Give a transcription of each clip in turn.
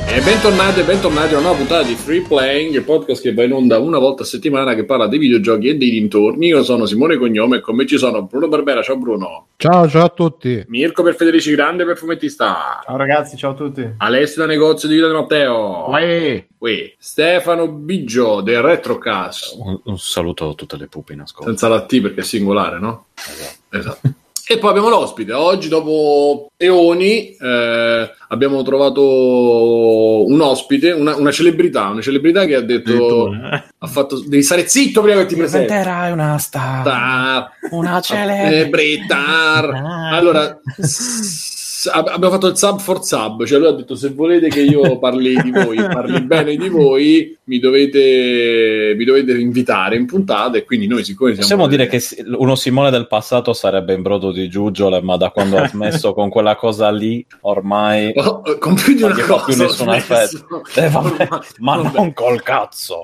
E bentornati a una nuova puntata di Free Playing, il podcast che va in onda una volta a settimana che parla dei videogiochi e dei dintorni. Io sono Simone Cognome e con me ci sono Bruno Barbera. Ciao Bruno. Ciao a tutti. Mirko per Federici Grande per Fumettista. Ciao ragazzi, ciao a tutti. Alessio da Negozio di Vita di Matteo. Uè. Stefano Biggio del Retrocast. Un saluto a tutte le pupe in ascolto. Senza la T perché è singolare, no? Esatto. E poi abbiamo l'ospite. Oggi, dopo eoni, abbiamo trovato un ospite, una celebrità che ha detto: ha fatto, devi stare zitto prima che ti presenti. Diventerai una star, una celebrità. Allora, abbiamo fatto il sub for sub, cioè lui ha detto: se volete che io parli di voi, parli bene di voi, mi dovete invitare in puntata. E quindi noi, siccome possiamo dire che uno Simone del passato sarebbe in brodo di giuggiole, ma da quando ha smesso con quella cosa lì ormai con più di una non cosa più nessun effetto. Ma non col cazzo,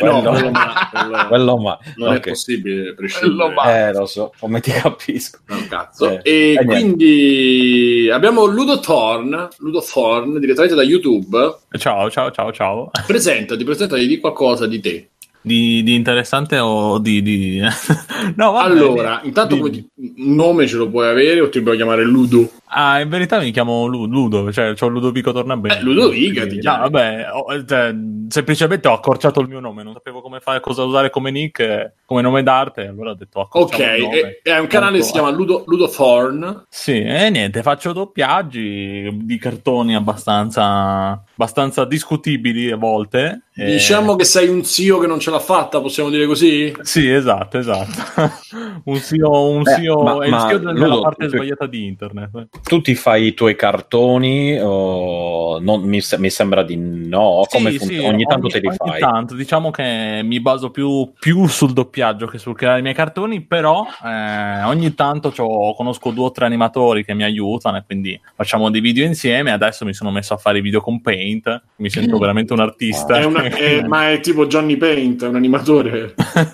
quello mai non è possibile prescindere. Lo so, come ti capisco. Non cazzo. E quindi abbiamo Ludo Thorn direttamente da YouTube. Ciao. Presentati di qualcosa di te. Di interessante o di... No, vabbè, allora, intanto un nome ce lo puoi avere o ti puoi chiamare Ludo? In verità mi chiamo Ludo, cioè c'ho Ludovico Tornabene. Ludovica ti chiami. No, vabbè, semplicemente ho accorciato il mio nome, non sapevo come fare, cosa usare come nick, come nome d'arte, allora ho detto accorciamo il nome. È un canale che si chiama Ludo Thorn. Sì, e niente, faccio doppiaggi di cartoni abbastanza discutibili a volte. Diciamo che sei un zio che non ce l'ha fatta, possiamo dire così? Sì, esatto. un zio è il zio della parte sbagliata di internet. Tu ti fai i tuoi cartoni o non, mi sembra di no? Come ogni tanto te li fai? Ogni tanto, diciamo che mi baso più sul doppiaggio che sul creare i miei cartoni, però ogni tanto conosco 2 o 3 animatori che mi aiutano e quindi facciamo dei video insieme. Adesso mi sono messo a fare i video con Paint, mi sento veramente un artista. Ma è tipo Johnny Paint, è un animatore?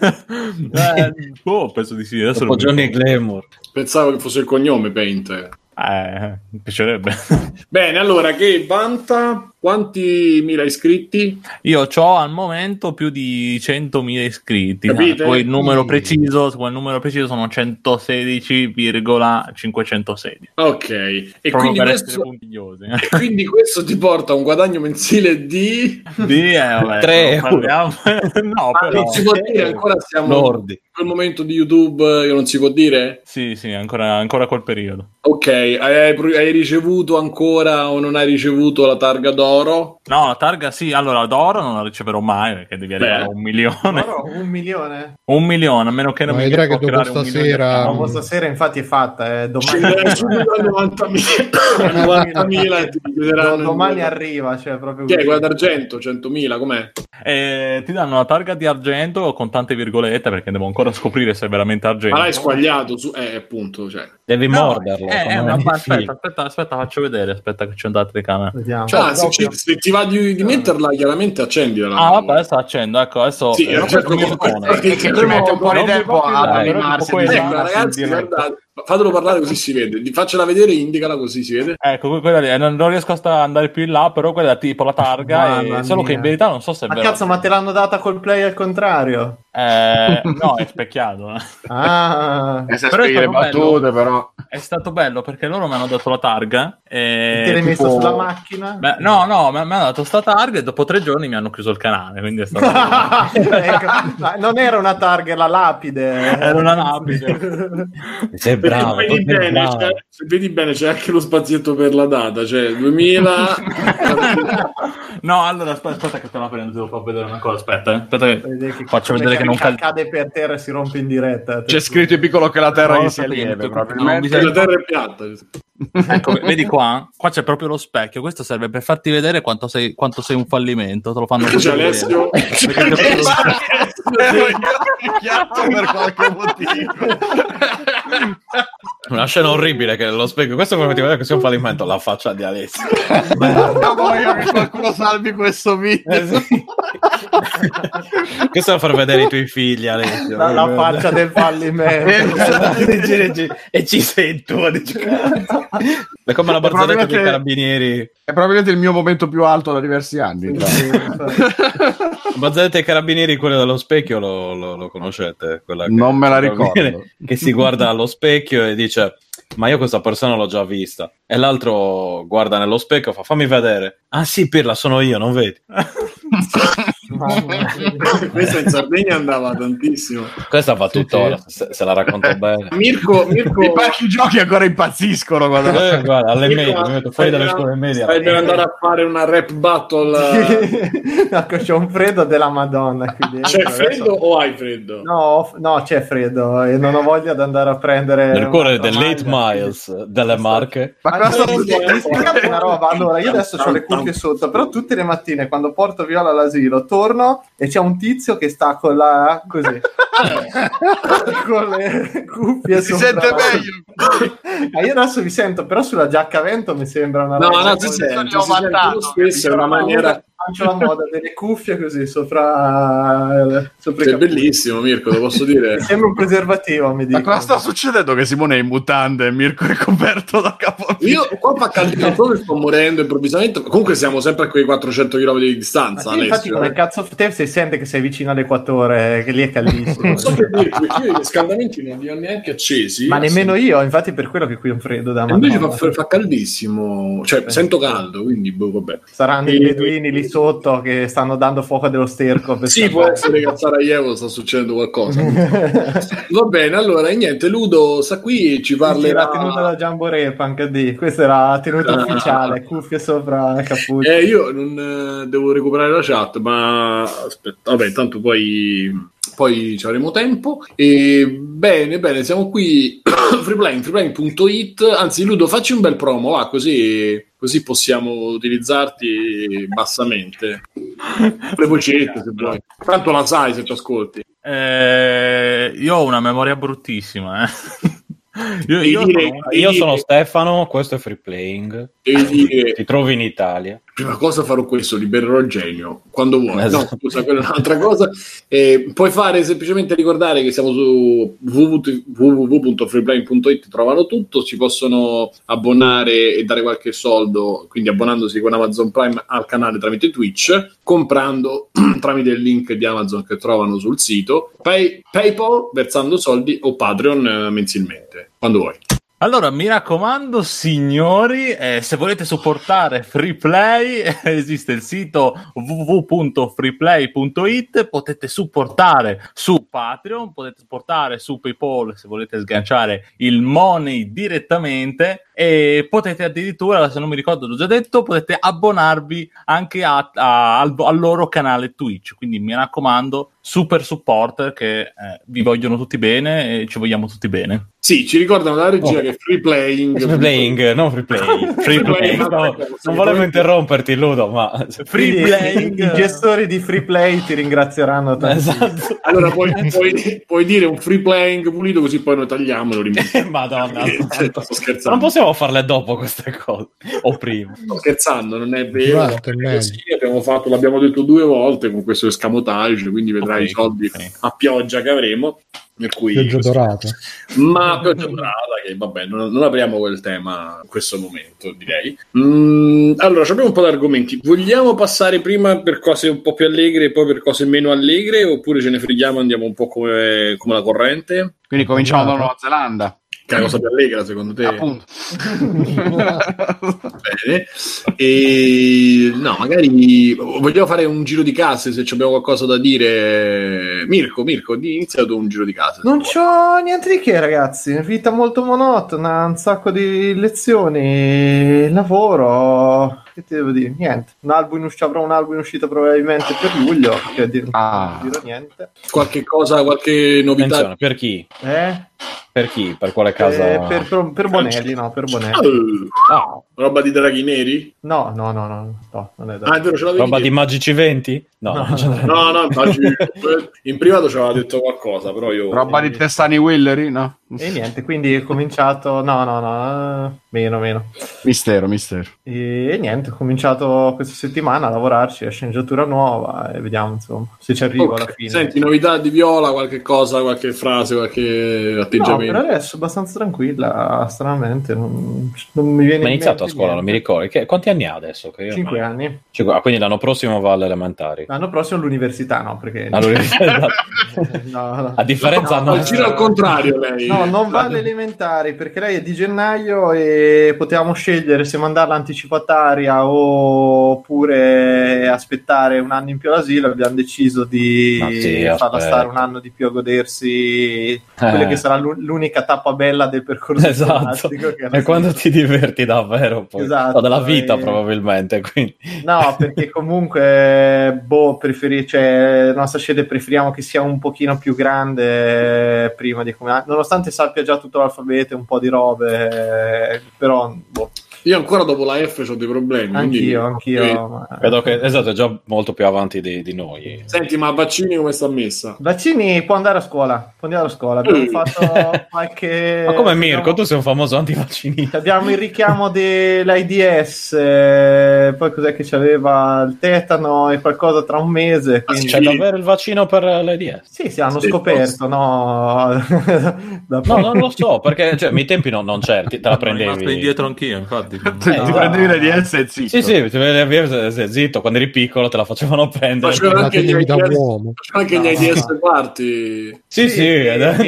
Penso di sì. Adesso Johnny Glamour. Pensavo che fosse il cognome Paint. Mi piacerebbe. Bene, allora, che vanta? Quanti mila iscritti? Io ho al momento più di 100.000 iscritti. Capite? Poi il numero preciso sono 116,516. Ok. E quindi questo ti porta a un guadagno mensile di 3 euro. No, però non si può dire, ancora siamo Lordi. in quel momento di YouTube, non si può dire? Sì, ancora quel periodo. Ok, hai ricevuto ancora o non hai ricevuto la targa d'oro? No, la targa sì, allora d'oro non la riceverò mai perché devi arrivare a 1 milione. D'oro, 1 milione? 1 milione, a meno che non mi vedrai che dopo stasera... No, stasera infatti è fatta, domani... 90.000 e ti chiederanno... Domani arriva, cioè proprio... Che è quella d'argento, 100.000, com'è? Ti danno la targa di argento con tante virgolette perché devo ancora scoprire se è veramente argento. Ma l'hai squagliato, appunto, cioè... Devi morderlo. Aspetta, faccio vedere, aspetta che c'è un dato di camera. Vediamo. Cioè, se ti va di metterla, chiaramente accendila. Vabbè, adesso accendo, ecco, adesso... Sì, che ci mette un po' di tempo a animarsi. Ragazzi, guardate, fatelo parlare così si vede. Faccela vedere, indicala così si vede. Ecco, quella lì, non riesco a andare più in là, però quella è tipo la targa, solo che in verità non so se è vero. Ma cazzo, ma te l'hanno data col play al contrario? No, è specchiato. le battute, però è stato bello perché loro mi hanno dato la targa e te l'hai messa sulla macchina? No, mi hanno dato sta targa e dopo 3 giorni mi hanno chiuso il canale, quindi è stato non era una targa, era la lapide. Era una lapide. Sei bravo, se vedi bene c'è anche lo spazietto per la data, cioè 2000. No, allora aspetta che te la prendo, devo far vedere una cosa, aspetta che faccio vedere che non cade per terra e si rompe in diretta. C'è scritto in piccolo che la terra gli sia lieve, probabilmente la terra è piatta. Ecco, vedi qua c'è proprio lo specchio. Questo serve per farti vedere quanto sei un fallimento. Te lo fanno vedere. Alessio per qualche motivo. Una scena orribile che lo specchio. Questo come ti vedere che sia un fallimento. La faccia di Alessio. Non voglio che qualcuno salvi questo video. Questo lo far vedere ai tuoi figli, Alessio. La faccia del fallimento. E ci sento. È come la barzelletta dei carabinieri. È probabilmente il mio momento più alto da diversi anni. La barzelletta dei carabinieri, quella dello specchio, lo conoscete? Quella non me la ricordo. Che si guarda allo specchio e dice: ma io questa persona l'ho già vista. E l'altro guarda nello specchio e fa: fammi vedere. Ah sì, Pirla, sono io, non vedi? Questa in Sardegna andava tantissimo. Questa va tuttora, se la racconto bene. Mirko I parchi giochi ancora impazziscono guarda, alle medie, mi metto fuori dalle scuole medie. Stai per andare a fare una rap battle. Ecco, c'è un freddo della Madonna qui dentro. C'è freddo o hai freddo? No, c'è freddo e non ho voglia di andare a prendere nel cuore dell'Eight Miles delle Marche. Ma cosa una roba? Allora, io adesso ho le cuffie sotto, però tutte le mattine quando porto Viola all'asilo torno e c'è un tizio che sta con la così con le cuffie si sente meglio. Io adesso mi sento, però sulla giacca a vento mi sembra una no, si sente lo stesso, è una maniera. Faccio la moda delle cuffie così sopra è bellissimo, Mirko, lo posso dire. Sembra un preservativo, mi dico. Ma cosa sta succedendo che Simone è in mutande e Mirko è coperto da capo? Io qua fa caldissimo, proprio sto morendo improvvisamente. Comunque siamo sempre a quei 400 km di distanza. Infatti, come cazzo te si sente che sei vicino all'equatore, che lì è caldissimo. Non so che dirti, io i riscaldamenti non li ho neanche accesi. Ma nemmeno io, infatti per quello che qui è un freddo da invece fa caldissimo, cioè sento caldo, quindi vabbè. Saranno i beduini lì sotto che stanno dando fuoco dello sterco. Sì, può essere che a Sarajevo sta succedendo qualcosa. Va bene, allora niente, Ludo sta qui e ci parlerà. La tenuta da Jamboree Punk D, questa era la tenuta ufficiale, cuffie sopra cappuccio. Io non devo recuperare la chat, ma aspetta, vabbè, tanto poi ci avremo tempo. E bene, siamo qui. freeplaying.it. Anzi, Ludo, facci un bel promo, va, così possiamo utilizzarti bassamente. Le vocette, se vuoi. Tanto la sai se ci ascolti. Io ho una memoria bruttissima, Io sono Stefano, questo è Free Playing. Ti trovi in Italia. Prima cosa farò questo, libererò il genio quando vuoi. Esatto. No, scusa, quella è un'altra cosa. Puoi fare semplicemente ricordare che siamo su www.freeplaying.it, trovano tutto, si possono abbonare e dare qualche soldo, quindi abbonandosi con Amazon Prime al canale tramite Twitch, comprando tramite il link di Amazon che trovano sul sito, PayPal versando soldi o Patreon mensilmente, quando vuoi. Allora, mi raccomando, signori, se volete supportare Freeplay, esiste il sito www.freeplay.it, potete supportare su Patreon, potete supportare su PayPal se volete sganciare il money direttamente, e potete addirittura, se non mi ricordo l'ho già detto, potete abbonarvi anche al loro canale Twitch, quindi mi raccomando, super supporter che vi vogliono tutti bene e ci vogliamo tutti bene. Sì, ci ricordano la regia che Free Playing, non Free Play. Free Play. No, non volevo interromperti, Ludo, ma Free Playing, i gestori di Free Play ti ringrazieranno tanto. Esatto. Allora puoi dire un Free Playing pulito, così poi noi tagliamo e lo rimettiamo. Madonna, sto scherzando. Non possiamo farle dopo queste cose o prima. Sto scherzando, non è vero. Sì, l'abbiamo detto 2 volte con questo escamotage, quindi vedrai i soldi a pioggia che avremo. Per cui pioggia dorata, che vabbè, non apriamo quel tema in questo momento, direi. Allora, abbiamo un po' di argomenti. Vogliamo passare prima per cose un po' più allegre e poi per cose meno allegre, oppure ce ne freghiamo, andiamo un po' come la corrente? Quindi cominciamo da Nuova Zelanda. Che è la cosa più allegra, secondo te? Appunto. Bene. E no, magari vogliamo fare un giro di case, se abbiamo qualcosa da dire. Mirko, inizia tu un giro di case. Non c'ho niente di che, ragazzi. Vita molto monotona, un sacco di lezioni, lavoro. Che ti devo dire? Niente. Avrò un album in uscita probabilmente per luglio. Non dirò niente. Qualche novità? Attenzione, per chi? Per chi? Per quale casa? Per Bonelli, no, per Bonelli. Roba di Draghi draghi neri? No, non è da... Ah, è vero, ce l'avevi Roba di detto. Magici 20? No. No, in privato ci aveva detto qualcosa, però io... Roba di Testani Willery? No. E niente, quindi ho cominciato... No, meno. Mistero. E niente, ho cominciato questa settimana a lavorarci a sceneggiatura nuova e vediamo, insomma, se ci arrivo alla fine. Senti, novità di Viola, qualche cosa, qualche frase, qualche No, atteggiamento? per adesso abbastanza tranquilla, stranamente, non mi viene Ma è in iniziato a mente scuola, non mi niente. ricordo. Quanti anni ha adesso? Che io... 5 anni. Quindi l'anno prossimo va alle elementari. L'anno prossimo all'università, no, perché... All'università. No. A differenza No, giro al contrario lei. No, non va alle elementari perché lei è di gennaio e potevamo scegliere se mandarla anticipataria oppure aspettare un anno in più all'asilo. Abbiamo deciso di farla stare un anno di più a godersi quella che sarà l'unica tappa bella del percorso scolastico. Che E quando ti diverti davvero poi. Esatto, O della vita probabilmente. Quindi. No, perché comunque la nostra scelta preferiamo che sia un pochino più grande prima di come, nonostante sappia già tutto l'alfabeto e un po' di robe, però Io ancora dopo la F ho dei problemi. Anch'io. Vedo che è già molto più avanti di noi. Senti, ma Vaccini come sta messa? Vaccini può andare a scuola. Abbiamo fatto qualche... Ma come Mirko, tu sei un famoso antivaccinista. Abbiamo il richiamo dell'AIDS, poi cos'è che c'aveva il tetano e qualcosa tra un mese. Quindi... C'è davvero il vaccino per l'AIDS? Sì, hanno scoperto, no? No, non lo so, perché ai miei tempi non certi, te la prendevi. Sono rimasto indietro anch'io, infatti. Ti prendevi l'AIDS e zitto. Sì, ti prendevi zitto, quando eri piccolo te la facevano prendere. Facevano anche gli uomo. AIDS party. Sì.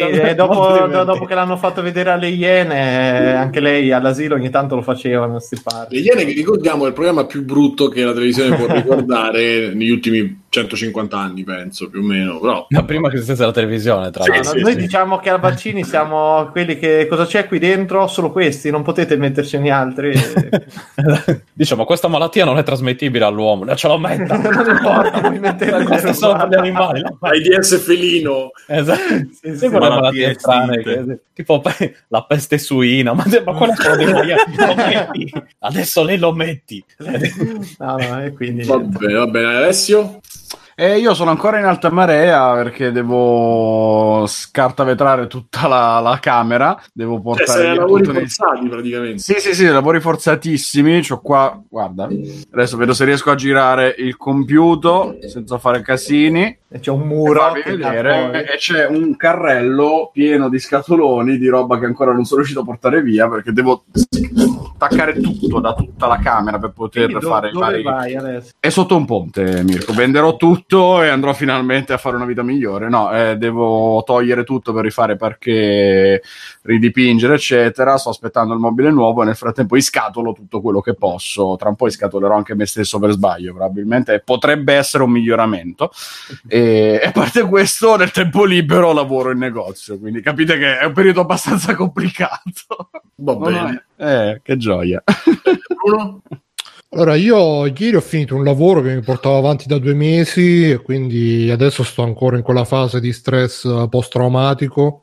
Dopo che l'hanno fatto vedere alle Iene, anche lei all'asilo ogni tanto lo facevano. Le Iene, che ricordiamo, è il programma più brutto che la televisione può ricordare negli ultimi 150 anni, penso, più o meno. Però... Ma prima che esistesse la televisione, tra l'altro. Noi diciamo che a Vaccini siamo quelli che... Cosa c'è qui dentro? Solo questi, non potete mettercene altri. Diciamo, questa malattia non è trasmettibile all'uomo, non ce lo metta. Non importa, puoi mettere questo solo per gli animali. AIDS felino. Esatto. Sì, malattie strane, tipo la peste suina, ma quella sono dei lo metti. Adesso lei lo metti. No, e quindi va bene, Alessio? Io sono ancora in alta marea perché devo scartavetrare tutta la camera, devo portare via lavori forzati praticamente. Sì, lavori forzatissimi. C'ho qua, guarda, adesso vedo se riesco a girare il computer senza fare casini. E c'è un muro vedere, e c'è un carrello pieno di scatoloni di roba che ancora non sono riuscito a portare via perché devo attaccare tutto da tutta la camera per poter fare dove vai adesso? È sotto un ponte, Mirko. Venderò tutto e andrò finalmente a fare una vita migliore. No, devo togliere tutto per rifare perché ridipingere, eccetera. Sto aspettando il mobile nuovo e nel frattempo iscatolo tutto quello che posso. Tra un po' iscatolerò anche me stesso per sbaglio, probabilmente. Potrebbe essere un miglioramento. E a parte questo, nel tempo libero lavoro in negozio, quindi capite che è un periodo abbastanza complicato. Va bene. Che gioia. Bruno? Allora, io ieri ho finito un lavoro che mi portava avanti da 2 mesi e quindi adesso sto ancora in quella fase di stress post-traumatico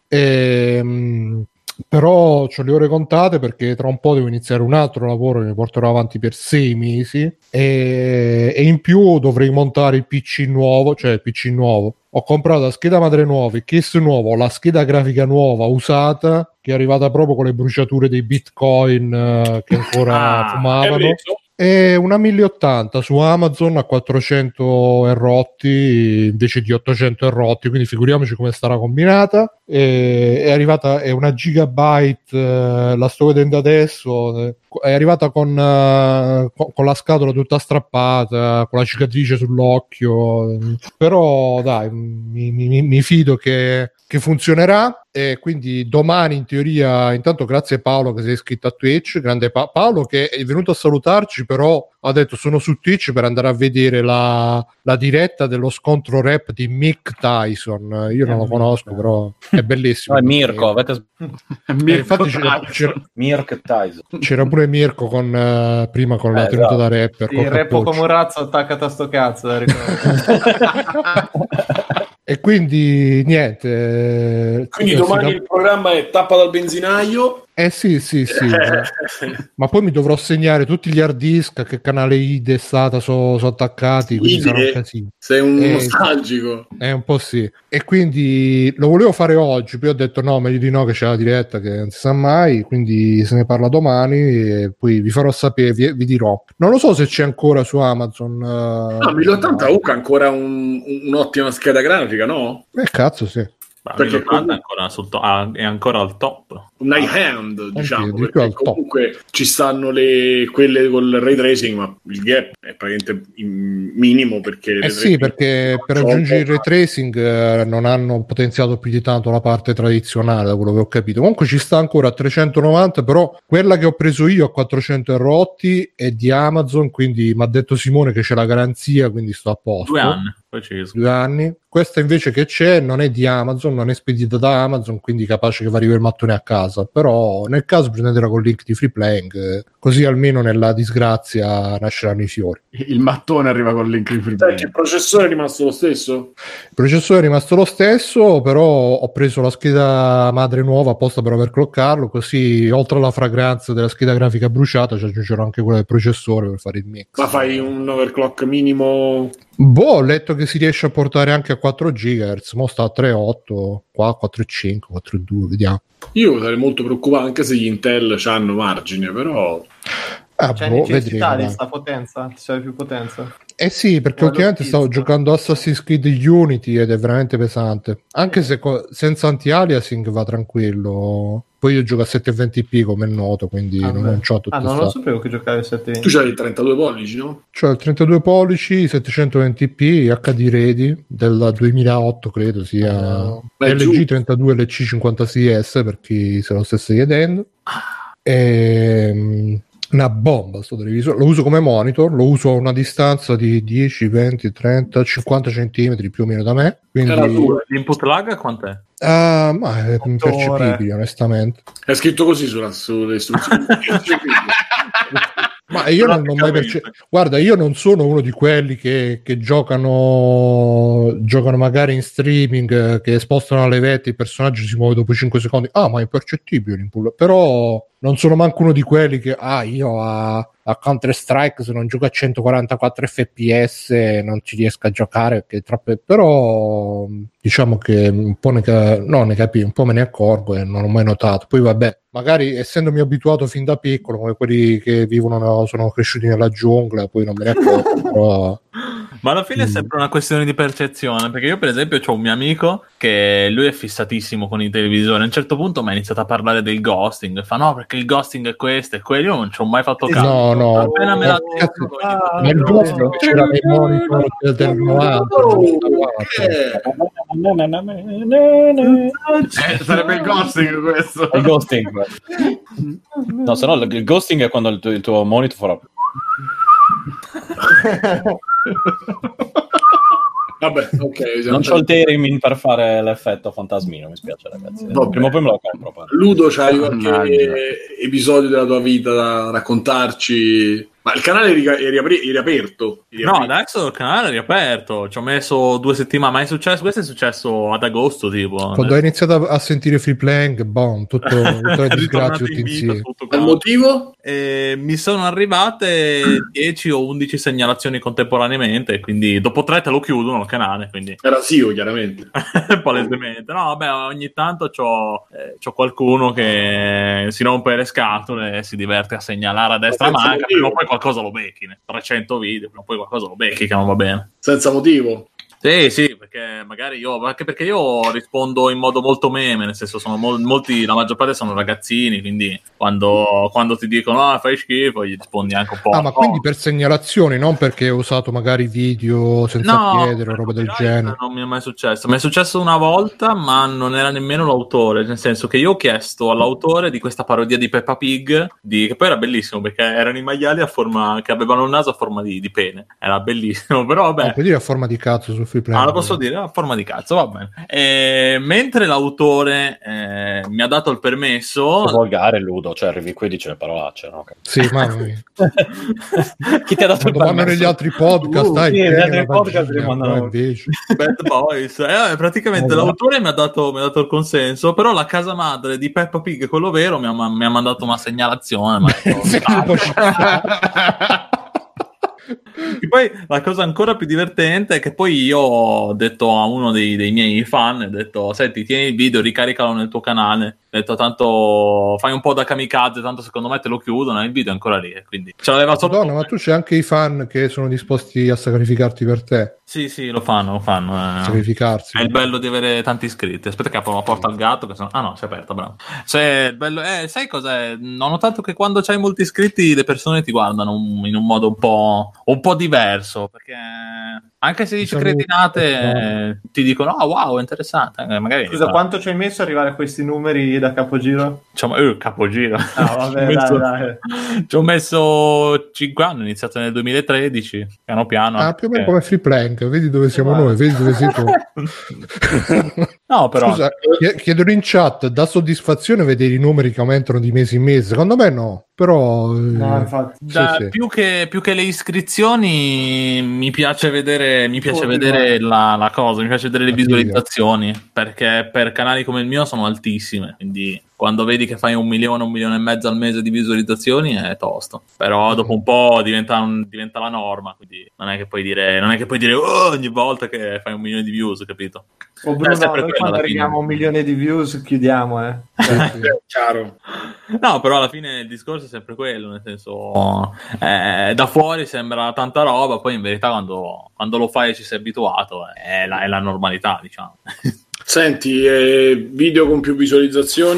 però ho le ore contate perché tra un po' devo iniziare un altro lavoro che mi porterò avanti per 6 mesi e in più dovrei montare il PC nuovo, cioè il PC nuovo. Ho comprato la scheda madre nuova, il case nuovo, la scheda grafica nuova usata che è arrivata proprio con le bruciature dei bitcoin che ancora fumavano. È una 1080 su Amazon a 400 rotti invece di 800 rotti, quindi figuriamoci come starà combinata. È arrivata, è una gigabyte, la sto vedendo adesso, è arrivata con la scatola tutta strappata, con la cicatrice sull'occhio, però dai, mi fido che funzionerà. E quindi domani in teoria, intanto grazie Paolo che sei iscritto a Twitch, grande Paolo che è venuto a salutarci, però ha detto sono su Twitch per andare a vedere la diretta dello scontro rap di Mick Tyson. Io non lo conosco, però è bellissimo. No, è Mirko, infatti Mirk Tyson. C'era pure Mirko prima con la tenuta da rapper. Il rappo come un razzo attaccato a sto cazzo, E quindi niente. Quindi domani il programma è tappa dal benzinaio. Sì. Ma poi mi dovrò segnare tutti gli hard disk, che canale IDE SATA sono attaccati, quindi sarà un casino. Sei un nostalgico. Un po' sì. E quindi lo volevo fare oggi, poi ho detto no, meglio di no, che c'è la diretta che non si sa mai, quindi se ne parla domani e poi vi farò sapere, vi dirò. Non lo so se c'è ancora su Amazon. No, 1080 UK ancora un'ottima scheda grafica, no? Cazzo sì. Perché è ancora al top. Un high hand, diciamo, sì, perché comunque ci stanno quelle col ray tracing, ma il gap è praticamente minimo, perché sì, perché per raggiungere il ray tracing non hanno potenziato più di tanto la parte tradizionale, da quello che ho capito. Comunque ci sta ancora a 390, però quella che ho preso io a 400 e rotti è di Amazon, quindi mi ha detto Simone che c'è la garanzia, quindi sto a posto. 2 anni. 2 anni. Questa invece che c'è non è di Amazon, non è spedita da Amazon, quindi capace che va a arrivare il mattone a casa. Però nel caso prendetela con il link di Free Playing, così almeno nella disgrazia nasceranno i fiori. Il mattone arriva con il link di Free Playing. Il processore è rimasto lo stesso? Il processore è rimasto lo stesso, però ho preso la scheda madre nuova apposta per overclockarlo, così oltre alla fragranza della scheda grafica bruciata ci aggiungerò anche quella del processore per fare il mix. Ma fai un overclock minimo? Ho letto che si riesce a portare anche a 4 GHz, mo sta a 3.8, qua 4.5, 4.2, vediamo. Io sarei molto preoccupato, anche se gli Intel hanno margine, però... C'è necessità di questa potenza? C'è più potenza? Sì, perché ultimamente stavo giocando Assassin's Creed Unity ed è veramente pesante, anche se senza anti-aliasing va tranquillo. Poi io gioco a 720p come è noto, quindi non c'ho tutto non lo sapevo che giocavi a 720p. Tu c'hai il 32 pollici, no? C'ho il 32 pollici, 720p, HD ready del 2008 credo sia. LG 32 LC 56S per chi se lo stesse chiedendo. Una bomba sto televisore, lo uso come monitor, lo uso a una distanza di 10, 20, 30, 50 centimetri più o meno da me, quindi l'input lag quant'è? Ma è impercettibile onestamente. È scritto così sulle istruzioni. Ma io non ho mai guarda, io non sono uno di quelli che giocano magari in streaming, che spostano la levetta, il personaggio si muove dopo 5 secondi, ma è impercettibile l'input, però non sono manco uno di quelli che io a Counter Strike se non gioco a 144 fps non ci riesco a giocare perché troppe, però diciamo che un po' un po' me ne accorgo e non ho mai notato. Poi vabbè, magari essendomi abituato fin da piccolo come quelli che sono cresciuti nella giungla, poi non me ne accorgo. Però ma alla fine è sempre una questione di percezione, perché io per esempio ho un mio amico che lui è fissatissimo con i televisori, a un certo punto mi ha iniziato a parlare del ghosting, fa no perché il ghosting è questo e quello, io non ci ho mai fatto caso. No, appena me l'ha detto ma il ghosting c'era nei monitor del 90. Sarebbe il ghosting questo. Il ghosting. No, se no il ghosting è quando il tuo monitor farà. Vabbè, ok. Non c'ho il Teremin per fare l'effetto fantasmino, mi spiace ragazzi. Prima o poi me lo compro. Ludo, c'hai qualche episodio della tua vita da raccontarci? Ma il canale è riaperto? No, adesso il canale è riaperto. Ci ho messo 2 settimane. Ma è successo? Questo è successo ad agosto, tipo. Quando ho iniziato a sentire Free Playing, tutte le disgrazie tutti insieme. Il motivo? Mi sono arrivate 10 o 11 segnalazioni contemporaneamente. Quindi dopo 3 te lo chiudono il canale. Quindi era SEO, chiaramente. Palesemente. No, vabbè, ogni tanto c'ho qualcuno che si rompe le scatole e si diverte a segnalare a destra manca. Prima o poi qualcosa lo becchi, 300 video, prima o poi qualcosa lo becchi che non va bene. Senza motivo? Sì, perché magari anche perché io rispondo in modo molto meme, nel senso sono molti, la maggior parte sono ragazzini, quindi quando ti dicono fai schifo, gli rispondi anche un po'. Ma quindi per segnalazioni, non perché ho usato magari video senza chiedere o roba del genere? Non mi è mai successo. Mi è successo una volta, ma non era nemmeno l'autore, nel senso che io ho chiesto all'autore di questa parodia di Peppa Pig, che poi era bellissimo perché erano i maiali che avevano il naso a forma di pene, era bellissimo, però vabbè. Puoi dire a forma di cazzo su Freeplank. lo posso dire? A forma di cazzo, va bene. Mentre l'autore mi ha dato il permesso... È volgare, Ludo, cioè arrivi qui e dice le parolacce, no? Sì, mamma mia. Chi ti ha dato il Quando vanno permesso? negli altri podcast, dai, sì, tieni negli altri la podcast vagina, rimandano- no, invece. Bad Boys. Praticamente Esatto. l'autore mi ha dato il consenso, però la casa madre di Peppa Pig, quello vero, mi ha mandato una segnalazione. Ma Sì, poi ci sta. E poi la cosa ancora più divertente è che poi io ho detto a uno dei miei fan, ho detto, senti, tieni il video, ricaricalo nel tuo canale. Ho detto, tanto fai un po' da kamikaze, tanto secondo me te lo chiudono e il video è ancora lì. Quindi ce l'aveva solo... Madonna, ma tu c'è anche i fan che sono disposti a sacrificarti per te. Sì, lo fanno. Sacrificarsi. È il bello di avere tanti iscritti. Aspetta che apro la porta al gatto. Che sono... Ah no, si è aperta, bravo. Il bello... sai cos'è? Ho notato che quando c'hai molti iscritti le persone ti guardano in un modo un po' diverso. Perché anche se dici cretinate ti dicono, oh wow, interessante. Magari, Scusa, quanto ci hai messo ad arrivare a questi numeri da capogiro? Diciamo, capogiro. Vabbè, dai. Ci ho messo 5 anni, ho iniziato nel 2013, piano piano. Più o meno come Freeplank, vedi dove siamo noi, vedi dove sei tu. No, però... Scusa, chiedono in chat, dà soddisfazione vedere i numeri che aumentano di mese in mese? Secondo me no, però... No, infatti. sì. Più che le iscrizioni mi piace vedere la cosa, mi piace vedere le visualizzazioni, perché per canali come il mio sono altissime, quindi quando vedi che fai 1 milione, 1,5 milioni al mese di visualizzazioni è tosto, però dopo un po' diventa la norma, quindi non è che puoi dire oh, ogni volta che fai 1 milione di views, capito? Oh, Bruno, sempre noi quello, quando alla fine. arriviamo a 1 milione di views chiudiamo, Chiaro. No, però alla fine il discorso è sempre quello, nel senso da fuori sembra tanta roba, poi in verità quando lo fai e ci sei abituato è la normalità, diciamo. Senti, video con più visualizzazioni?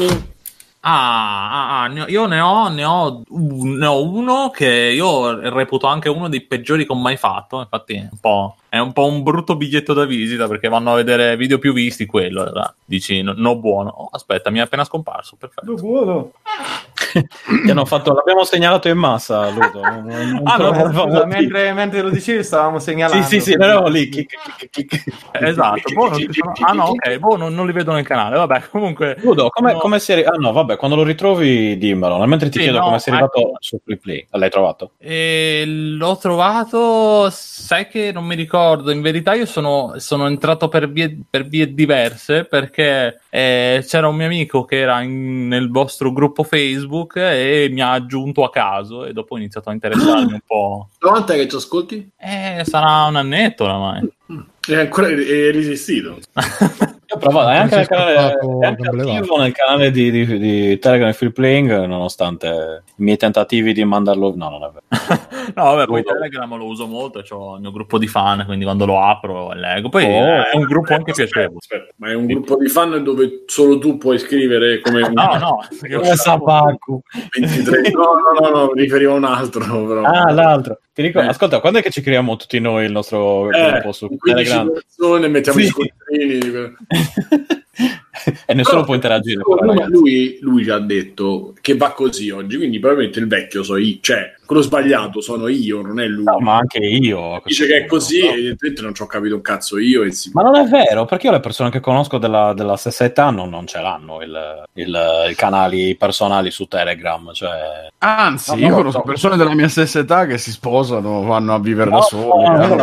Io ne ho uno che io reputo anche uno dei peggiori che ho mai fatto, infatti è un po' un brutto biglietto da visita, perché vanno a vedere video più visti, quello, allora, dici no buono. Oh, aspetta, mi è appena scomparso, perfetto. Buono. L'abbiamo segnalato in massa, Ludo. Scusa, mentre lo dicevi stavamo segnalando. Sì, eravamo lì. Esatto. Non li vedo nel canale, vabbè, comunque... Ludo, come si vabbè, quando lo ritrovi dimmelo, mentre ti chiedo come sei arrivato su Freeplay. L'hai trovato? L'ho trovato, sai che non mi ricordo, in verità io sono entrato per vie diverse, perché c'era un mio amico che era nel vostro gruppo Facebook e mi ha aggiunto a caso, e dopo ho iniziato a interessarmi un po'. Quant'è che ci ascolti? Sarà un annetto oramai. È ancora resistito. Io ho provato, è anche attivo nel canale di Telegram e Freeplaying, nonostante i miei tentativi di mandarlo. No, non è vero. No, vabbè, poi Telegram lo uso molto, ho il mio gruppo di fan, quindi quando lo apro leggo. Poi è un gruppo anche piacevole. Aspetta, ma è un gruppo di fan dove solo tu puoi scrivere come No, io Sabaku 23. No, riferivo a un altro, però. L'altro. Ti dico, ascolta, quando è che ci creiamo tutti noi il nostro gruppo su 15 Telegram? persone, mettiamo i scontrini. E nessuno può interagire. Lui ci ha detto che va così oggi, quindi probabilmente il vecchio so io, cioè quello sbagliato sono io, non è lui. No, ma anche io. Dice che è così, e evidentemente non ci ho capito un cazzo io. Ma non è vero, perché io le persone che conosco della stessa età non ce l'hanno i canali personali su Telegram. Cioè... Anzi, io conosco persone della mia stessa età che si sposano, vanno a vivere da soli.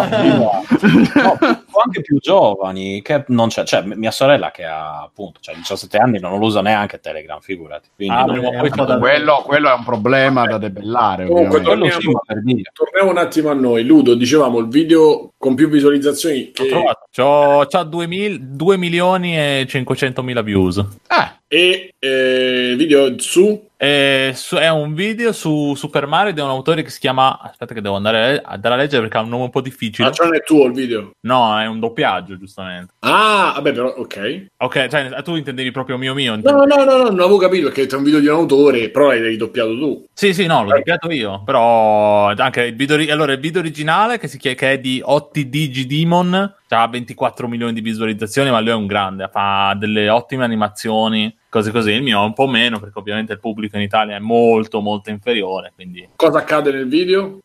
O anche più giovani, che non c'è, cioè mia sorella che ha appunto 17 anni non lo usa neanche Telegram, figurati. Quindi quello è un problema da debellare. Comunque torniamo un attimo a noi. Ludo, dicevamo il video con più visualizzazioni che... C'ha 2 milioni e 500.000 views. E video su? È un video su Super Mario di un autore che si chiama... Aspetta che devo andare a leggere perché ha un nome un po' difficile. Cioè non è tuo il video? No, è un doppiaggio, giustamente. Vabbè, però, ok. Ok, cioè tu intendevi proprio mio. No, non avevo capito perché c'è un video di un autore, però l'hai doppiato tu. Sì, no, l'ho doppiato io, però anche il video... Allora, il video originale che è di OTDG Demon, ha 24 milioni di visualizzazioni, ma lui è un grande, fa delle ottime animazioni, cose così. Il mio è un po' meno, perché ovviamente il pubblico in Italia è molto molto inferiore, quindi... Cosa accade nel video?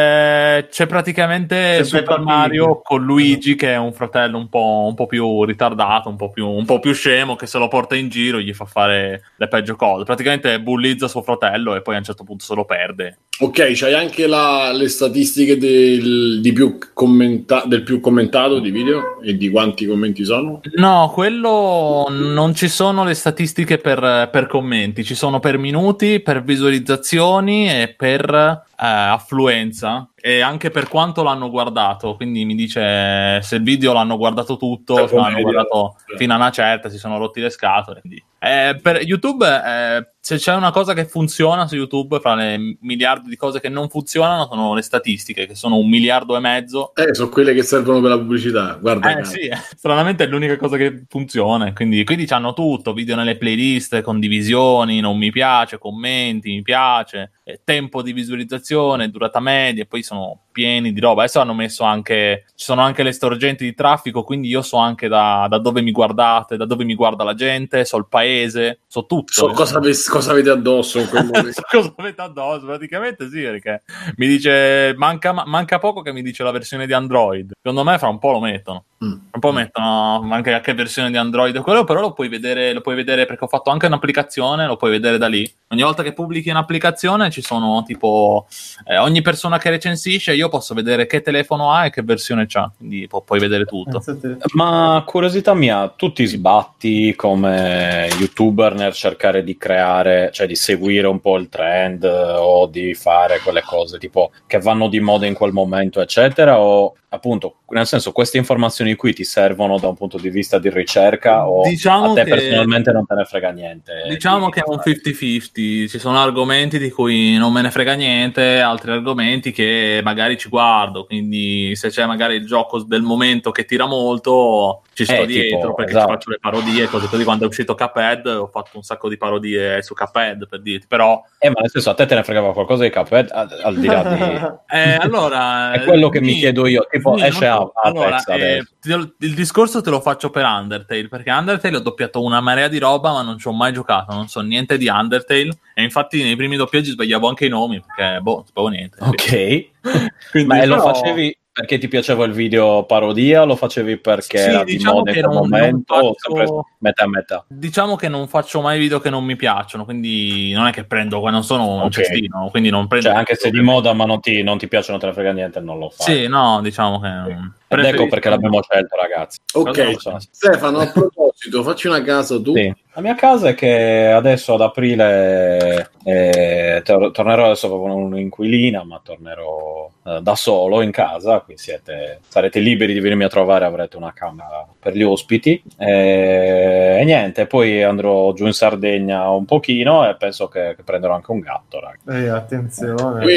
C'è praticamente Super Mario con Luigi, che è un fratello un po' più ritardato, un po' più scemo, che se lo porta in giro gli fa fare le peggio cose. Praticamente bullizza suo fratello e poi a un certo punto se lo perde. Ok, c'hai anche le statistiche del più commentato di video e di quanti commenti sono? No, quello non ci sono le statistiche per commenti, ci sono per minuti, per visualizzazioni e per affluenza, e anche per quanto l'hanno guardato. Quindi mi dice se il video l'hanno guardato tutto, se l'hanno guardato fino a una certa, si sono rotti le scatole. Quindi, per YouTube, se c'è una cosa che funziona su YouTube, fra le miliardi di cose che non funzionano, sono le statistiche, che sono 1,5 miliardi. Sono quelle che servono per la pubblicità. Guarda, sì, stranamente è l'unica cosa che funziona. Quindi c'hanno tutto: video nelle playlist, condivisioni, non mi piace, commenti, mi piace, tempo di visualizzazione, durata media, e poi sono pieni di roba. Adesso hanno messo anche, ci sono anche le sorgenti di traffico, quindi io so anche da dove mi guardate, da dove mi guarda la gente, so il paese, so tutto. So cosa avete addosso in quel momento. So cosa avete addosso, praticamente sì, perché mi dice, manca poco che mi dice la versione di Android. Secondo me fra un po' lo mettono. Un po' mettono anche a che versione di Android quello, però lo puoi vedere perché ho fatto anche un'applicazione, lo puoi vedere da lì. Ogni volta che pubblichi un'applicazione ci sono tipo ogni persona che recensisce, io posso vedere che telefono ha e che versione c'ha, quindi puoi vedere tutto. Ma curiosità mia, tu ti sbatti come youtuber nel cercare di creare, cioè di seguire un po' il trend o di fare quelle cose tipo che vanno di moda in quel momento, eccetera, o appunto, nel senso, queste informazioni qui ti servono da un punto di vista di ricerca o diciamo a te che personalmente non te ne frega niente? Diciamo che è un 50-50, ci sono argomenti di cui non me ne frega niente, altri argomenti che magari ci guardo, quindi se c'è magari il gioco del momento che tira molto ci sto dietro, tipo, perché esatto, ci faccio le parodie, cose così. Quando è uscito Cuphead ho fatto un sacco di parodie su Cuphead, per dirti, però ma nel senso, a te ne fregava qualcosa di Cuphead al di là di allora è quello che mi chiedo io, tipo esce allora, il discorso te lo faccio per Undertale, perché Undertale ho doppiato una marea di roba, ma non ci ho mai giocato, non so niente di Undertale, e infatti nei primi doppiaggi sbagliavo anche i nomi, perché non sapevo niente. Ok. Quindi, ma lo facevi perché ti piaceva il video parodia, o lo facevi perché era di moda in quel momento, o sempre metà a metà? Diciamo che non faccio mai video che non mi piacciono, quindi non è che prendo, non sono un cestino, quindi non prendo, cioè anche se di moda ma non ti piace, non te ne frega niente, non lo fai. Sì, no, diciamo che ed ecco perché l'abbiamo scelto, ragazzi. Ok, Stefano, a proposito, facci una casa tu. Sì. La mia casa è che adesso ad aprile tornerò, adesso con un'inquilina, ma tornerò da solo in casa, qui sarete liberi di venirmi a trovare, avrete una camera per gli ospiti, e niente, poi andrò giù in Sardegna un pochino e penso che prenderò anche un gatto, ragazzi. Attenzione.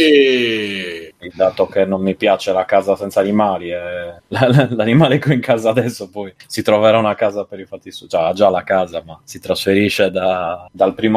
Dato che non mi piace la casa senza animali, l'animale che ho in casa adesso poi si troverà una casa per i fatti suoi, cioè ha già la casa ma si trasferisce dal 1°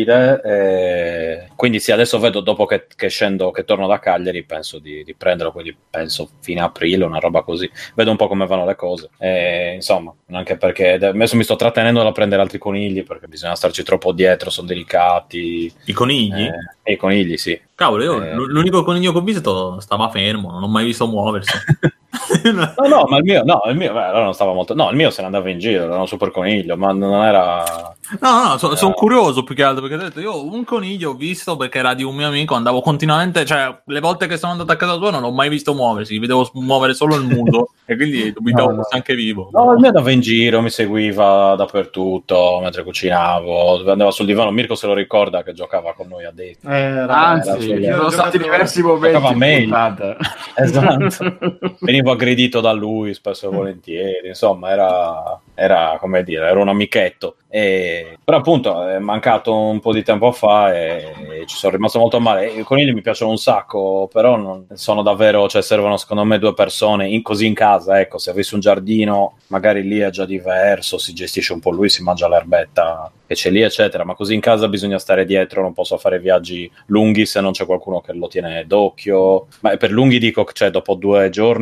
aprile, quindi sì, adesso vedo, dopo che scendo, che torno da Cagliari, penso di prenderlo, quindi penso fine aprile, una roba così, vedo un po' come vanno le cose, insomma, anche perché adesso mi sto trattenendo da prendere altri conigli perché bisogna starci troppo dietro, sono delicati. I conigli? I conigli, sì. Cavolo, io l'unico coniglio che ho visto stava fermo, non ho mai visto muoversi. No, ma il mio non stava molto. No, il mio se ne andava in giro, era un super coniglio, ma non era. No, sono curioso più che altro, perché ho detto, io un coniglio ho visto perché era di un mio amico, andavo continuamente, cioè le volte che sono andato a casa sua non l'ho mai visto muoversi, vedevo muovere solo il muso e quindi dubitavo fosse anche vivo. No, il mio andava in giro, mi seguiva dappertutto mentre cucinavo, andava sul divano. Mirko se lo ricorda che giocava con noi a Date. Anzi, ci sono stati diversi momenti. Esatto. Venivo aggredito da lui spesso e volentieri, insomma era come dire, era un amichetto, però appunto è mancato un po' di tempo fa e ci sono rimasto molto male. I conigli mi piacciono un sacco, però non sono davvero, cioè servono secondo me 2 persone così in casa, ecco. Se avessi un giardino magari lì è già diverso, si gestisce un po' lui, si mangia l'erbetta che c'è lì eccetera, ma così in casa bisogna stare dietro, non posso fare viaggi lunghi se non c'è qualcuno che lo tiene d'occhio, ma per lunghi dico, cioè dopo 2 giorni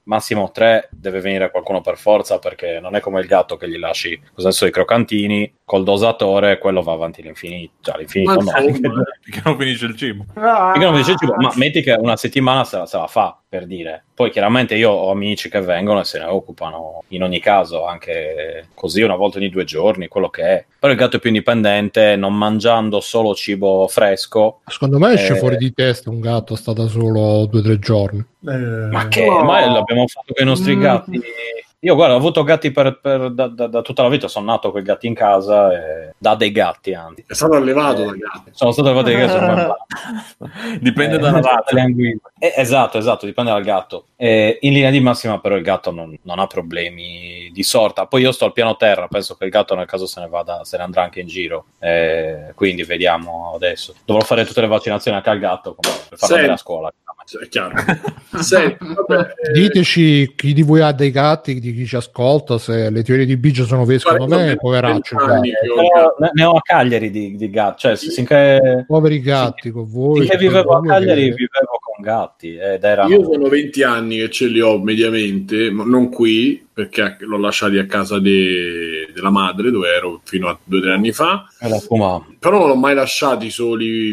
massimo 3 deve venire qualcuno per forza, perché non è come il gatto che gli lasci cosa so, i crocantini col dosatore, quello va avanti all'infinito, cioè all'infinito no, Perché non finisce il cibo. perché non finisce il cibo, ma metti che una settimana se la fa, per dire. Poi chiaramente io ho amici che vengono e se ne occupano in ogni caso, anche così una volta ogni 2 giorni, quello che è. Però il gatto è più indipendente, non mangiando solo cibo fresco. Secondo me esce fuori di testa un gatto, sta da solo 2 o 3 giorni. Ma che? Ma l'abbiamo fatto con i nostri gatti. Io guarda, ho avuto gatti da tutta la vita, sono nato con i gatti in casa, da dei gatti anzi. È stato allevato da gatti. Sono stato allevato dai gatti. Dipende dalla razza. Esatto, dipende dal gatto. In linea di massima però il gatto non ha problemi di sorta. Poi io sto al piano terra, penso che il gatto nel caso se ne andrà anche in giro. Quindi vediamo adesso. Dovrò fare tutte le vaccinazioni anche al gatto per farlo andare a scuola. È chiaro. Vabbè, Diteci chi di voi ha dei gatti, di chi ci ascolta, se le teorie di Biggio sono vere. Secondo me poveraccio ne ho a Cagliari di gatti, cioè finché poveri gatti con voi. Finché vivevo a Cagliari vivevo con gatti ed erano... Io sono 20 anni che ce li ho mediamente, ma non qui, perché l'ho lasciati a casa della madre, dove ero fino a 2 o 3 anni fa. Però non l'ho mai lasciati soli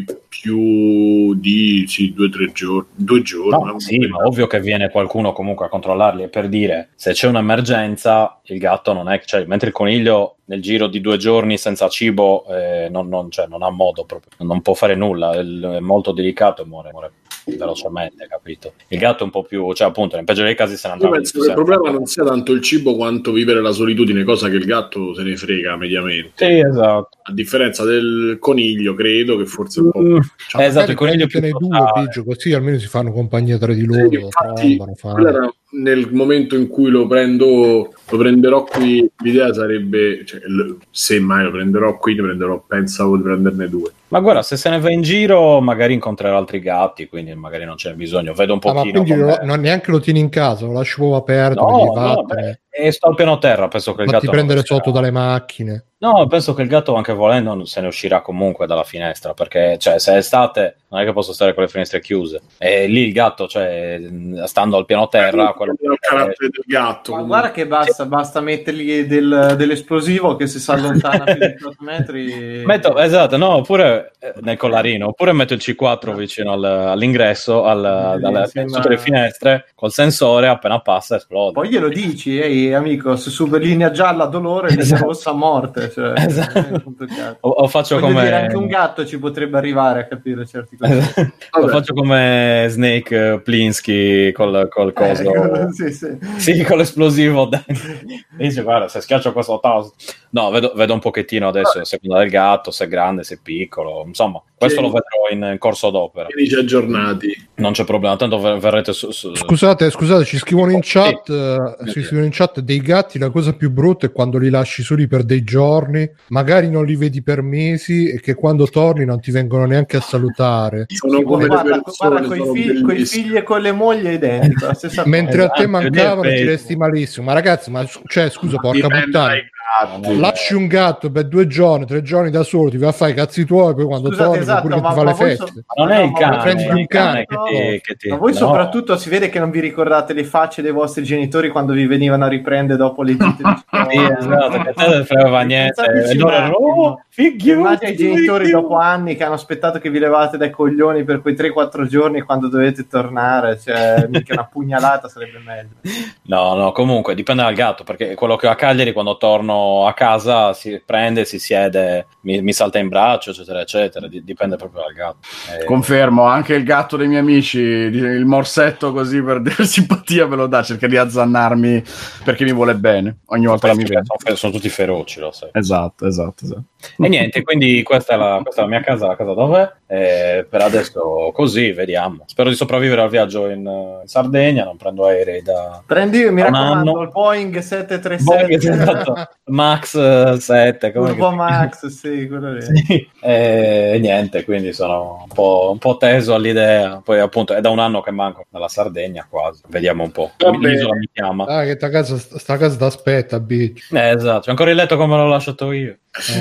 più di 2 o 3 giorni. 2 giorni. No, sì, ma ovvio che viene qualcuno comunque a controllarli, e per dire, se c'è un'emergenza il gatto non è, cioè, mentre il coniglio nel giro di 2 giorni senza cibo non ha modo proprio, non può fare nulla, è molto delicato e muore velocemente, capito? Il gatto è un po' più, cioè appunto nel peggio dei casi se ne andrà. Io penso che il problema non sia tanto il cibo quanto vivere la solitudine, cosa che il gatto se ne frega mediamente. Sì, esatto. A differenza del coniglio, credo che forse un po'... esatto, il coniglio più 2 Biggio, così almeno si fanno compagnia tra di loro. Infatti, nel momento in cui lo prenderò qui, l'idea sarebbe, cioè, se mai lo prenderò qui, pensavo di prenderne 2. Ma guarda, se ne va in giro magari incontrerà altri gatti, quindi magari non c'è bisogno, vedo un pochino. Ma quindi non neanche lo tieni in casa, lo lasci proprio aperto, e sto al piano terra, penso che il gatto prendere sotto dalle macchine. No, penso che il gatto, anche volendo, se ne uscirà comunque dalla finestra, perché cioè se è estate non è che posso stare con le finestre chiuse, e lì il gatto, cioè stando al piano terra, quello è il carattere del gatto. Ma guarda che basta mettergli dell'esplosivo che se si allontana più di 4 metri. Esatto, no, oppure nel collarino, oppure metto il C4 vicino all'ingresso, sotto le finestre, col sensore, appena passa esplode. Poi glielo dici, ehi amico, se sube linea gialla dolore, linea rossa morte. Cioè, o faccio come dire, anche un gatto ci potrebbe arrivare a capire certi cose. Lo faccio come Snake Plinsky col coso, sì, con l'esplosivo. Dice guarda, se schiaccio questo tasto, no, vedo un pochettino adesso a seconda del gatto, se è grande, se è piccolo, insomma questo lo vedrò in corso d'opera. Dice aggiornati, non c'è problema, tanto verrete Scusate, ci scrivono in chat dei gatti, la cosa più brutta è quando li lasci soli per dei giorni, magari non li vedi per mesi, e che quando torni non ti vengono neanche a salutare. Sono come guarda con i figli e con le mogli è identico, la stessa mentre a te mancavano ti resti malissimo. Ma ragazzi, scusa, porca puttana, lasci un gatto per 2 giorni, 3 giorni da solo, ti va a fare i cazzi tuoi, poi quando torni pure che ti fa le feste. Non è il cane, prendi un cane ma voi soprattutto si vede che non vi ricordate le facce dei vostri genitori quando vi venivano a riprendere dopo le gite di scuola. Sì, esatto, che te ne frega niente. Immagina i genitori dopo anni che hanno aspettato che vi levate dai coglioni per quei 3-4 giorni, quando dovete tornare, cioè mica una pugnalata sarebbe meglio. No, comunque dipende dal gatto, perché quello che ho a Cagliari, quando torno a casa si prende, si siede, mi salta in braccio, eccetera eccetera, dipende proprio dal gatto. Confermo, anche il gatto dei miei amici, il morsetto così per dire simpatia me lo dà, cerca di azzannarmi perché mi vuole bene ogni volta che mi vede. Sono tutti feroci, lo sai. Esatto. E niente, quindi questa è la mia casa, la casa dove per adesso così, vediamo. Spero di sopravvivere al viaggio in Sardegna, non prendo aerei mi raccomando, il Boeing 737 esatto. Max 7 Turbo Max, sì, quello lì. Sì. E niente, quindi sono un po' teso all'idea. Poi appunto è da 1 anno che manco nella Sardegna, quasi, vediamo un po'. L'isola mi chiama. Che sta casa t'aspetta, bitch. Esatto, c'è ancora il letto come l'ho lasciato io.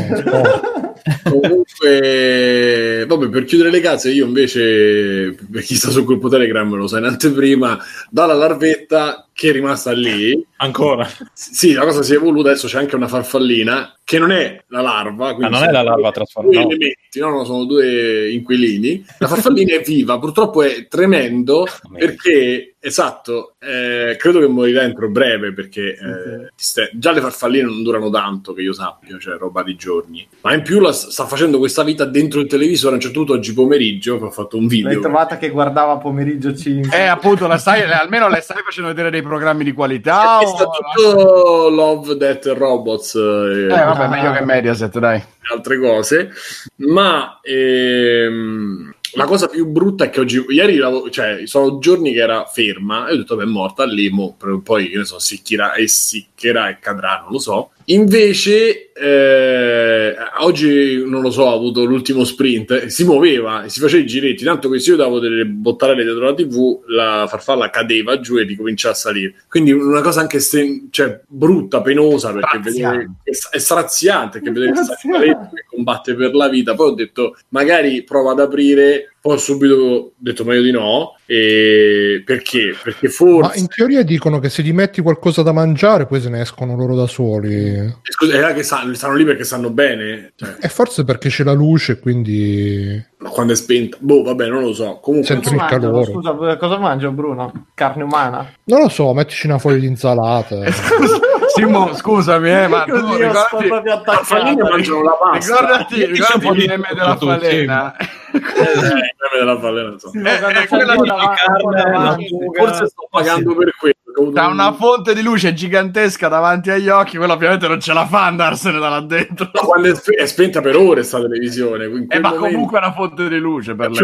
Comunque, vabbè, per chiudere le case, io invece, per chi sta sul gruppo Telegram lo sa in anteprima, dalla larvetta che è rimasta lì. Ancora? Sì, la cosa si è evoluta, adesso c'è anche una farfallina che non è la larva. Non è la larva trasformata. Due elementi, no, sono due inquilini. La farfallina è viva, purtroppo è tremendo perché, esatto, credo che morirà entro breve perché già le farfalline non durano tanto, che io sappia, cioè roba di giorni. Ma in più sta facendo questa vita dentro il televisore. A un certo punto oggi pomeriggio ho fatto un video. L'hai trovata che guardava pomeriggio 5. Appunto, almeno le stai facendo vedere dei programmi di qualità. È stato tutto Love, Death and Robots. Vabbè, meglio che Mediaset, dai. Altre cose, ma la cosa più brutta è che ieri sono giorni che era ferma e ho detto beh, è morta lì, poi che ne so, siccherà e cadrà, non lo so. Invece oggi non lo so, ha avuto l'ultimo sprint, si muoveva e si faceva i giretti, tanto che se io davo delle bottarelle dietro la TV, la farfalla cadeva giù e ricominciava a salire. Quindi una cosa anche brutta, penosa, perché è straziante, che vedere che combatte per la vita. Poi ho detto magari prova ad aprire, poi subito ho detto meglio di no. Perché forse, ma in teoria dicono che se gli metti qualcosa da mangiare poi se ne escono loro da soli. Scusa, è che stanno lì perché stanno bene, e forse perché c'è la luce, quindi ma quando è spenta, vabbè, non lo so. Comunque sentono il calore. Scusa, cosa mangia Bruno? Carne umana? Non lo so, mettici una foglia di insalata. Simo, scusami, ma tu così io sto proprio attaccato. Mangiano la pasta. Ricordati il meme della falena. Della falena, sì, forse sto pagando per quello. Da una fonte di luce gigantesca davanti agli occhi, quello ovviamente non ce la fa andarsene da là dentro. No, quando è spenta per ore sta televisione, ma comunque è una fonte di luce per lei.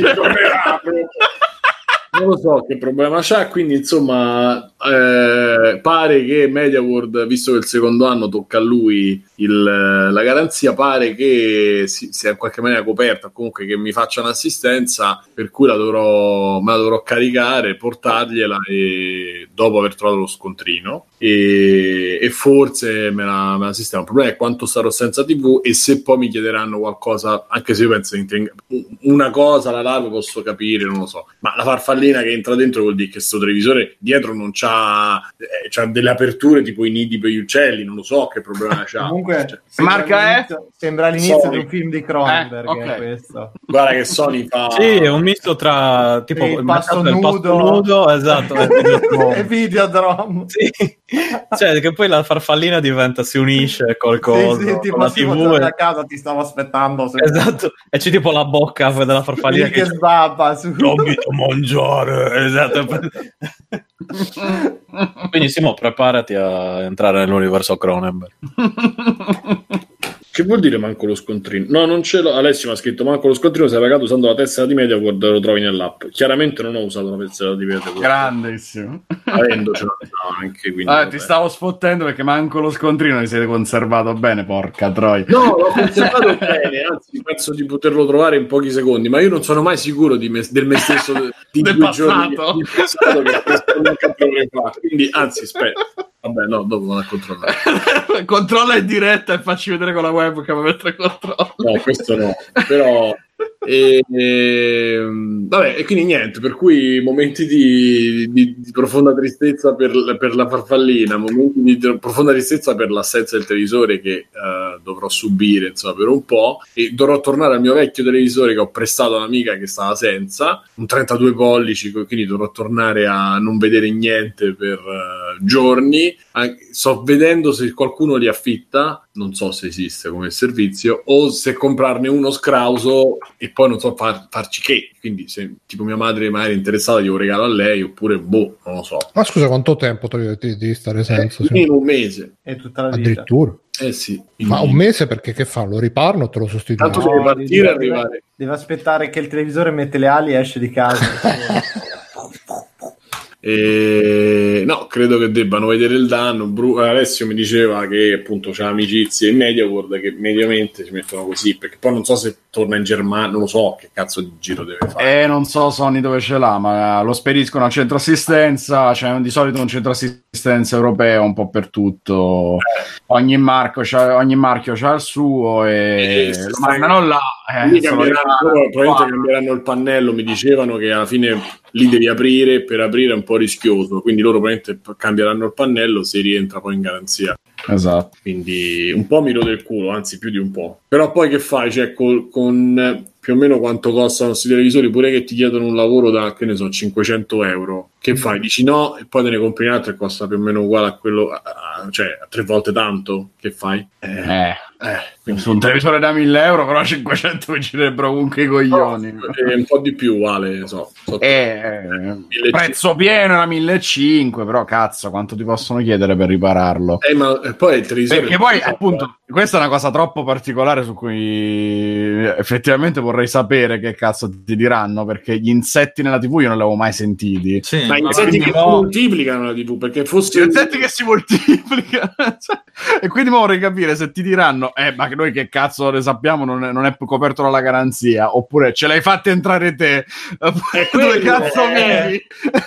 Non lo so che problema c'ha, quindi insomma pare che MediaWorld, visto che il secondo anno tocca a lui la garanzia, pare che sia in qualche maniera coperta, comunque che mi faccia un'assistenza, per cui me la dovrò caricare, portargliela e dopo aver trovato lo scontrino e forse me la sistema. Il problema è quanto starò senza TV e se poi mi chiederanno qualcosa, anche se io penso che una cosa la larva posso capire, non lo so, ma la farfallina che entra dentro vuol dire che sto televisore dietro non c'ha delle aperture tipo i nidi per gli uccelli, non lo so che problema c'ha. Comunque sembra l'inizio di un film di Cronenberg, okay. Questo. Guarda che Sony fa sì, è un misto tra tipo il passo nudo, esatto, e Videodrome. Sì. Cioè che poi la farfallina si unisce col coso, sì, tipo la TV a casa ti stavo aspettando esatto, e c'è tipo la bocca della farfallina che sbabba su mangiare, esatto. Quindi Simo, preparati a entrare nell'universo Cronenberg. Che vuol dire manco lo scontrino? No, non ce l'ho. Alessio mi ha scritto manco lo scontrino, sei pagato usando la tessera di MediaWorld, lo trovi nell'app. Chiaramente non ho usato la tessera di MediaWorld. Grandissimo. Avendocela anche, quindi ti stavo sfottendo perché manco lo scontrino li siete conservato bene, porca troia. No, l'ho conservato bene, anzi penso di poterlo trovare in pochi secondi, ma io non sono mai sicuro del me stesso di del 2 passato. giorni di passato che questo non dovrei fare. Quindi anzi aspetta. Vabbè, no, dopo vado a controllare. Controlla in diretta e facci vedere con la webcam mentre controllo. No, questo no, però vabbè, e quindi niente, per cui momenti di profonda tristezza per la farfallina, momenti di profonda tristezza per l'assenza del televisore che dovrò subire insomma per un po', e dovrò tornare al mio vecchio televisore che ho prestato a un'amica che stava senza, un 32 pollici, quindi dovrò tornare a non vedere niente per giorni. Sto vedendo se qualcuno li affitta, non so se esiste come servizio, o se comprarne uno scrauso e poi non so farci che, quindi se tipo mia madre magari è interessata glielo regalo a lei, oppure non lo so. Ma scusa, quanto tempo devi stare senza? Un mese. È tutta la vita. Addirittura? Sì. Ma un mese perché che fa? Lo riparano o te lo sostituiscono? Tanto deve partire e arrivare. Deve aspettare che il televisore mette le ali e esce di casa. No, credo che debbano vedere il danno. Alessio mi diceva che appunto c'ha amicizie in MediaWorld che mediamente si mettono così, perché poi non so se torna in Germania, non lo so che cazzo di giro deve fare. Non so Sony dove ce l'ha, ma lo spediscono al centro assistenza, c'è di solito un centro assistenza europeo un po' per tutto. Ogni marchio c'ha il suo e lo mandano là. Probabilmente cambieranno il pannello, mi dicevano che alla fine lì devi aprire, per aprire è un po' rischioso, quindi loro probabilmente cambieranno il pannello se rientra poi in garanzia. Esatto. Quindi un po' mi rode il culo, anzi più di un po'. Però poi che fai? Cioè con più o meno quanto costano questi televisori, pure che ti chiedono un lavoro da, che ne so, 500 euro. Che fai? Dici no e poi te ne compri un altro e costa più o meno uguale a quello, cioè a 3 volte tanto. Che fai? Quindi su un televisore da 1.000 euro, però 500 mi girebbero comunque i coglioni. Un po' di più vale, prezzo pieno era 1.500, però cazzo, quanto ti possono chiedere per ripararlo? Ma poi il televisore, perché poi appunto questa è una cosa troppo particolare su cui effettivamente vorrei sapere che cazzo ti diranno, perché gli insetti nella TV io non li avevo mai sentiti. Sì, ma insetti che si moltiplicano nella TV, perché fosse insetti che si moltiplicano e quindi vorrei capire se ti diranno ma che noi che cazzo ne sappiamo, non è coperto dalla garanzia, oppure ce l'hai fatta entrare te, dove cazzo vivi?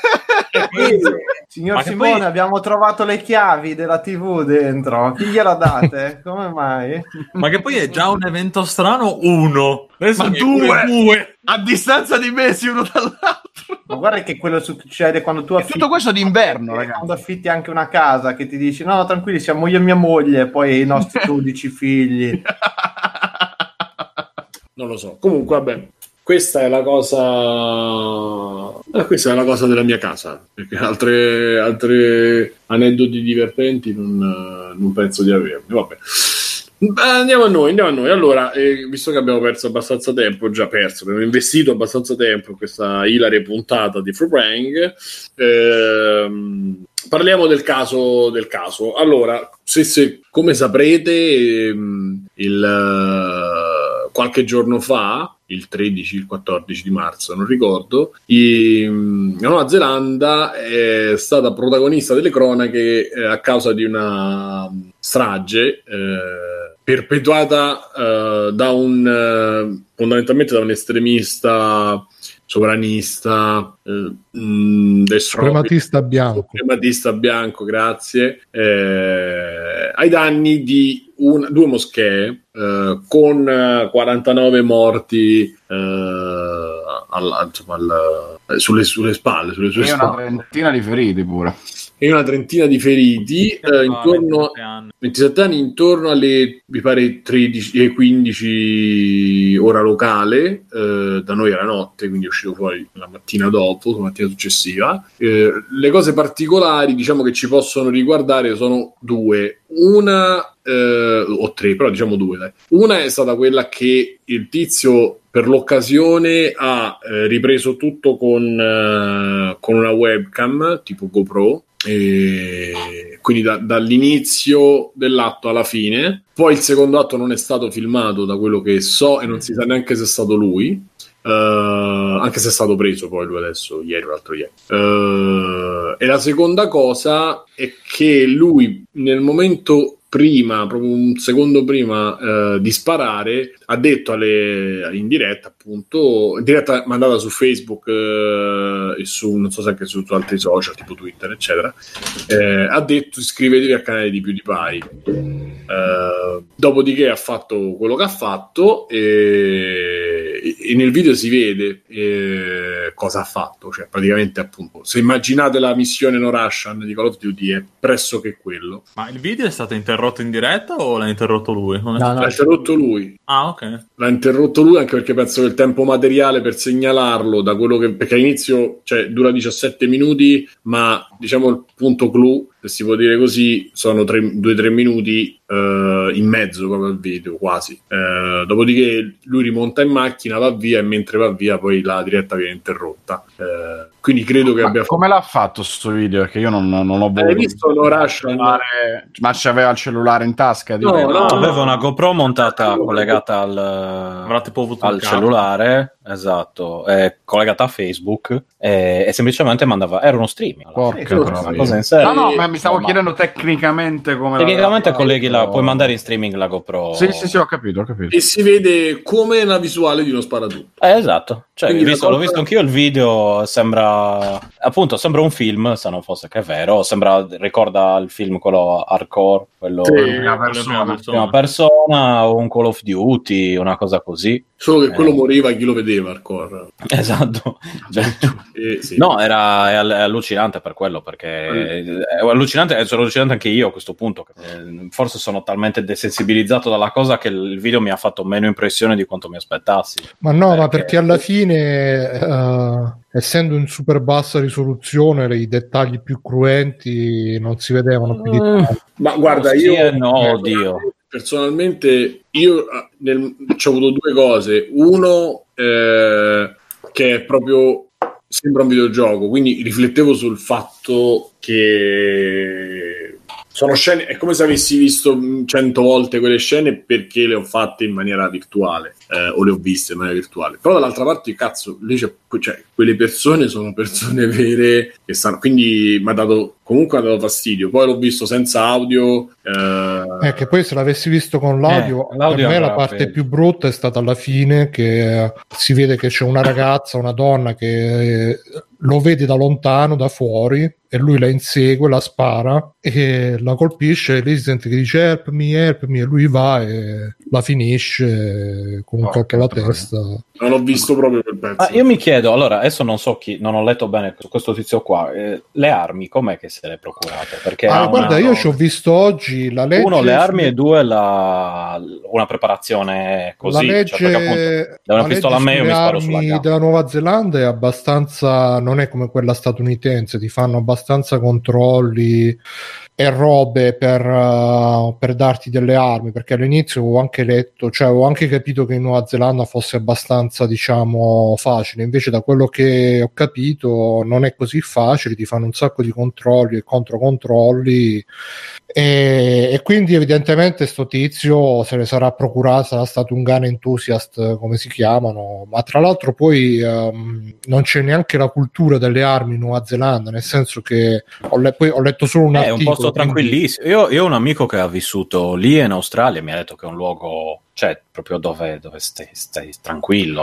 Signor Simone, poi... abbiamo trovato le chiavi della TV dentro. Chi gliela date? Come mai? Ma che poi è già un evento strano, uno. Adesso ma due a distanza di mesi uno dall'altro. Ma guarda che quello succede quando tu affitti. Tutto questo d'inverno, ragazzi. Quando affitti anche una casa che ti dici no, tranquilli, siamo io e mia moglie, e poi i nostri 12 figli. Non lo so. Comunque, vabbè. Questa è la cosa della mia casa, perché altre aneddoti divertenti non penso di averne. Vabbè. Andiamo a noi. Allora, visto che abbiamo perso abbastanza tempo, abbiamo investito abbastanza tempo in questa ilare puntata di Free Prank, parliamo del caso. Allora, se come saprete, qualche giorno fa, il 13, il 14 di marzo, non ricordo, la Nuova Zelanda è stata protagonista delle cronache a causa di una strage perpetuata fondamentalmente da un estremista sovranista, suprematista bianco, grazie, ai danni di due moschee con 49 morti sulle sue spalle, e una trentina di feriti pure. E una trentina di feriti, intorno 27 anni, intorno alle, mi pare, 13 e 15 ora locale, da noi era notte, quindi è uscito fuori la mattina dopo, la mattina successiva. Le cose particolari, diciamo, che ci possono riguardare sono due. Una o tre, però diciamo due, dai. Una è stata quella che il tizio per l'occasione ha ripreso tutto con una webcam tipo GoPro, quindi dall'inizio dell'atto alla fine. Poi il secondo atto non è stato filmato, da quello che so, e non si sa neanche se è stato lui, anche se è stato preso poi lui adesso, ieri o l'altro ieri. E la seconda cosa è che lui, nel momento prima, proprio un secondo prima di sparare, ha detto in diretta, appunto, in diretta mandata su Facebook e su, non so se anche su altri social tipo Twitter eccetera, ha detto: iscrivetevi al canale di PewDiePie. Dopodiché ha fatto quello che ha fatto e nel video si vede cosa ha fatto, cioè praticamente, appunto, se immaginate la missione No Russian di Call of Duty, è pressoché quello. Ma il video è stato interrotto in diretta o l'ha interrotto lui? L'ha interrotto lui. Ah, ok. L'ha interrotto lui, anche perché penso che il tempo materiale per segnalarlo, da quello che, perché all'inizio, cioè, dura 17 minuti, ma diciamo il punto clou, se si può dire così, sono 2-3 minuti in mezzo proprio al video, quasi. Dopodiché lui rimonta in macchina, va via, e mentre va via poi la diretta viene interrotta. Quindi credo che abbia come l'ha fatto sto video? Perché io non ho voluto. Hai visto No Russian? Ma c'aveva il cellulare in tasca? No, aveva una GoPro montata collegata al cellulare, esatto, collegata a Facebook, e semplicemente mandava, era uno streaming. Una cosa in serio. No, ma mi stavo chiedendo tecnicamente come. Tecnicamente puoi mandare in streaming la GoPro. Sì, ho capito. E si vede come la visuale di uno sparatutto. Esatto. Cioè, l'ho visto anch'io il video, sembra un film, se non fosse che è vero, ricorda il film quello hardcore, quello prima persona, o un Call of Duty, una cosa così. Solo che quello moriva chi lo vedeva hardcore. Esatto. Sì. No, è allucinante per quello, perché è allucinante, sono allucinante anche io a questo punto. Forse sono talmente desensibilizzato dalla cosa che il video mi ha fatto meno impressione di quanto mi aspettassi. Ma no, ma perché alla fine, essendo in super bassa risoluzione, i dettagli più cruenti non si vedevano più di tanto. Ma guarda, personalmente io ci ho avuto due cose. Uno, che è proprio sembra un videogioco, quindi riflettevo sul fatto che sono scene, è come se avessi visto 100 volte quelle scene perché le ho fatte in maniera virtuale, o le ho viste in maniera virtuale. Però dall'altra parte, cazzo, lì quelle persone sono persone vere che stanno, quindi mi ha dato fastidio. Poi l'ho visto senza audio, che poi se l'avessi visto con l'audio, per me la parte più brutta è stata alla fine, che si vede che c'è una ragazza, una donna che lo vede da lontano, da fuori, e lui la insegue, la spara e la colpisce, e lei si sente che dice help me, e lui va e la finisce con un colpo alla testa. Non ho visto proprio quel pezzo. Io mi chiedo, allora, adesso non ho letto bene questo tizio qua, le armi com'è che se le procurate? Perché guarda, io ci ho visto oggi la legge. Uno, le armi, e due, una preparazione così. La legge, perché appunto, da una pistola a me io mi sparo sulla gamba. Della Nuova Zelanda è abbastanza, non è come quella statunitense, ti fanno abbastanza controlli e robe per darti delle armi, perché all'inizio avevo anche letto, cioè avevo anche capito che in Nuova Zelanda fosse abbastanza, diciamo, facile, invece da quello che ho capito non è così facile, ti fanno un sacco di controlli e controcontrolli, e quindi evidentemente sto tizio se le sarà procurato, sarà stato un gun enthusiast, come si chiamano, ma tra l'altro poi non c'è neanche la cultura delle armi in Nuova Zelanda, nel senso che poi ho letto solo un articolo. È un posto tranquillissimo. Io ho un amico che ha vissuto lì in Australia, mi ha detto che è un luogo, cioè proprio dove stai tranquillo,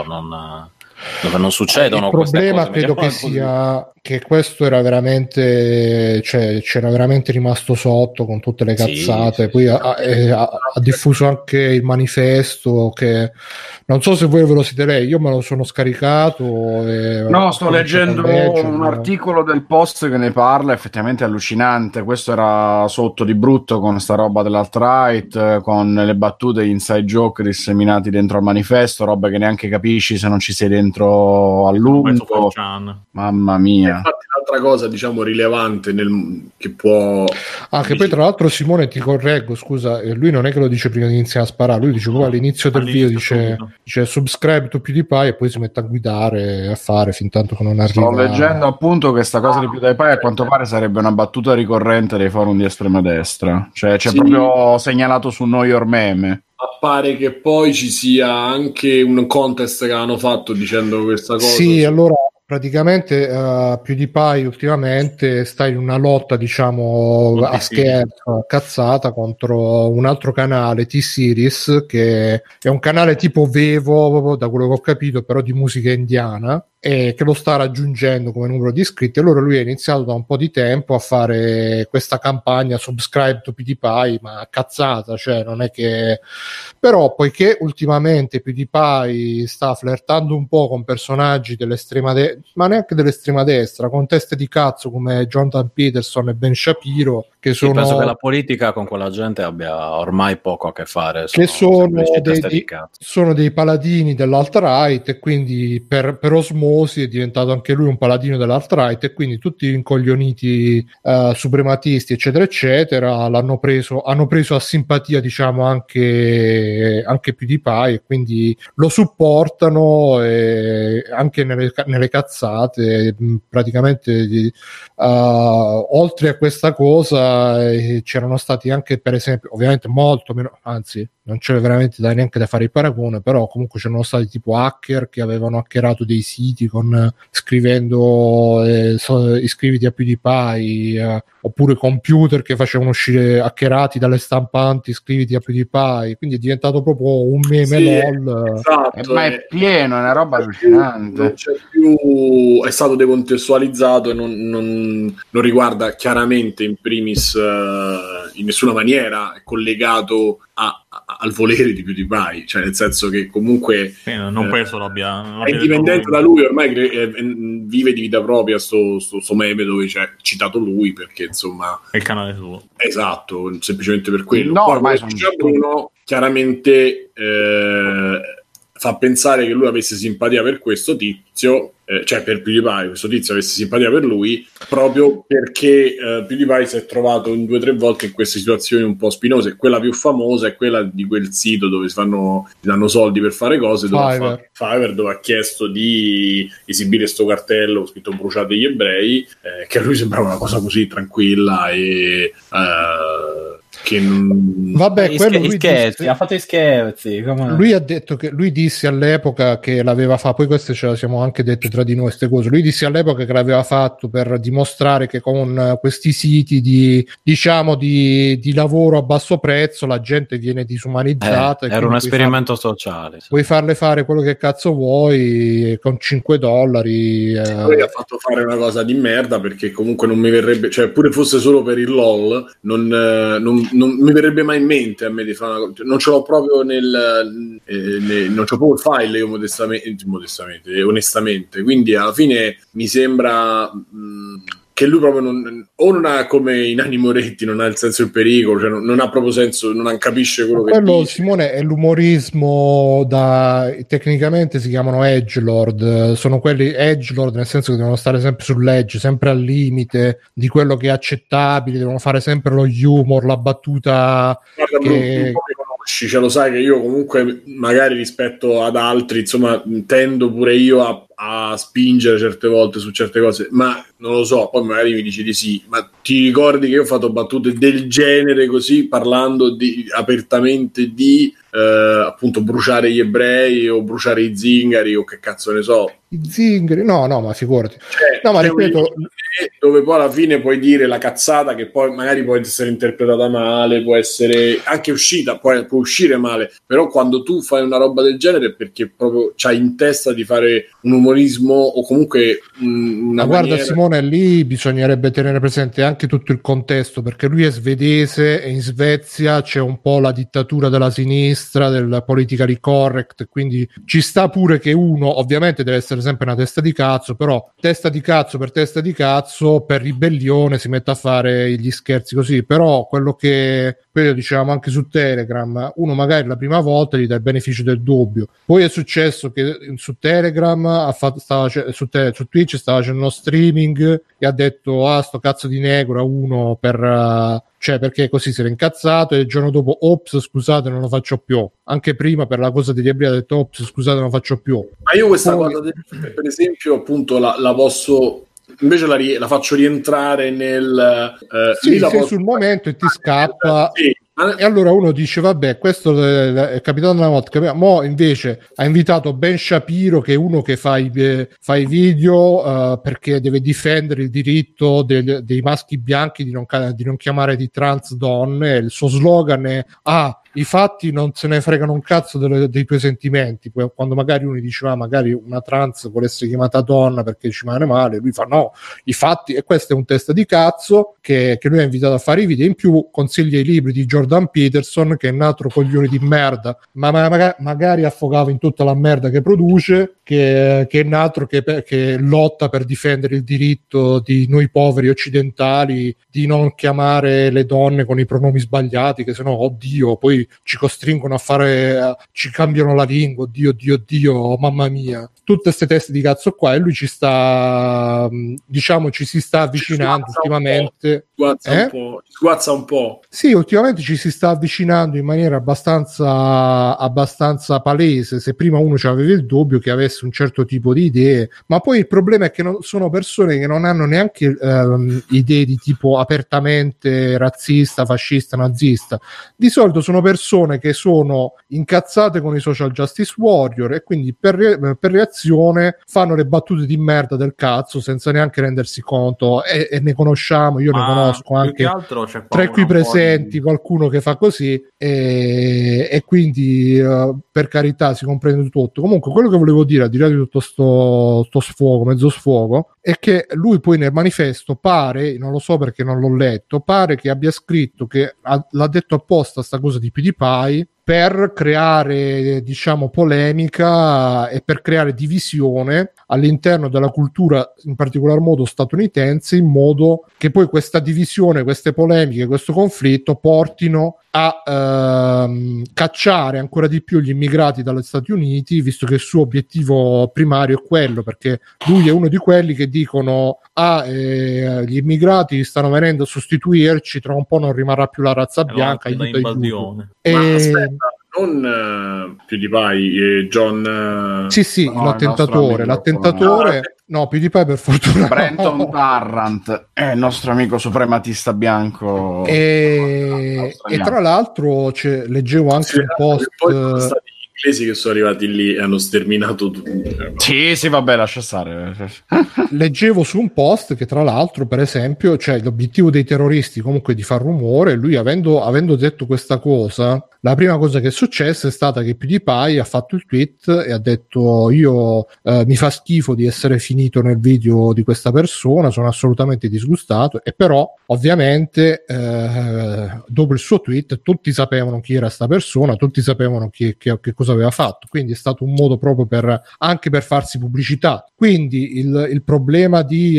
dove non succedono queste cose. Il problema credo che sia che questo era veramente, cioè c'era veramente rimasto sotto con tutte le cazzate. Sì. Poi ha diffuso anche il manifesto, che non so se voi ve lo siete lei, io me lo sono scaricato no, sto leggendo un articolo del Post che ne parla, effettivamente è allucinante. Questo era sotto di brutto con sta roba dell'alt-right, con le battute inside joke disseminati dentro al manifesto, roba che neanche capisci se non ci sei dentro a lungo. Mamma mia. Infatti l'altra cosa, diciamo, rilevante che può... che poi tra l'altro, Simone, ti correggo, scusa, lui non è che lo dice prima di iniziare a sparare, lui dice proprio all'inizio del video, dice subscribe to PewDiePie, e poi si mette a guidare, a fare fin tanto che non arriva. Sto leggendo appunto che sta cosa di PewDiePie a quanto pare sarebbe una battuta ricorrente dei forum di estrema destra, cioè c'è proprio segnalato su Know Your Meme. Appare che poi ci sia anche un contest che hanno fatto dicendo questa cosa. Sì, allora praticamente PewDiePie ultimamente sta in una lotta, diciamo, a scherzo, cazzata, contro un altro canale, T-Series, che è un canale tipo Vevo, da quello che ho capito, però di musica indiana, e che lo sta raggiungendo come numero di iscritti. Allora lui ha iniziato da un po' di tempo a fare questa campagna subscribe to PewDiePie, ma cazzata, cioè non è che... Però poiché ultimamente PewDiePie sta flirtando un po' con personaggi dell'estrema destra, ma neanche dell'estrema destra, con teste di cazzo come Jordan Peterson e Ben Shapiro, che sono... penso che la politica con quella gente abbia ormai poco a che fare, sono dei paladini dell'alt-right, e quindi per osmosi è diventato anche lui un paladino dell'alt-right, e quindi tutti gli incoglioniti suprematisti eccetera eccetera hanno preso a simpatia, diciamo, anche PewDiePie, e quindi lo supportano, anche nelle cazzate praticamente. Oltre a questa cosa c'erano stati anche, per esempio, ovviamente molto meno, anzi non c'è veramente neanche da fare il paragone, però comunque c'erano stati tipo hacker che avevano hackerato dei siti con scrivendo iscriviti a PewDiePie, oppure computer che facevano uscire hackerati dalle stampanti iscriviti a PewDiePie, quindi è diventato proprio un meme LOL. Esatto, ma è pieno, è una roba allucinante. Non c'è più, è stato decontestualizzato e non riguarda chiaramente in primis in nessuna maniera è collegato al volere di PewDiePie, cioè nel senso che comunque non penso l'abbia è indipendente da lui, ormai vive di vita propria sto meme dove c'è citato lui, perché insomma è il canale suo, esatto, semplicemente per quello. No, poi ormai Bruno chiaramente fa pensare che lui avesse simpatia per questo tizio, cioè per PewDiePie, questo tizio avesse simpatia per lui proprio perché PewDiePie si è trovato in 2 o 3 volte in queste situazioni un po' spinose. Quella più famosa è quella di quel sito dove si danno soldi per fare cose, Fiverr, dove ha chiesto di esibire sto cartello scritto bruciate gli ebrei, che a lui sembrava una cosa così tranquilla e che non... Vabbè, quello lui ha fatto i scherzi. Lui ha detto che lui disse all'epoca che l'aveva fatto, poi queste ce le siamo anche dette tra di noi queste cose, lui disse all'epoca che l'aveva fatto per dimostrare che con questi siti di lavoro a basso prezzo la gente viene disumanizzata, era un esperimento sociale, puoi farle fare quello che cazzo vuoi con $5. Lui ha fatto fare una cosa di merda, perché comunque non mi verrebbe, cioè pure fosse solo per il LOL non mi verrebbe mai in mente a me di fare una cosa, non ce l'ho proprio non c'ho proprio il file io modestamente, onestamente, quindi alla fine mi sembra che lui proprio non ha, come i Nani Moretti, non ha il senso del pericolo, cioè non ha proprio senso, non capisce quello che quello dice. Simone è l'umorismo tecnicamente si chiamano edgelord, sono quelli edgelord nel senso che devono stare sempre sull'edge, sempre al limite di quello che è accettabile, devono fare sempre lo humor, la battuta. Guarda, che... ce lo sai che io comunque magari rispetto ad altri insomma tendo pure io a spingere certe volte su certe cose, ma non lo so, poi magari mi dici di sì, ma ti ricordi che io ho fatto battute del genere così, parlando apertamente di appunto bruciare gli ebrei o bruciare i zingari o che cazzo ne so, i zingari, no ma figurati, no, ma ripeto, dove poi alla fine puoi dire la cazzata che poi magari può essere interpretata male, può essere anche uscita, può uscire male, però quando tu fai una roba del genere è perché proprio c'hai in testa di fare un umorismo o comunque una guarda maniera... Simone, lì bisognerebbe tenere presente anche tutto il contesto, perché lui è svedese e in Svezia c'è un po' la dittatura della sinistra, del politically correct, quindi ci sta pure che uno ovviamente deve essere sempre una testa di cazzo, però testa di cazzo per ribellione si mette a fare gli scherzi così, però quello dicevamo anche su Telegram, uno magari la prima volta gli dà il beneficio del dubbio, poi è successo che su Telegram su Twitch stava facendo uno streaming e ha detto sto cazzo di negro a uno perché così si era incazzato, e il giorno dopo ops scusate non lo faccio più, anche prima per la cosa degli ebrei ha detto ops scusate non lo faccio più. Ma io questa cosa per esempio appunto la posso invece la faccio rientrare nel sul momento e ti scappa. Sì. E allora uno dice vabbè, questo è capitato una volta, mo invece ha invitato Ben Shapiro, che è uno che fa i video perché deve difendere il diritto dei maschi bianchi di non chiamare di trans donne, il suo slogan è i fatti non se ne fregano un cazzo dei tuoi sentimenti. Poi, quando magari uno diceva magari una trans vuole essere chiamata donna perché ci rimane male, lui fa no, i fatti, e questo è un testa di cazzo che lui ha invitato a fare i video. In più consiglia i libri di Jordan Peterson, che è un altro coglione di merda, ma magari affogava in tutta la merda che produce, che è un altro che lotta per difendere il diritto di noi poveri occidentali di non chiamare le donne con i pronomi sbagliati, che sennò oddio poi ci costringono a fare, ci cambiano la lingua, oddio, mamma mia, tutte queste teste di cazzo qua, e lui ci sta, diciamo, ci si sta avvicinando ultimamente. Sguazza un po'. Sì, ultimamente ci si sta avvicinando in maniera abbastanza palese. Se prima uno aveva il dubbio che interesse, un certo tipo di idee, ma poi il problema è che sono persone che non hanno neanche idee di tipo apertamente razzista, fascista, nazista. Di solito sono persone che sono incazzate con i social justice warrior e quindi per reazione fanno le battute di merda del cazzo senza neanche rendersi conto, e ne conosciamo, io ne conosco anche tra i qui presenti qualcuno che fa così, e quindi per carità si comprende tutto. Comunque quello che volevo dire, al di là di tutto sto sfogo, mezzo sfogo, è che lui poi nel manifesto pare, non lo so perché non l'ho letto, pare che abbia scritto che l'ha detto apposta sta cosa di PewDiePie per creare, diciamo, polemica e per creare divisione all'interno della cultura, in particolar modo statunitense, in modo che poi questa divisione, queste polemiche, questo conflitto portino a cacciare ancora di più gli immigrati dagli Stati Uniti, visto che il suo obiettivo primario è quello, perché lui è uno di quelli che dicono gli immigrati stanno venendo a sostituirci, tra un po' non rimarrà più la razza bianca, invasione. Non PewDiePie, John. Sì, no, l'attentatore. No, PewDiePie per fortuna. Brenton Tarrant è il nostro amico suprematista bianco. E tra l'altro leggevo anche un post. Gli inglesi che sono arrivati lì e hanno sterminato tutto. Sì, vabbè, lascia stare. Leggevo su un post che tra l'altro, per esempio, cioè l'obiettivo dei terroristi comunque di far rumore, lui avendo detto questa cosa, la prima cosa che è successa è stata che PewDiePie ha fatto il tweet e ha detto: io mi fa schifo di essere finito nel video di questa persona, sono assolutamente disgustato. E però ovviamente dopo il suo tweet tutti sapevano chi era sta persona, tutti sapevano che cosa aveva fatto, quindi è stato un modo proprio anche per farsi pubblicità. Quindi il problema di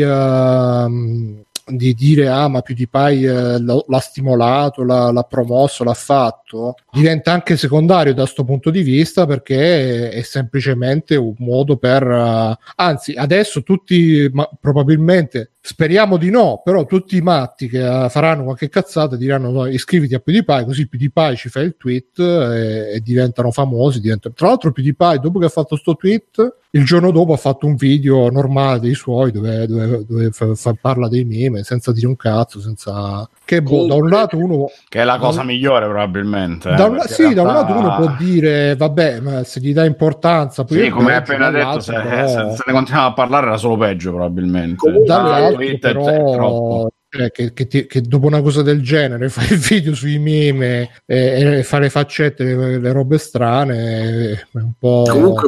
dire ma PewDiePie l'ha stimolato, l'ha promosso, l'ha fatto, diventa anche secondario da sto punto di vista, perché è semplicemente un modo per anzi adesso tutti, ma probabilmente, speriamo di no, però tutti i matti che faranno qualche cazzata diranno: no, iscriviti a PewDiePie, così PewDiePie ci fa il tweet e diventano famosi. Tra l'altro PewDiePie, dopo che ha fatto sto tweet, il giorno dopo ha fatto un video normale dei suoi dove parla dei meme senza dire un cazzo, senza che da un lato uno, che è la cosa migliore probabilmente, da un lato uno può dire vabbè, ma se gli dà importanza poi come hai appena detto, se ne continuava a parlare era solo peggio probabilmente. Dall'altro però che dopo una cosa del genere fai il video sui meme e fare le faccette, le robe strane, è un po'. Comunque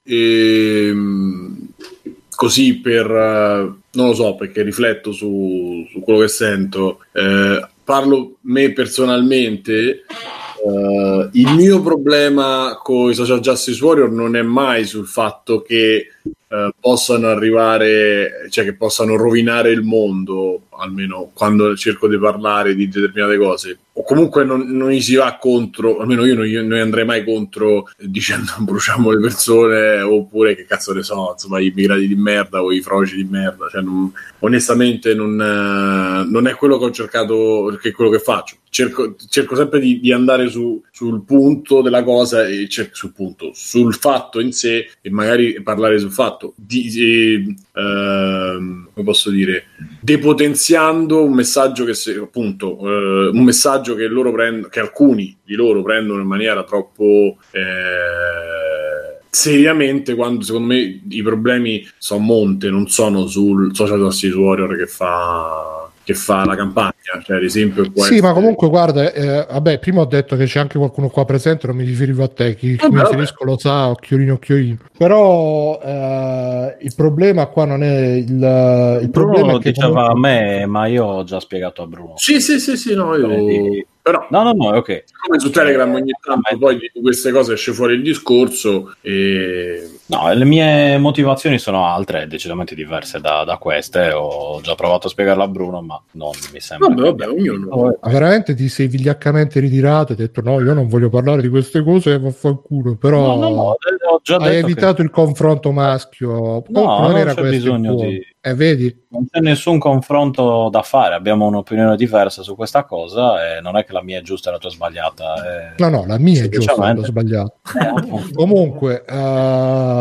così per non lo so, perché rifletto su quello che sento, parlo me personalmente. Il mio problema con i social justice warrior non è mai sul fatto che possano arrivare, cioè che possano rovinare il mondo, almeno quando cerco di parlare di determinate cose, o comunque non gli si va contro, almeno io non andrei mai contro dicendo bruciamo le persone, oppure che cazzo ne so, insomma, gli immigrati di merda o i froci di merda, cioè onestamente non è quello che ho cercato, che è quello che faccio. Cerco sempre di andare sul punto della cosa, e sul fatto in sé, e magari parlare sul fatto come posso dire, depotenziando un messaggio che un messaggio che loro che alcuni di loro prendono in maniera troppo seriamente, quando secondo me i problemi sono a monte, non sono sul social justice warrior che fa la campagna, cioè ad esempio ma comunque guarda, vabbè, prima ho detto che c'è anche qualcuno qua presente, non mi riferivo a te, chi mi riferisco lo sa, occhiolino, però il problema qua non è il problema lo è che diceva comunque... a me, ma io ho già spiegato a Bruno. Sì, no, io... Però no, ok. Come su Telegram ogni tanto poi di queste cose esce fuori il discorso e... No, le mie motivazioni sono altre, decisamente diverse da queste. Ho già provato a spiegarlo a Bruno, ma non mi sembra. Vabbè, ognuno. Veramente ti sei vigliaccamente ritirato e hai detto no, io non voglio parlare di queste cose, vaffanculo, però no, ho già hai detto evitato il confronto maschio. Non era c'è questo bisogno di... vedi? Non c'è nessun confronto da fare, abbiamo un'opinione diversa su questa cosa e non è che la mia è giusta e la tua è sbagliata. No, la mia è giusta e la tua è sbagliata. Comunque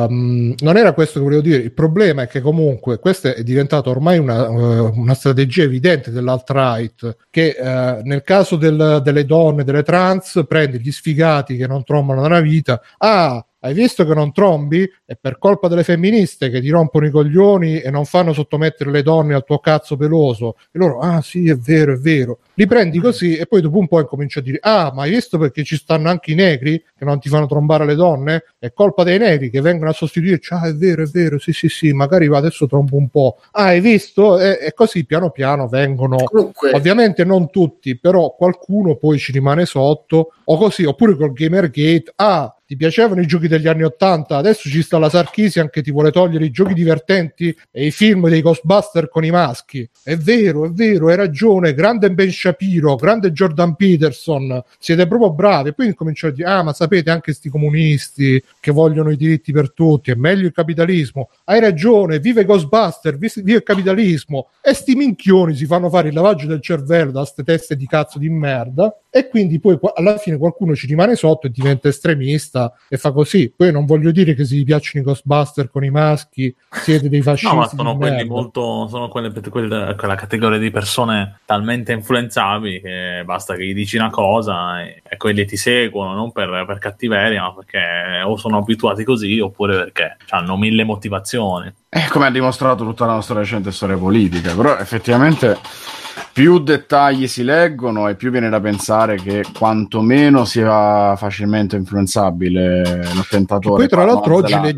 non era questo che volevo dire. Il problema è che comunque questa è diventata ormai una strategia evidente dell'alt-right, che nel caso delle donne, delle trans, prende gli sfigati che non trombano nella vita. Hai visto che non trombi? È per colpa delle femministe che ti rompono i coglioni e non fanno sottomettere le donne al tuo cazzo peloso. E loro, sì, è vero, è vero. Li prendi così e poi dopo un po' incominci a dire, ma hai visto perché ci stanno anche i negri che non ti fanno trombare le donne? È colpa dei negri che vengono a sostituirci. È vero, sì, magari adesso trombo un po'. Hai visto? E così piano piano vengono, comunque, ovviamente non tutti, però qualcuno poi ci rimane sotto, o così, oppure col Gamergate, ti piacevano i giochi degli anni '80, adesso ci sta la Sarkeesian che ti vuole togliere i giochi divertenti e i film dei Ghostbuster con i maschi. È vero, hai ragione, grande Ben Shapiro, grande Jordan Peterson, siete proprio bravi. E poi incominciano a dire, ma sapete anche sti comunisti che vogliono i diritti per tutti, è meglio il capitalismo. Hai ragione, vive Ghostbuster, vive il capitalismo. E sti minchioni si fanno fare il lavaggio del cervello da ste teste di cazzo di merda, e quindi poi alla fine qualcuno ci rimane sotto e diventa estremista e fa così. Poi non voglio dire che se vi piacciono i Ghostbuster con i maschi siete dei fascisti. No, ma sono quelli sono quella categoria di persone talmente influenzabili che basta che gli dici una cosa e quelli ti seguono, non per cattiveria, ma perché o sono abituati così oppure perché hanno 1000 motivazioni. Come ha dimostrato tutta la nostra recente storia politica. Però effettivamente più dettagli si leggono e più viene da pensare che quantomeno sia facilmente influenzabile l'attentatore. Poi tra l'altro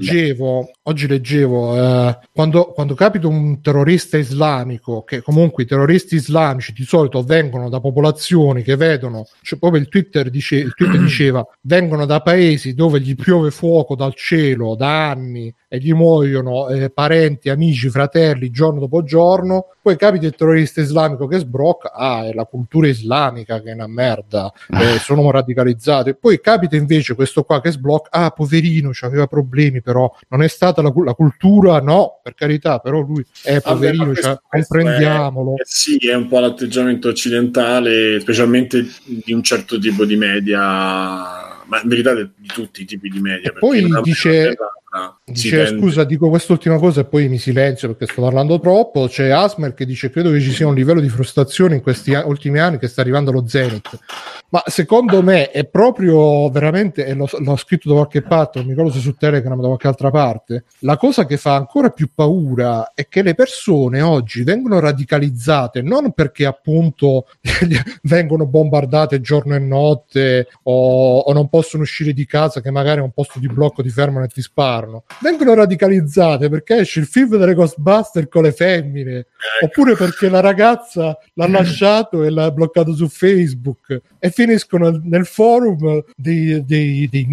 oggi leggevo quando capita un terrorista islamico, che comunque i terroristi islamici di solito vengono da popolazioni che vedono, cioè proprio il Twitter diceva vengono da paesi dove gli piove fuoco dal cielo da anni e gli muoiono parenti, amici, fratelli giorno dopo giorno. Poi capita il terrorista islamico che sbrocca, è la cultura islamica che è una merda, sono radicalizzati. E poi capita invece questo qua che sblocca, poverino, aveva problemi, però non è stata la cultura, no, per carità, però lui è poverino, comprendiamolo. Sì, è un po' l'atteggiamento occidentale, specialmente di un certo tipo di media, ma in verità di tutti i tipi di media. E poi dice scusa, dico quest'ultima cosa e poi mi silenzio perché sto parlando troppo. C'è Asmer che dice credo che ci sia un livello di frustrazione in questi ultimi anni che sta arrivando allo zenith, ma secondo me è proprio veramente, e l'ho scritto da qualche parte, non mi ricordo se su Telegram o da qualche altra parte, la cosa che fa ancora più paura è che le persone oggi vengono radicalizzate non perché appunto vengono bombardate giorno e notte o non possono uscire di casa che magari è un posto di blocco, ti fermano e ti sparano. Vengono radicalizzate perché esce il film delle Ghostbuster con le femmine, oppure perché la ragazza l'ha lasciato e l'ha bloccato su Facebook, e finiscono nel forum dei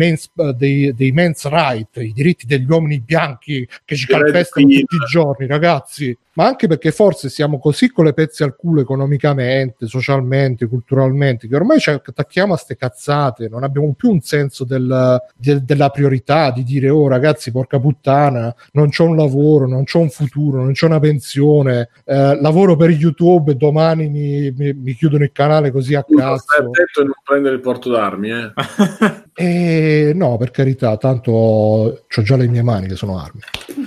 men's right, i diritti degli uomini bianchi che ci calpestano tutti i giorni, ragazzi. Ma anche perché forse siamo così con le pezze al culo economicamente, socialmente, culturalmente, che ormai ci attacchiamo a ste cazzate, non abbiamo più un senso della priorità di dire ragazzi, porca puttana, non c'ho un lavoro, non c'ho un futuro, non c'ho una pensione, lavoro per YouTube e domani mi chiudono il canale così a cazzo. Stai attento a non prendere il porto d'armi, no, per carità, tanto c'ho già le mie mani che sono armi.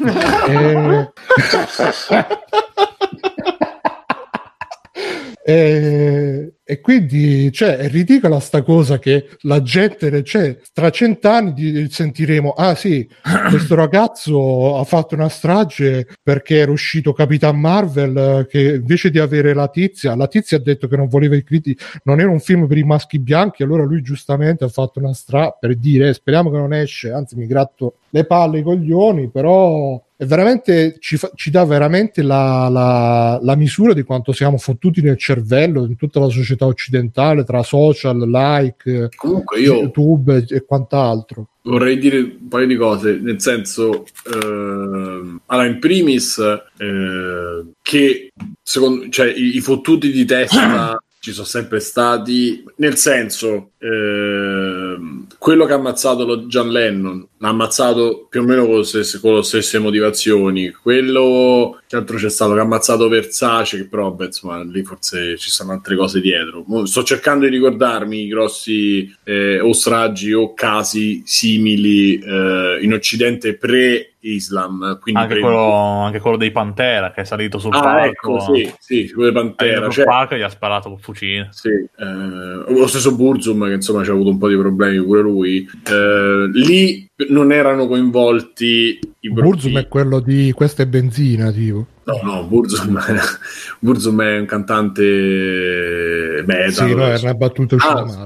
E quindi è ridicola sta cosa che la gente, tra 100 anni sentiremo sì, questo ragazzo ha fatto una strage perché era uscito Capitan Marvel, che invece di avere la tizia ha detto che non voleva i critici, non era un film per i maschi bianchi, allora lui giustamente ha fatto una strage per dire speriamo che non esce, anzi mi gratto le palle, i coglioni, però è veramente ci dà veramente la misura di quanto siamo fottuti nel cervello in tutta la società occidentale, tra social, like, comunque YouTube e quant'altro. Vorrei dire un paio di cose, nel senso allora in primis che secondo, i fottuti di testa ci sono sempre stati, nel senso quello che ha ammazzato lo John Lennon l'ha ammazzato più o meno con le stesse motivazioni. Quello che altro c'è stato che ha ammazzato Versace, che però insomma lì forse ci sono altre cose dietro. Sto cercando di ricordarmi i grossi o stragi o casi simili in Occidente pre-Islam, quindi anche quello dei Pantera che è salito sul palco. Ecco, sì, quello dei Pantera, sul palco e gli ha sparato col fucile. Sì, lo stesso Burzum che insomma c'ha avuto un po' di problemi pure lui. Lì non erano coinvolti i Burzum è quello di Questa è benzina, tipo. No, Burzum è un cantante metal. Sì, no, è una battuta uscita male.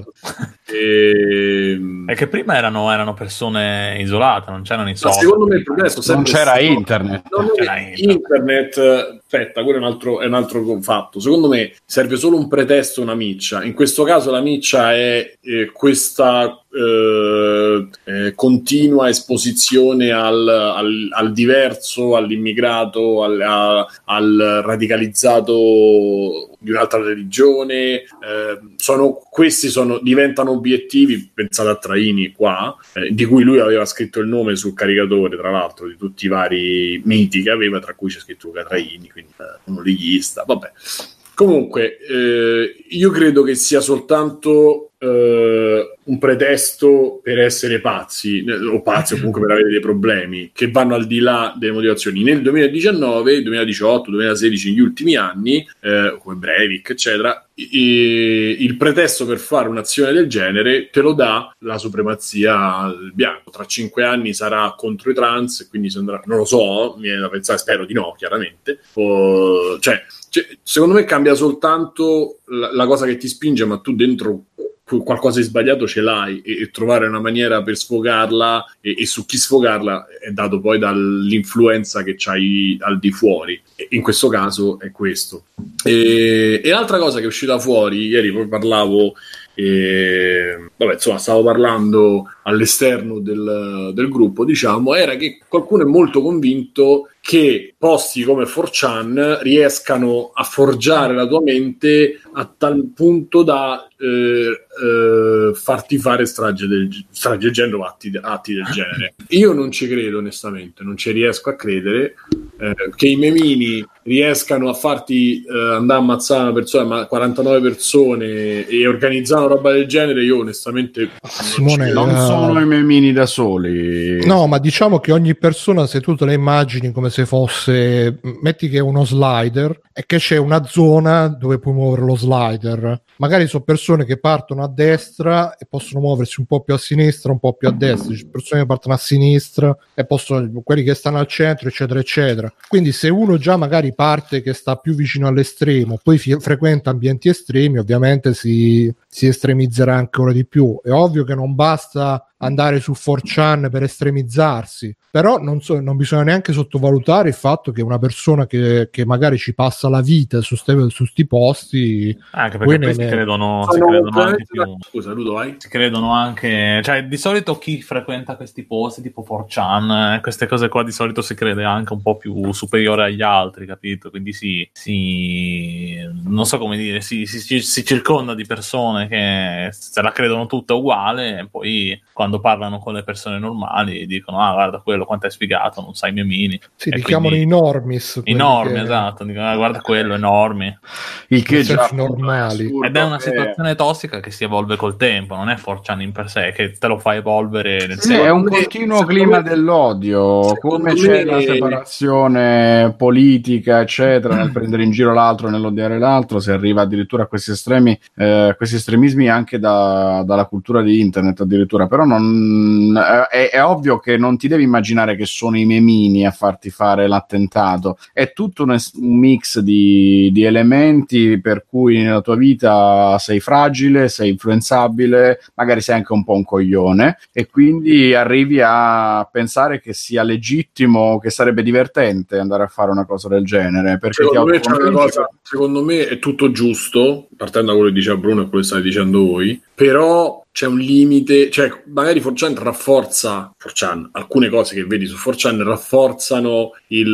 È che prima erano persone isolate, non c'erano i social. Secondo me il problema non c'era internet. Internet, aspetta, quello è un altro fatto. Secondo me serve solo un pretesto, una miccia. In questo caso la miccia è questa continua esposizione al diverso, all'immigrato, al radicalizzato di un'altra religione. Questi diventano obiettivi. Pensate a Traini qua, di cui lui aveva scritto il nome sul caricatore, tra l'altro, di tutti i vari miti che aveva, tra cui c'è scritto Luca Traini, quindi uno leghista, vabbè. Comunque io credo che sia soltanto un pretesto per essere pazzi o comunque per avere dei problemi che vanno al di là delle motivazioni. Nel 2019, 2018, 2016, negli ultimi anni, come Breivik eccetera, il pretesto per fare un'azione del genere te lo dà la supremazia del bianco. Tra 5 anni sarà contro i trans, quindi non lo so, mi viene da pensare, spero di no, chiaramente. Cioè, secondo me cambia soltanto la cosa che ti spinge, ma tu dentro qualcosa di sbagliato ce l'hai, e trovare una maniera per sfogarla e su chi sfogarla è dato poi dall'influenza che c'hai al di fuori, e in questo caso è questo. E l'altra cosa che è uscita fuori ieri, poi parlavo stavo parlando all'esterno del gruppo, diciamo, era che qualcuno è molto convinto che posti come 4chan riescano a forgiare la tua mente a tal punto da farti fare strage del genere o atti del genere. Io non ci credo, onestamente, non ci riesco a credere che i memini riescano a farti andare a ammazzare una persona, 49 persone, e organizzare una roba del genere. Io onestamente Simone, non sono i memini da soli. No, ma diciamo che ogni persona, se tu te la immagini come se fosse, metti che è uno slider e che c'è una zona dove puoi muovere lo slider, magari sono persone che partono a destra e possono muoversi un po' più a sinistra, un po' più a destra, c'è persone che partono a sinistra e quelli che stanno al centro, eccetera eccetera. Quindi se uno già magari parte che sta più vicino all'estremo, poi frequenta ambienti estremi, ovviamente si estremizzerà ancora di più. È ovvio che non basta andare su 4chan per estremizzarsi, però non bisogna neanche sottovalutare il fatto che una persona che magari ci passa la vita su sti posti, anche perché poi si credono anche più. Scusa, Ludo, vai. Si credono anche, cioè di solito chi frequenta questi posti tipo 4chan, queste cose qua di solito si crede anche un po' più superiore agli altri, capito? Quindi non so come dire, si circonda di persone che se la credono tutta uguale, e poi quando parlano con le persone normali dicono: ah, guarda quello quanto è sfigato, non sai i memini. Sì, li chiamano i normis. Esatto, dicono: ah, guarda quello, enormi. Il che già normali. Ed è una situazione tossica che si evolve col tempo, non è 4chan in per sé che te lo fa evolvere nel tempo. È un continuo clima dell'odio, come c'è la separazione politica, eccetera, nel prendere in giro l'altro, nell'odiare l'altro, si arriva addirittura a questi estremismi anche dalla cultura di internet addirittura. Però è ovvio che non ti devi immaginare che sono i memini a farti fare l'attentato, è tutto un mix di elementi per cui nella tua vita sei fragile, sei influenzabile, magari sei anche un po' un coglione, e quindi arrivi a pensare che sia legittimo, che sarebbe divertente andare a fare una cosa del genere, perché secondo me è tutto giusto, partendo da quello che diceva Bruno e quello che state dicendo voi, però c'è un limite, cioè magari 4chan rafforza, 4chan, alcune cose che vedi su 4chan rafforzano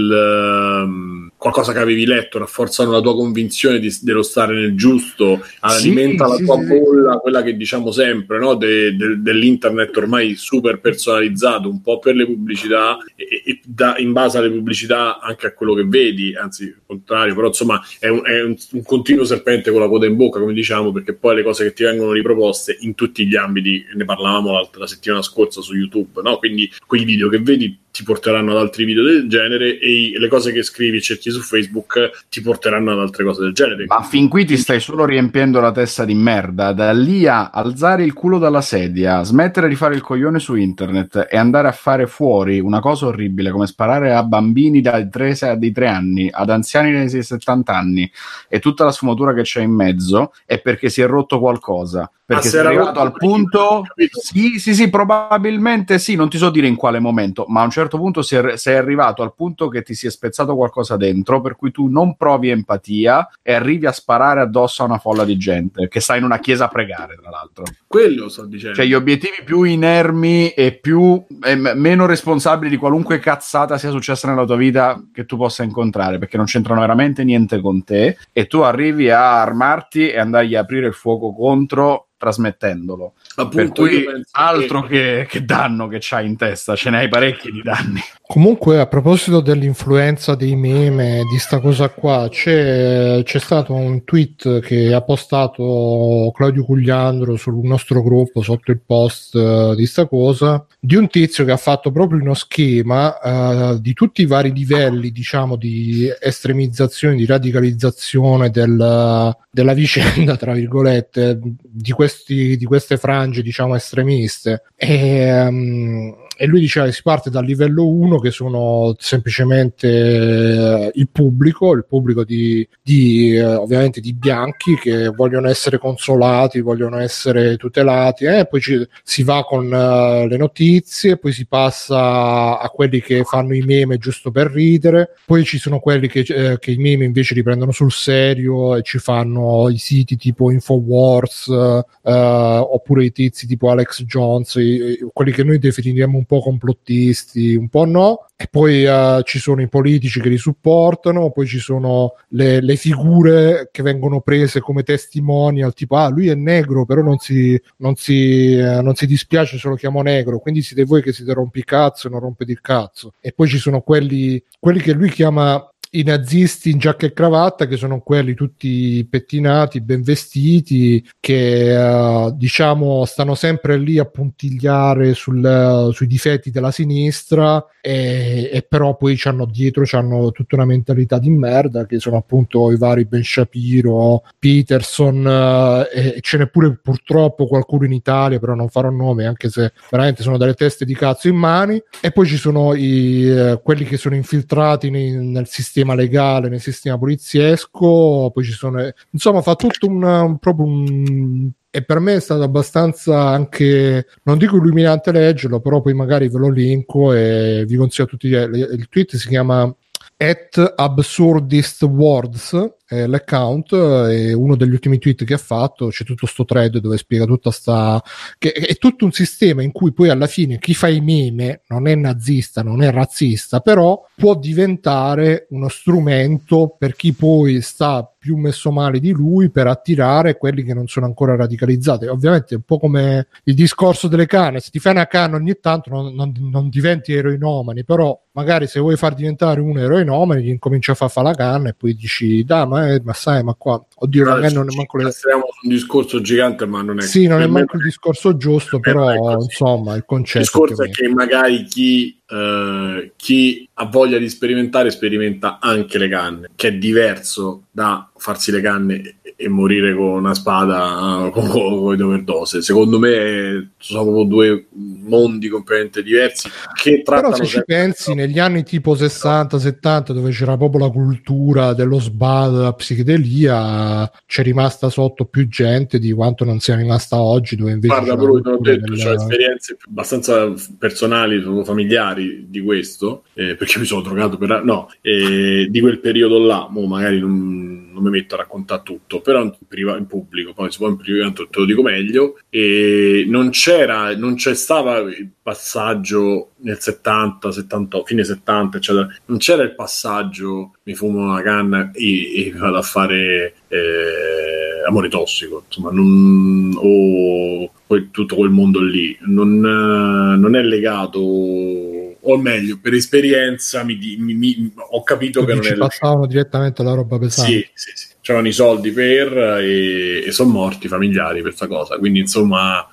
qualcosa che avevi letto, rafforzano la tua convinzione dello stare nel giusto, alimenta la tua bolla, quella che diciamo sempre, no? Dell'internet ormai super personalizzato, un po' per le pubblicità e in base alle pubblicità anche a quello che vedi, anzi il contrario, però insomma è un continuo serpente con la coda in bocca, come diciamo, perché poi le cose che ti vengono riproposte in tutti gli ambiti, ne parlavamo la settimana scorsa su YouTube, no? Quindi quei video che vedi ti porteranno ad altri video del genere e le cose che scrivi e cerchi su Facebook ti porteranno ad altre cose del genere. Ma fin qui ti stai solo riempiendo la testa di merda. Da lì a alzare il culo dalla sedia, smettere di fare il coglione su internet e andare a fare fuori una cosa orribile come sparare a bambini dai 3 anni ad anziani dei 70 anni e tutta la sfumatura che c'è in mezzo è perché si è rotto qualcosa. Perché sei arrivato al punto, sì, probabilmente sì, non ti so dire in quale momento, ma a un certo punto sei arrivato al punto che ti si è spezzato qualcosa dentro, per cui tu non provi empatia e arrivi a sparare addosso a una folla di gente che sta in una chiesa a pregare, tra l'altro. Quello sto dicendo. Cioè gli obiettivi più inermi e meno responsabili di qualunque cazzata sia successa nella tua vita che tu possa incontrare, perché non c'entrano veramente niente con te e tu arrivi a armarti e andargli a aprire il fuoco contro trasmettendolo. Appunto, per cui altro che danno che c'hai in testa, ce ne hai parecchi di danni. Comunque, a proposito dell'influenza dei meme, di sta cosa qua, c'è stato un tweet che ha postato Claudio Cugliandro sul nostro gruppo sotto il post di sta cosa, di un tizio che ha fatto proprio uno schema di tutti i vari livelli, diciamo, di estremizzazione, di radicalizzazione della vicenda, tra virgolette, di queste frange, diciamo, estremiste. E lui diceva che si parte dal livello 1, che sono semplicemente il pubblico di ovviamente di bianchi che vogliono essere consolati, vogliono essere tutelati, poi si va con le notizie, poi si passa a quelli che fanno i meme giusto per ridere, poi ci sono quelli che i meme invece li prendono sul serio e ci fanno i siti tipo Infowars, oppure i tizi tipo Alex Jones, quelli che noi definiamo un po' complottisti, un po' no, e poi ci sono i politici che li supportano, poi ci sono le figure che vengono prese come testimonial, tipo lui è negro però non si dispiace se lo chiamo negro, quindi siete voi che siete rompicazzo e non rompete il cazzo. E poi ci sono quelli che lui chiama i nazisti in giacca e cravatta, che sono quelli tutti pettinati, ben vestiti, che diciamo stanno sempre lì a puntigliare sui difetti della sinistra, e però poi c'hanno tutta una mentalità di merda, che sono appunto i vari Ben Shapiro, Peterson, e ce n'è pure purtroppo qualcuno in Italia, però non farò nome, anche se veramente sono delle teste di cazzo in mani. E poi ci sono quelli che sono infiltrati nel sistema legale, nel sistema poliziesco, poi ci sono, insomma, fa tutto e per me è stato abbastanza, anche non dico illuminante leggerlo, però poi magari ve lo linko e vi consiglio a tutti. Il tweet si chiama @absurdistwords, l'account, è uno degli ultimi tweet che ha fatto. C'è tutto sto thread dove spiega tutta che è tutto un sistema in cui poi alla fine chi fa i meme non è nazista, non è razzista, però può diventare uno strumento per chi poi sta più messo male di lui, per attirare quelli che non sono ancora radicalizzati. Ovviamente è un po' come il discorso delle canne: se ti fai una canna ogni tanto non diventi eroinomani, però magari se vuoi far diventare un eroinomane gli incominci a fare la canna e poi dici ma sai, ma qua oddio, non è manco un discorso gigante, ma non è, sì, non è manco il discorso giusto, però insomma il concetto, il discorso è che magari chi ha voglia di sperimentare sperimenta anche le canne, che è diverso da farsi le canne e morire con una spada con le overdose. Secondo me sono proprio due mondi completamente diversi, che trattano. Però se ci pensi, negli anni tipo 60-70, dove c'era proprio la cultura dello SBAD, la psichedelia, c'è rimasta sotto più gente di quanto non sia rimasta oggi, dove invece guarda, però te l'ho detto, c'ho esperienze abbastanza personali, proprio familiari di questo, perché mi sono drogato di quel periodo là, magari non non mi metto a raccontare tutto, però in pubblico, poi se poi in privato te lo dico meglio, e non c'è stava il passaggio nel 70, fine 70, eccetera, non c'era il passaggio mi fumo una canna e vado a fare amore tossico, insomma, o tutto quel mondo lì non è legato, o meglio, per esperienza ho capito che non è passavano direttamente alla roba pesante. Sì. C'erano i soldi e sono morti familiari per questa cosa, quindi insomma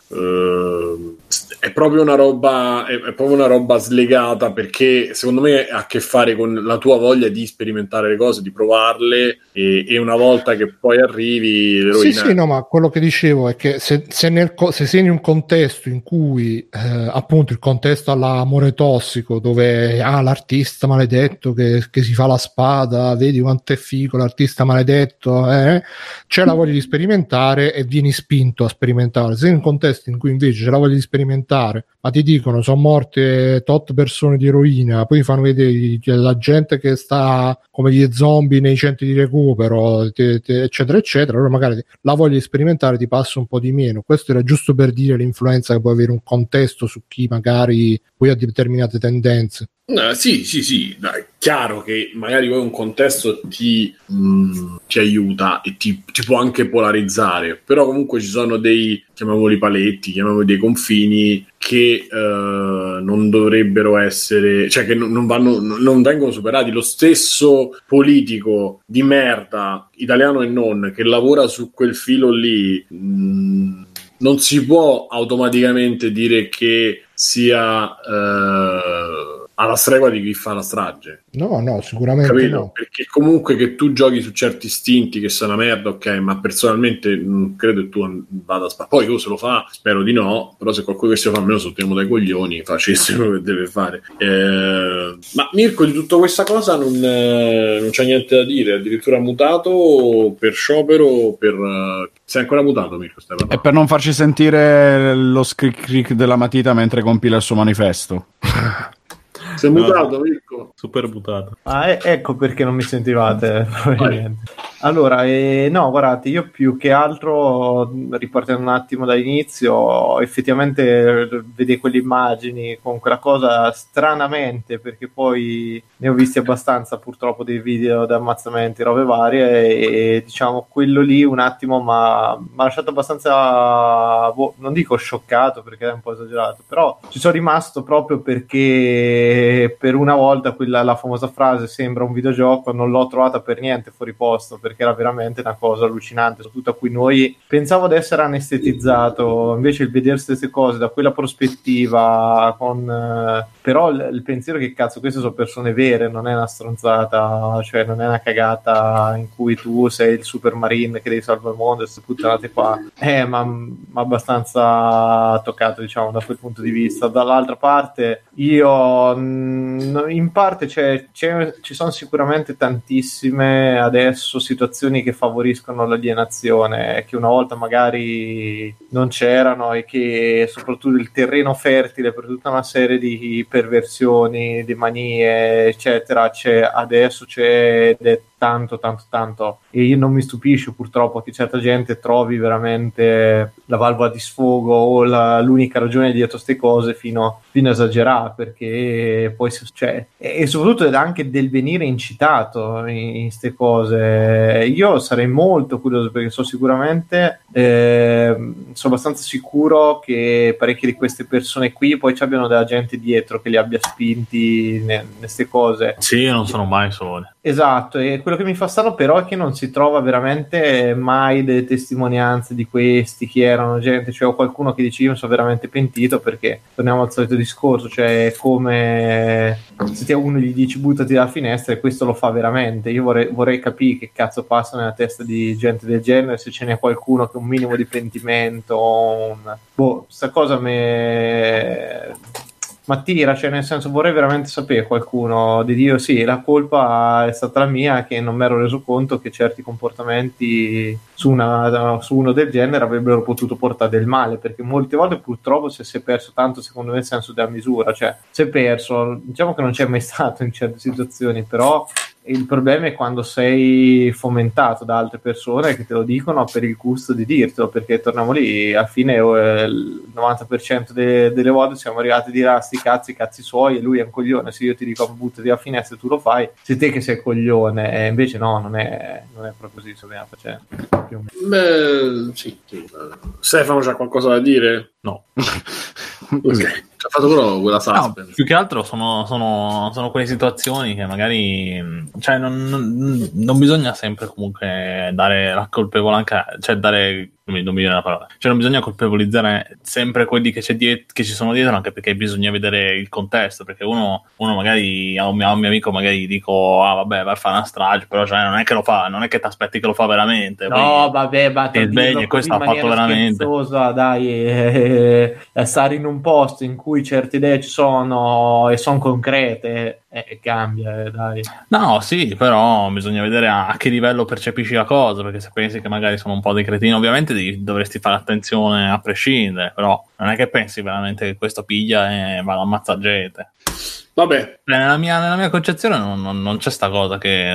è proprio una roba slegata, perché secondo me ha a che fare con la tua voglia di sperimentare le cose, di provarle, e una volta che poi arrivi l'eroina... Sì, no, ma quello che dicevo è che se sei in un contesto in cui appunto il contesto all'amore tossico, dove l'artista maledetto che si fa la spada, vedi quanto è figo l'artista maledetto, c'è la voglia di sperimentare e vieni spinto a sperimentare. Se in un contesto in cui invece c'è la voglia di sperimentare, ma ti dicono sono morte tot persone di eroina, poi fanno vedere la gente che sta come gli zombie nei centri di recupero, eccetera eccetera, allora magari la voglia di sperimentare ti passa un po' di meno. Questo era giusto per dire l'influenza che può avere un contesto su chi magari poi ha determinate tendenze. Sì, dai, chiaro che magari poi un contesto ti aiuta e ti può anche polarizzare, però comunque ci sono dei, chiamiamoli paletti, chiamiamoli dei confini che non dovrebbero essere, cioè che non vengono superati. Lo stesso politico di merda, italiano e non, che lavora su quel filo lì, non si può automaticamente dire che sia alla stregua di chi fa la strage. No, sicuramente capito? No. Perché comunque che tu giochi su certi istinti che sono una merda, ok, ma personalmente non credo che tu vada a poi tu se lo fa, spero di no, però se qualcuno che se lo fa almeno sottiamo dai coglioni, facesse quello che deve fare. Ma Mirko, di tutta questa cosa non c'è niente da dire, addirittura mutato per sciopero, sei ancora mutato, Mirko, Stefano? E per non farci sentire lo scrick della matita mentre compila il suo manifesto. Sei mutato, Mirko? Super mutato. Ecco perché non mi sentivate, probabilmente. Allora, no, guardate, io più che altro, ripartendo un attimo dall'inizio, effettivamente vedere quelle immagini con quella cosa stranamente, perché poi ne ho visti abbastanza purtroppo dei video di ammazzamenti, robe varie, e diciamo quello lì un attimo mi ha lasciato abbastanza, non dico scioccato perché è un po' esagerato, però ci sono rimasto proprio perché per una volta la famosa frase sembra un videogioco non l'ho trovata per niente fuori posto, perché era veramente una cosa allucinante, soprattutto a cui noi pensavo di essere anestetizzato, invece il vedersi queste cose da quella prospettiva però il pensiero che cazzo queste sono persone vere, non è una stronzata, cioè non è una cagata in cui tu sei il super marine che devi salvare il mondo e queste puttanate qua, ma abbastanza toccato, diciamo, da quel punto di vista. Dall'altra parte io in parte ci sono sicuramente tantissime adesso situazioni che favoriscono l'alienazione, che una volta magari non c'erano, e che soprattutto il terreno fertile per tutta una serie di perversioni, di manie eccetera adesso c'è ed è tanto, e io non mi stupisce purtroppo che certa gente trovi veramente la valvola di sfogo o l'unica ragione dietro queste cose fino a esagerare, perché poi e soprattutto anche del venire incitato in queste cose. Io sarei molto curioso, perché sicuramente sono abbastanza sicuro che parecchie di queste persone qui poi ci abbiano della gente dietro che li abbia spinti in queste cose. Sì, non sono mai soli. Esatto, e quello che mi fa strano però è che non si trova veramente mai delle testimonianze di questi, chi erano gente, cioè o qualcuno che dice io mi sono veramente pentito, perché torniamo al solito discorso, cioè è come se te uno gli dici buttati dalla finestra e questo lo fa veramente. Io vorrei capire che cazzo passa nella testa di gente del genere, se ce n'è qualcuno che un minimo di pentimento, sta cosa ma tira, cioè nel senso vorrei veramente sapere qualcuno di Dio, sì, la colpa è stata la mia che non mi ero reso conto che certi comportamenti su uno del genere avrebbero potuto portare del male, perché molte volte purtroppo si è perso tanto, secondo me, il senso della misura, cioè si è perso, diciamo che non c'è mai stato in certe situazioni, però il problema è quando sei fomentato da altre persone che te lo dicono per il gusto di dirtelo, perché torniamo lì, alla fine il 90% delle volte siamo arrivati a dire sti cazzi suoi, e lui è un coglione. Se io ti dico buttati a finestra e tu lo fai, sei te che sei coglione, e invece no, non è proprio così. Stiamo facendo più o meno. Beh, sì. Stefano c'ha qualcosa da dire? No. Ok, ci ha fatto però quella suspense. No, più che altro sono quelle situazioni che magari, cioè, non bisogna sempre comunque dare la colpevolezza, cioè dare, non mi viene la parola, cioè non bisogna colpevolizzare sempre quelli che ci sono dietro, anche perché bisogna vedere il contesto, perché uno magari a un mio amico magari dico vabbè, va a fare una strage, però cioè non è che lo fa, non è che ti aspetti che lo fa veramente. No, vabbè, ma ti svegli e questo ha fatto veramente dai, stare in un posto in cui certe idee ci sono e sono concrete cambia, dai. No, sì, però bisogna vedere a che livello percepisci la cosa, perché se pensi che magari sono un po' dei cretini, ovviamente dovresti fare attenzione a prescindere, però non è che pensi veramente che questo piglia e va ad ammazzare gente. Vabbè. Nella mia concezione non c'è sta cosa che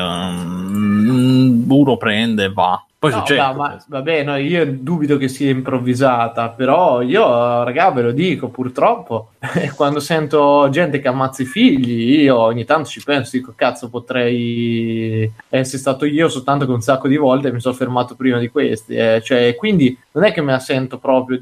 uno prende e va. Poi succede. Vabbè, no, io dubito che sia improvvisata, però io, raga, ve lo dico, purtroppo, quando sento gente che ammazza i figli, io ogni tanto ci penso, dico, cazzo, potrei essere stato io, soltanto che un sacco di volte mi sono fermato prima di questi, cioè, quindi non è che me la sento proprio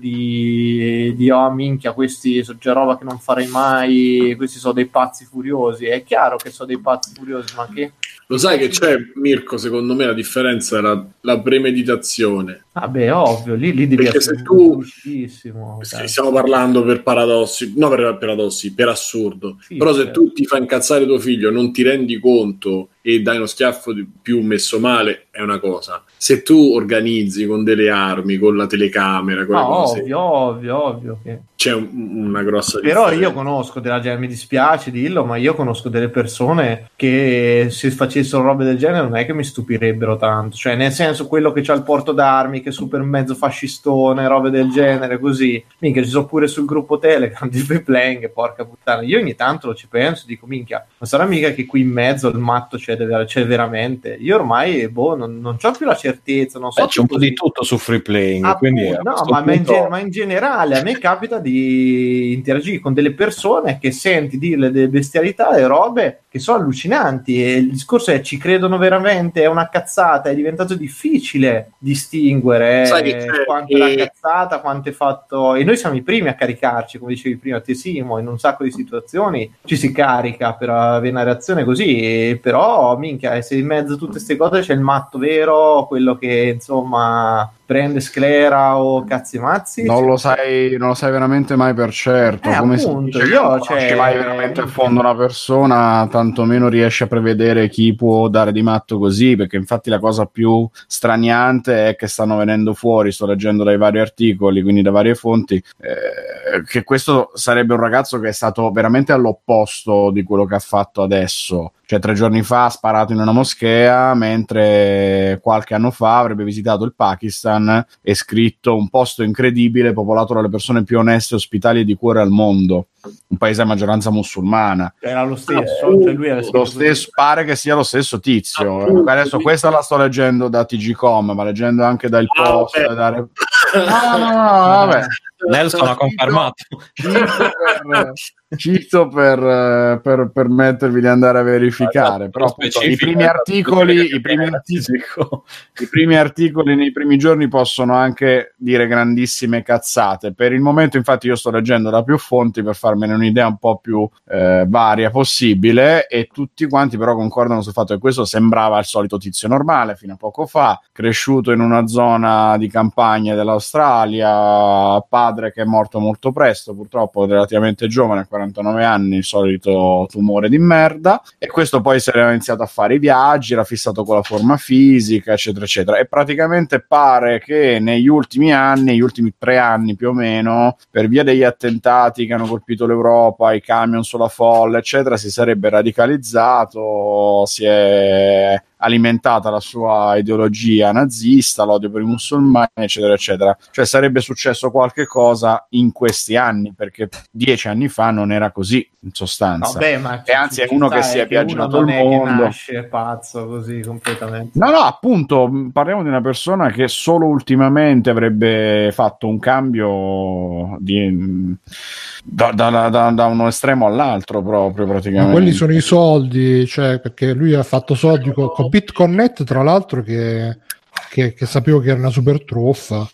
di minchia, questi sono già roba che non farei mai, questi sono dei pazzi furiosi. È chiaro che sono dei pazzi furiosi, ma che... Lo sai che c'è, Mirko, secondo me la differenza è la premeditazione. Vabbè, ovvio, lì devi perché essere se tu lucidissimo. Stiamo parlando per paradossi, no, per paradossi, per assurdo. Sì, però certo. Se tu ti fai incazzare tuo figlio, non ti rendi conto e dai uno schiaffo di più messo male, è una cosa. Se tu organizzi con delle armi, con la telecamera, con le cose, ovvio che... c'è una grossa però differenza. io conosco della gente, mi dispiace dirlo, ma io conosco delle persone che se facessero robe del genere non è che mi stupirebbero tanto, cioè nel senso quello che c'ha il porto d'armi, che è super mezzo fascistone, robe del genere così, minchia, ci sono pure sul gruppo Telegram di Free Playing, porca puttana, io ogni tanto lo ci penso, dico minchia, non sarà mica che qui in mezzo il matto c'è veramente, io ormai non c'ho più la certezza, non so. C'è un po' di tutto su Free Playing, quindi ma in generale a me capita di interagire con delle persone che senti dirle delle bestialità e robe che sono allucinanti, e il discorso è: ci credono veramente? È una cazzata? È diventato difficile distinguere quanto è una cazzata, quanto è fatto, e noi siamo i primi a caricarci, come dicevi prima te Simo, in un sacco di situazioni ci si carica per avere una reazione così, però minchia, se in mezzo a tutte queste cose c'è il matto vero, quello che insomma prende sclera o cazzi mazzi, non lo sai veramente mai per certo, come appunto, si dice, non conosci mai veramente a fondo una persona, tantomeno riesci a prevedere chi può dare di matto così, perché infatti la cosa più straniante è che stanno venendo fuori, sto leggendo dai vari articoli, quindi da varie fonti, che questo sarebbe un ragazzo che è stato veramente all'opposto di quello che ha fatto adesso. Cioè 3 giorni fa ha sparato in una moschea, mentre qualche anno fa avrebbe visitato il Pakistan e scritto: un posto incredibile popolato dalle persone più oneste, ospitali e di cuore al mondo, un paese a maggioranza musulmana. Era lo stesso, cioè lui era lo stesso, pare che sia lo stesso tizio. Adesso questa la sto leggendo da TG.com, ma leggendo anche dal Post. No, vabbè. Nelson ha confermato. Cito per permettervi di andare a verificare, però appunto, i primi articoli nei primi giorni possono anche dire grandissime cazzate. Per il momento infatti io sto leggendo da più fonti per farmene un'idea un po' più varia possibile, e tutti quanti però concordano sul fatto che questo sembrava il solito tizio normale fino a poco fa, cresciuto in una zona di campagna dell'Australia, padre che è morto molto presto, purtroppo relativamente giovane, 49 anni, il solito tumore di merda, e questo poi si era iniziato a fare i viaggi, era fissato con la forma fisica, eccetera eccetera, e praticamente pare che negli ultimi 3 anni più o meno, per via degli attentati che hanno colpito l'Europa, i camion sulla folla eccetera, si sarebbe radicalizzato, alimentata la sua ideologia nazista, l'odio per i musulmani, eccetera, eccetera. Cioè sarebbe successo qualche cosa in questi anni, perché 10 anni fa non era così, in sostanza. Vabbè, ma e anzi è uno che si è viaggiato il mondo. mondo. Che nasce pazzo così completamente. No, appunto, parliamo di una persona che solo ultimamente avrebbe fatto un cambio da uno estremo all'altro, proprio praticamente. Ma quelli sono i soldi, cioè, perché lui ha fatto soldi con BitConnect, tra l'altro, che sapevo che era una super truffa,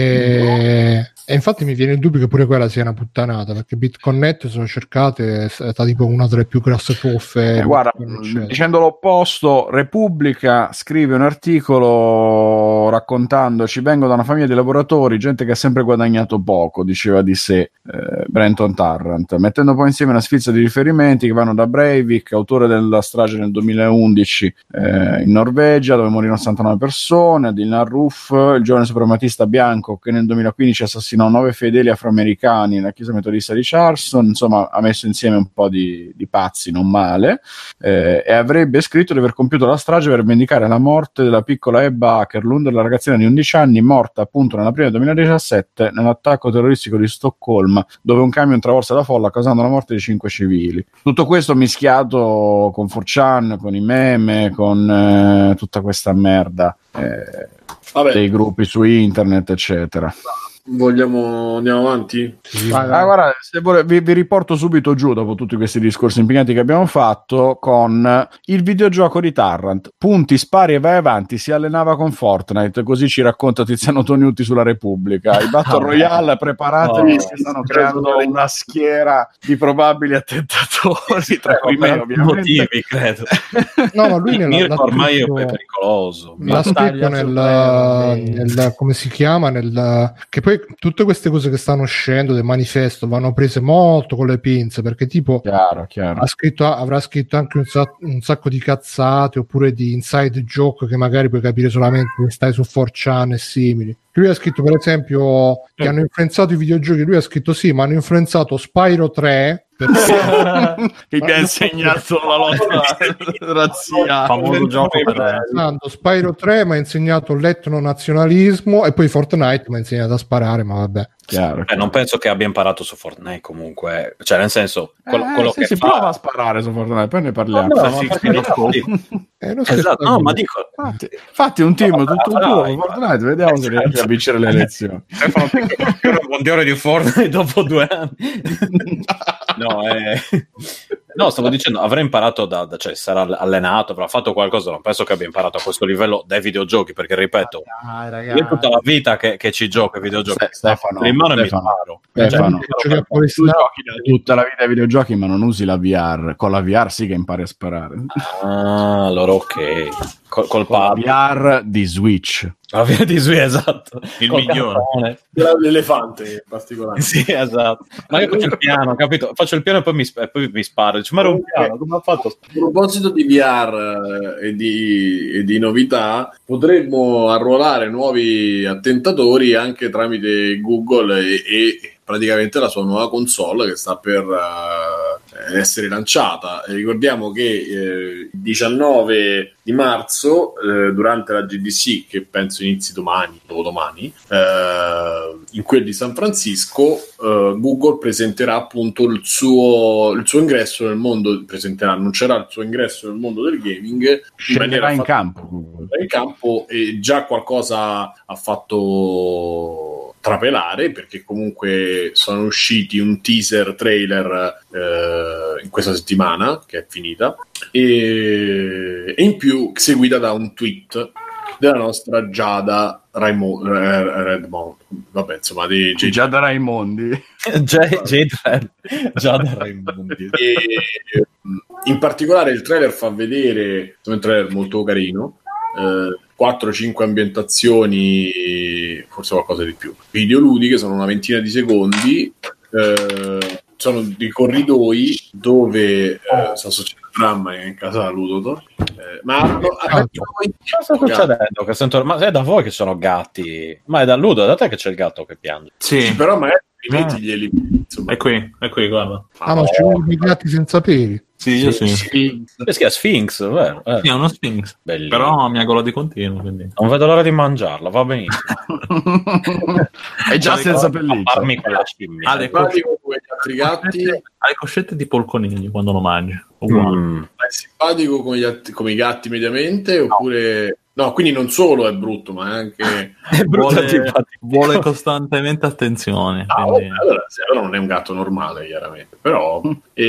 e infatti mi viene il dubbio che pure quella sia una puttanata, perché BitConnect, se lo cercate, è stata tipo una delle più grosse truffe. Guarda, dicendo l'opposto, Repubblica scrive un articolo raccontandoci: vengo da una famiglia di lavoratori, gente che ha sempre guadagnato poco, diceva di sé Brenton Tarrant, mettendo poi insieme una sfilza di riferimenti che vanno da Breivik, autore della strage nel 2011 in Norvegia, dove morirono 69 persone, a Dylan Roof, il giovane suprematista bianco che nel 2015 assassinò 9 fedeli afroamericani nella chiesa metodista di Charleston. Insomma, ha messo insieme un po' di pazzi non male, e avrebbe scritto di aver compiuto la strage per vendicare la morte della piccola Ebba Akerlund, la ragazzina di 11 anni morta appunto nell'aprile 2017 nell'attacco terroristico di Stoccolma, dove un camion travolse la folla causando la morte di 5 civili. Tutto questo mischiato con 4chan, con i meme, con tutta questa merda dei gruppi su internet, eccetera. Andiamo avanti? Guarda, se vi riporto subito giù, dopo tutti questi discorsi impegnati che abbiamo fatto, con il videogioco di Tarrant: punti, spari e vai avanti, si allenava con Fortnite, così ci racconta Tiziano Toniutti sulla Repubblica. I Battle Royale, preparatevi, si stanno creando una schiera di probabili attentatori, tra cui me ovviamente. Motivi, credo. No, ma lui Mirko ormai è pericoloso. L'ha scritto nel come si chiama, che poi tutte queste cose che stanno uscendo del manifesto vanno prese molto con le pinze, perché tipo chiaro. avrà scritto anche un sacco di cazzate oppure di inside joke che magari puoi capire solamente se stai su 4chan e simili. Lui ha scritto, per esempio, che hanno influenzato i videogiochi. Lui ha scritto sì, ma hanno influenzato Spyro 3 che mi ha insegnato la lotta razziale, famoso gioco Spyro 3 mi ha insegnato l'etnonazionalismo, e poi Fortnite mi ha insegnato a sparare, ma vabbè. Chiaro. Non penso che abbia imparato su Fortnite comunque, cioè nel senso quello che si fa... prova a sparare su Fortnite, poi ne parliamo. Esatto, no, ma dico fatti un team tutto tuo Fortnite, vediamo se riesci a vincere le elezioni. Un mondiale di Fortnite dopo 2 anni. No, stavo dicendo, avrà imparato cioè sarà allenato, avrà fatto qualcosa, non penso che abbia imparato a questo livello dai videogiochi, perché ripeto, io tutta la vita che ci gioco ai videogiochi, Stefano, in mano mi sparo. Tu giochi da tutta la vita ai videogiochi, ma non usi la VR. Con la VR sì che impari a sparare. Ah, allora ok. Col VR di Switch. La VR di Switch, esatto. Il migliore. L'elefante in particolare. Sì, esatto. Ma io faccio il piano, capito? Faccio il piano e poi mi sparo. Ma era un piano, come ha fatto? A proposito di VR e di novità, potremmo arruolare nuovi attentatori anche tramite Google e praticamente la sua nuova console che sta per essere lanciata. Ricordiamo che il 19 di marzo, durante la GDC, che penso inizi dopodomani, in quel di San Francisco, Google presenterà appunto il suo ingresso nel mondo, annuncerà il suo ingresso nel mondo del gaming, scenderà in campo, e già qualcosa ha fatto trapelare, perché comunque sono usciti un teaser trailer in questa settimana che è finita, e in più seguita da un tweet della nostra Giada Redmond, vabbè, insomma, di Giada Raimondi. Giada Raimondi. E in particolare il trailer fa vedere un trailer molto carino, 4-5 ambientazioni, forse qualcosa di più, videoludiche, sono una ventina di secondi, sono dei corridoi dove sta succedendo dramma in casa da Ludotor, ma cosa sta succedendo? Ma è da voi che sono gatti? Ma è da Ludo, da te che c'è il gatto che piange? Sì, però magari rimettiglieli. Insomma. È qui, guarda. Ma ci sono i gatti senza peli. Sì, io sì. Si chiama Sphinx, vero? Sì, è uno Sphinx. Bellissimo. Però mi agolo di continuo, quindi. Non vedo l'ora di mangiarla, va benissimo. È già senza pelliccia. Farmi quella scimmia. Ha le Simpatico come gli altri gatti. Ha le coscette tipo il coniglio quando lo mangi. Uguale. È simpatico come i gatti mediamente, oppure... No, quindi non solo è brutto, ma è anche... È brutto antipatico. Vuole costantemente attenzione. Quindi... allora non è un gatto normale, chiaramente. Però...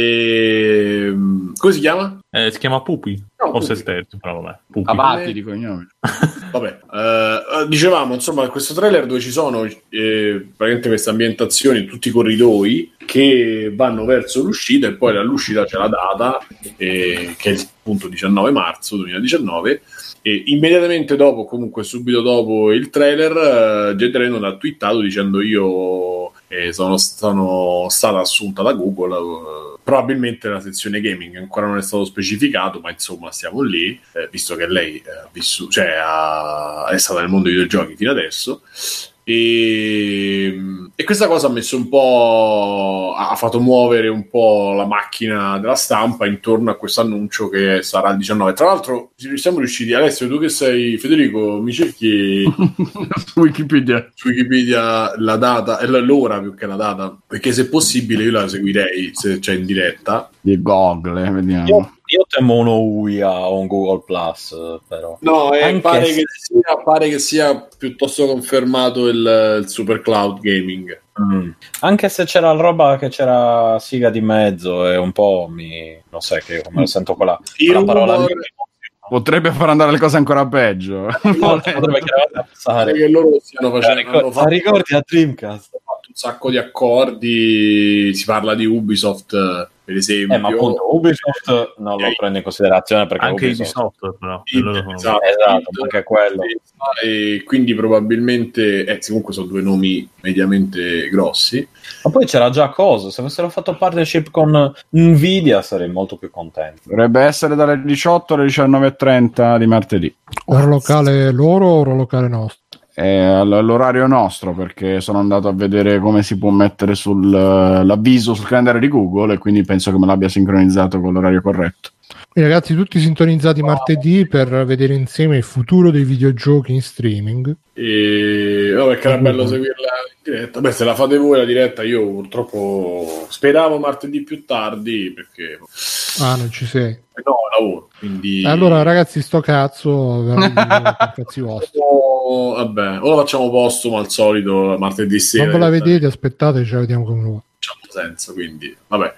come si chiama? si chiama Pupi. No, o Pupi. Sesterzo, però vabbè. Pupi. Abatti di cognome. Vabbè, dicevamo, insomma, questo trailer dove ci sono praticamente queste ambientazioni, tutti i corridoi che vanno verso l'uscita, e poi all'uscita c'è la data, che è il punto 19 marzo 2019, e immediatamente dopo, comunque subito dopo il trailer, Jade Raymond ha twittato dicendo: io sono stata assunta da Google, probabilmente la sezione gaming, ancora non è stato specificato, ma insomma stiamo lì, visto che lei è stata nel mondo dei videogiochi fino adesso. E questa cosa ha messo un po', ha fatto muovere un po' la macchina della stampa intorno a questo annuncio che sarà il 19. Tra l'altro siamo riusciti, Alessio, tu che sei Federico, mi cerchi Su Wikipedia la data, l'ora più che la data, perché se possibile io la seguirei se c'è in diretta. di Google, vediamo. Io temo uno UIA o un Google Plus, però. No, pare se... che sia piuttosto confermato il Super Cloud Gaming. Anche se c'era la roba che c'era siga di mezzo e un po' non so che come lo sento quella parola lì. Potrebbe far andare le cose ancora peggio. Potrebbe pensare che loro stiano facendo ricordi a Dreamcast. un sacco di accordi, si parla di Ubisoft per esempio, ma appunto Ubisoft non lo prende in considerazione perché anche Ubisoft però esatto, anche quello, e quindi probabilmente comunque sono due nomi mediamente grossi. Ma poi c'era già cosa, se avessero fatto partnership con Nvidia sarei molto più contento. Dovrebbe essere dalle 18 alle 19:30 di martedì. Ora locale loro o ora locale nostro? L'orario nostro, perché sono andato a vedere come si può mettere l'avviso sul calendario di Google, e quindi penso che me l'abbia sincronizzato con l'orario corretto. Quindi ragazzi, tutti sintonizzati martedì per vedere insieme il futuro dei videogiochi in streaming. Perché era bello seguirla in diretta. Beh, se la fate voi la diretta, io purtroppo speravo martedì più tardi, perché non ci sei. No, lavoro, quindi allora ragazzi, sto cazzo per cazzi vostri. Vabbè, ora facciamo postumo al solito martedì sera. Non ve la vedete, aspettate, ce la vediamo come nuovo. Senso, quindi vabbè.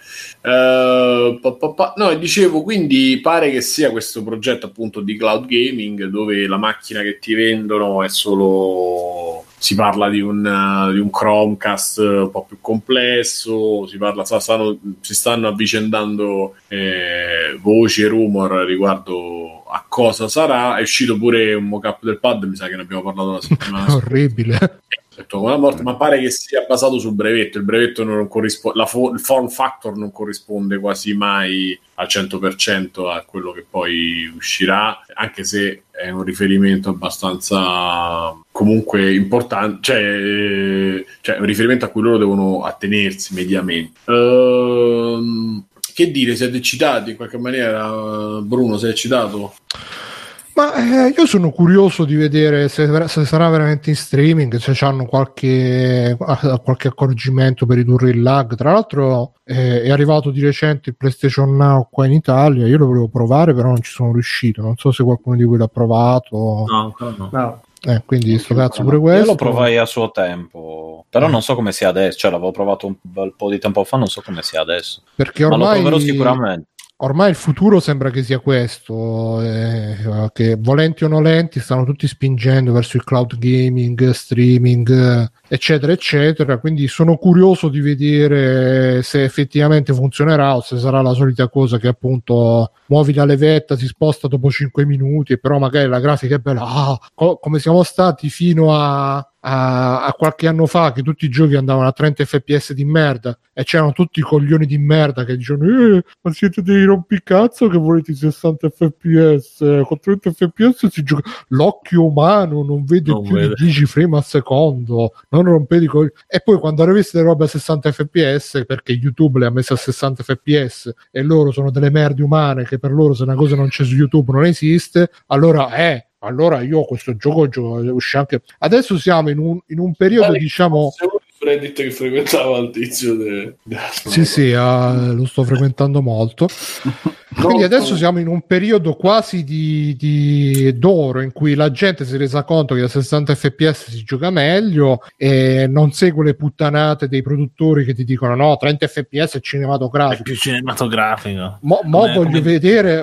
No, dicevo, quindi pare che sia questo progetto appunto di cloud gaming, dove la macchina che ti vendono è solo, si parla di un Chromecast un po' più complesso, si stanno avvicendando voci e rumor riguardo a cosa sarà. È uscito pure un mock-up del pad, mi sa che ne abbiamo parlato la settimana scorsa. Orribile. Ma pare che sia basato sul brevetto. Il brevetto non corrisponde, il form factor non corrisponde quasi mai al 100% a quello che poi uscirà, anche se è un riferimento abbastanza comunque importante, cioè un riferimento a cui loro devono attenersi mediamente. Che dire, siete eccitati in qualche maniera? Bruno, sei eccitato? Ma io sono curioso di vedere se sarà veramente in streaming, se hanno qualche accorgimento per ridurre il lag. Tra l'altro è arrivato di recente il PlayStation Now qua in Italia, io lo volevo provare però non ci sono riuscito, non so se qualcuno di voi l'ha provato. No. Quindi sto cazzo pure questo. Io lo provai a suo tempo, però non so come sia adesso, cioè l'avevo provato un bel po' di tempo fa, non so come sia adesso, perché ma lo proverò sicuramente. Ormai il futuro sembra che sia questo, che volenti o nolenti stanno tutti spingendo verso il cloud gaming, streaming, eccetera eccetera, quindi sono curioso di vedere se effettivamente funzionerà o se sarà la solita cosa che appunto muovi la levetta, si sposta dopo 5 minuti, però magari la grafica è bella, come siamo stati fino a a qualche anno fa che tutti i giochi andavano a 30 fps di merda e c'erano tutti i coglioni di merda che dicevano ma siete dei rompicazzo che volete 60 fps, con 30 fps si gioca, l'occhio umano non vede più di 10 frame al secondo, non rompete i coglioni. E poi quando aveste le robe a 60 fps perché YouTube le ha messe a 60 fps e loro sono delle merde umane che per loro se una cosa non c'è su YouTube non esiste, allora io questo gioco uscì anche adesso siamo in un periodo diciamo Reddit che frequentava il tizio sì, lo sto frequentando molto. Quindi adesso siamo in un periodo quasi di d'oro in cui la gente si è resa conto che a 60 fps si gioca meglio e non segue le puttanate dei produttori che ti dicono no, 30 fps è cinematografico. È più cinematografico. Voglio vedere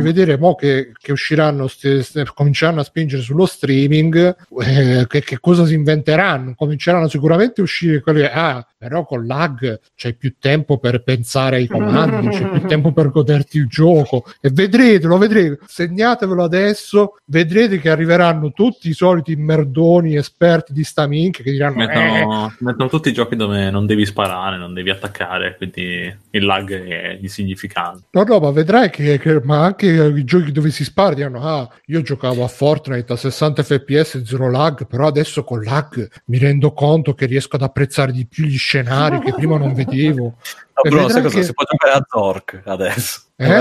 che usciranno, cominceranno a spingere sullo streaming, che cosa si inventeranno. Cominceranno sicuramente a uscire quelli però con lag c'hai più tempo per pensare ai comandi, c'è più tempo per goderti il gioco e lo vedrete, segnatevelo adesso, vedrete che arriveranno tutti i soliti merdoni esperti di sta minchia che diranno mettono tutti i giochi dove non devi sparare, non devi attaccare, quindi il lag è insignificante. No, ma vedrai ma anche i giochi dove si spara diranno io giocavo a Fortnite a 60 fps zero lag, però adesso con lag mi rendo conto che riesco ad apprezzare di più gli scenari che prima non vedevo. No, Bruno, sai cosa? Si può giocare a Zork adesso.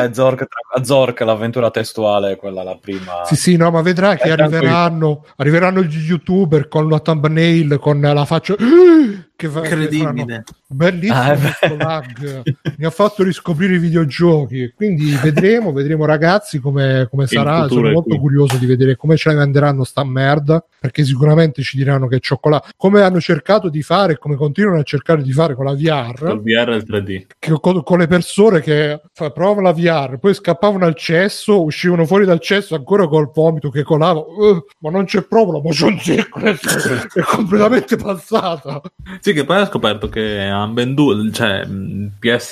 Zork, l'avventura testuale, quella la prima. Sì, no, ma vedrai che arriveranno gli youtuber con la thumbnail, con la faccia che incredibile, bellissimo lag. Mi ha fatto riscoprire i videogiochi, quindi vedremo ragazzi come sarà. Sono molto curioso di vedere come ce la venderanno sta merda, perché sicuramente ci diranno che è cioccolato, come hanno cercato di fare e come continuano a cercare di fare con la VR, con il VR e il 3D, con le persone che provano la VR, poi scappavano al cesso, uscivano fuori dal cesso ancora col vomito che colava, ma non c'è proprio la motion sickness, è completamente passata. Sì, che poi ha scoperto che ha venduto, cioè in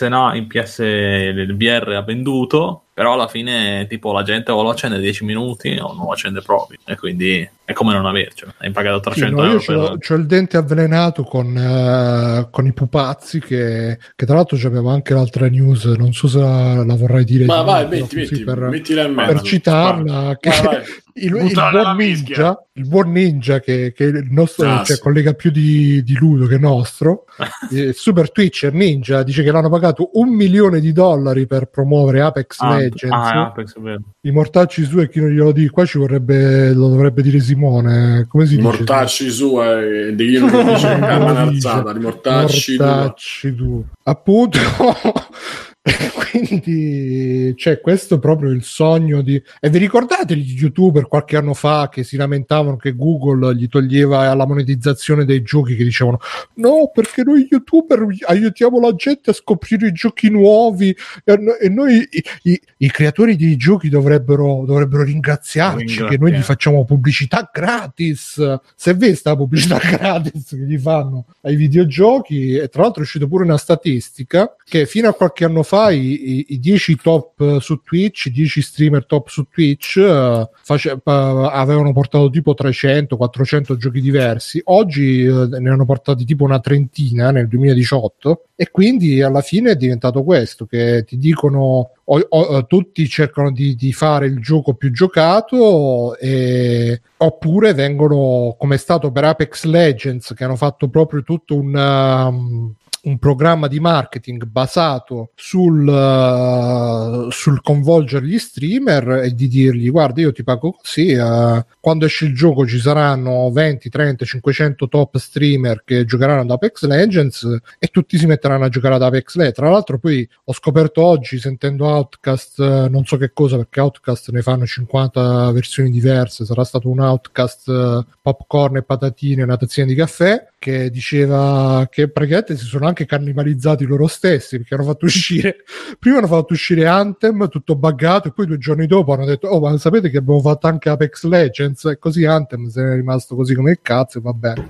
PS il VR ha venduto, però alla fine tipo la gente o lo accende 10 minuti o non lo accende proprio, e quindi è come non avercelo. Hai pagato 300 euro io c'ho il dente avvelenato con i pupazzi che tra l'altro c'aveva anche l'altra news, non so se la vorrai dire, ma vai, mettila in mezzo per citarla, il buon ninja che il nostro collega più di Ludo che nostro, super Twitcher Ninja, dice che l'hanno pagato $1 milione per promuovere Apex Legends. Apex, i mortacci su, e chi non glielo dice qua lo dovrebbe dire Simone, come si dice? Mortacci su di chi non lo dice alzata, di mortacci tu appunto. Quindi questo è proprio il sogno e vi ricordate gli youtuber qualche anno fa che si lamentavano che Google gli toglieva la monetizzazione dei giochi, che dicevano no, perché noi youtuber aiutiamo la gente a scoprire i giochi nuovi e noi i creatori dei giochi dovrebbero ringraziarci che noi gli facciamo pubblicità gratis. Se vedi sta pubblicità gratis che gli fanno ai videogiochi, e tra l'altro è uscita pure una statistica che fino a qualche anno fa i 10 top su Twitch, i 10 streamer top su Twitch avevano portato tipo 300-400 giochi diversi. Oggi ne hanno portati tipo una trentina nel 2018, e quindi alla fine è diventato questo, che ti dicono tutti cercano di fare il gioco più giocato, oppure vengono, come è stato per Apex Legends, che hanno fatto proprio tutto un programma di marketing basato sul coinvolgere gli streamer e di dirgli guarda, io ti pago così, quando esce il gioco ci saranno 20, 30, 500 top streamer che giocheranno ad Apex Legends e tutti si metteranno a giocare ad Apex Legends. Tra l'altro poi ho scoperto oggi, sentendo Outcast, non so che cosa, perché Outcast ne fanno 50 versioni diverse, sarà stato un Outcast popcorn e patatine e una tazzina di caffè, che diceva che praticamente si sono anche cannibalizzati loro stessi, perché prima hanno fatto uscire Anthem tutto buggato, e poi 2 giorni dopo hanno detto ma sapete che abbiamo fatto anche Apex Legends, e così Anthem se ne è rimasto così come il cazzo, e va bene.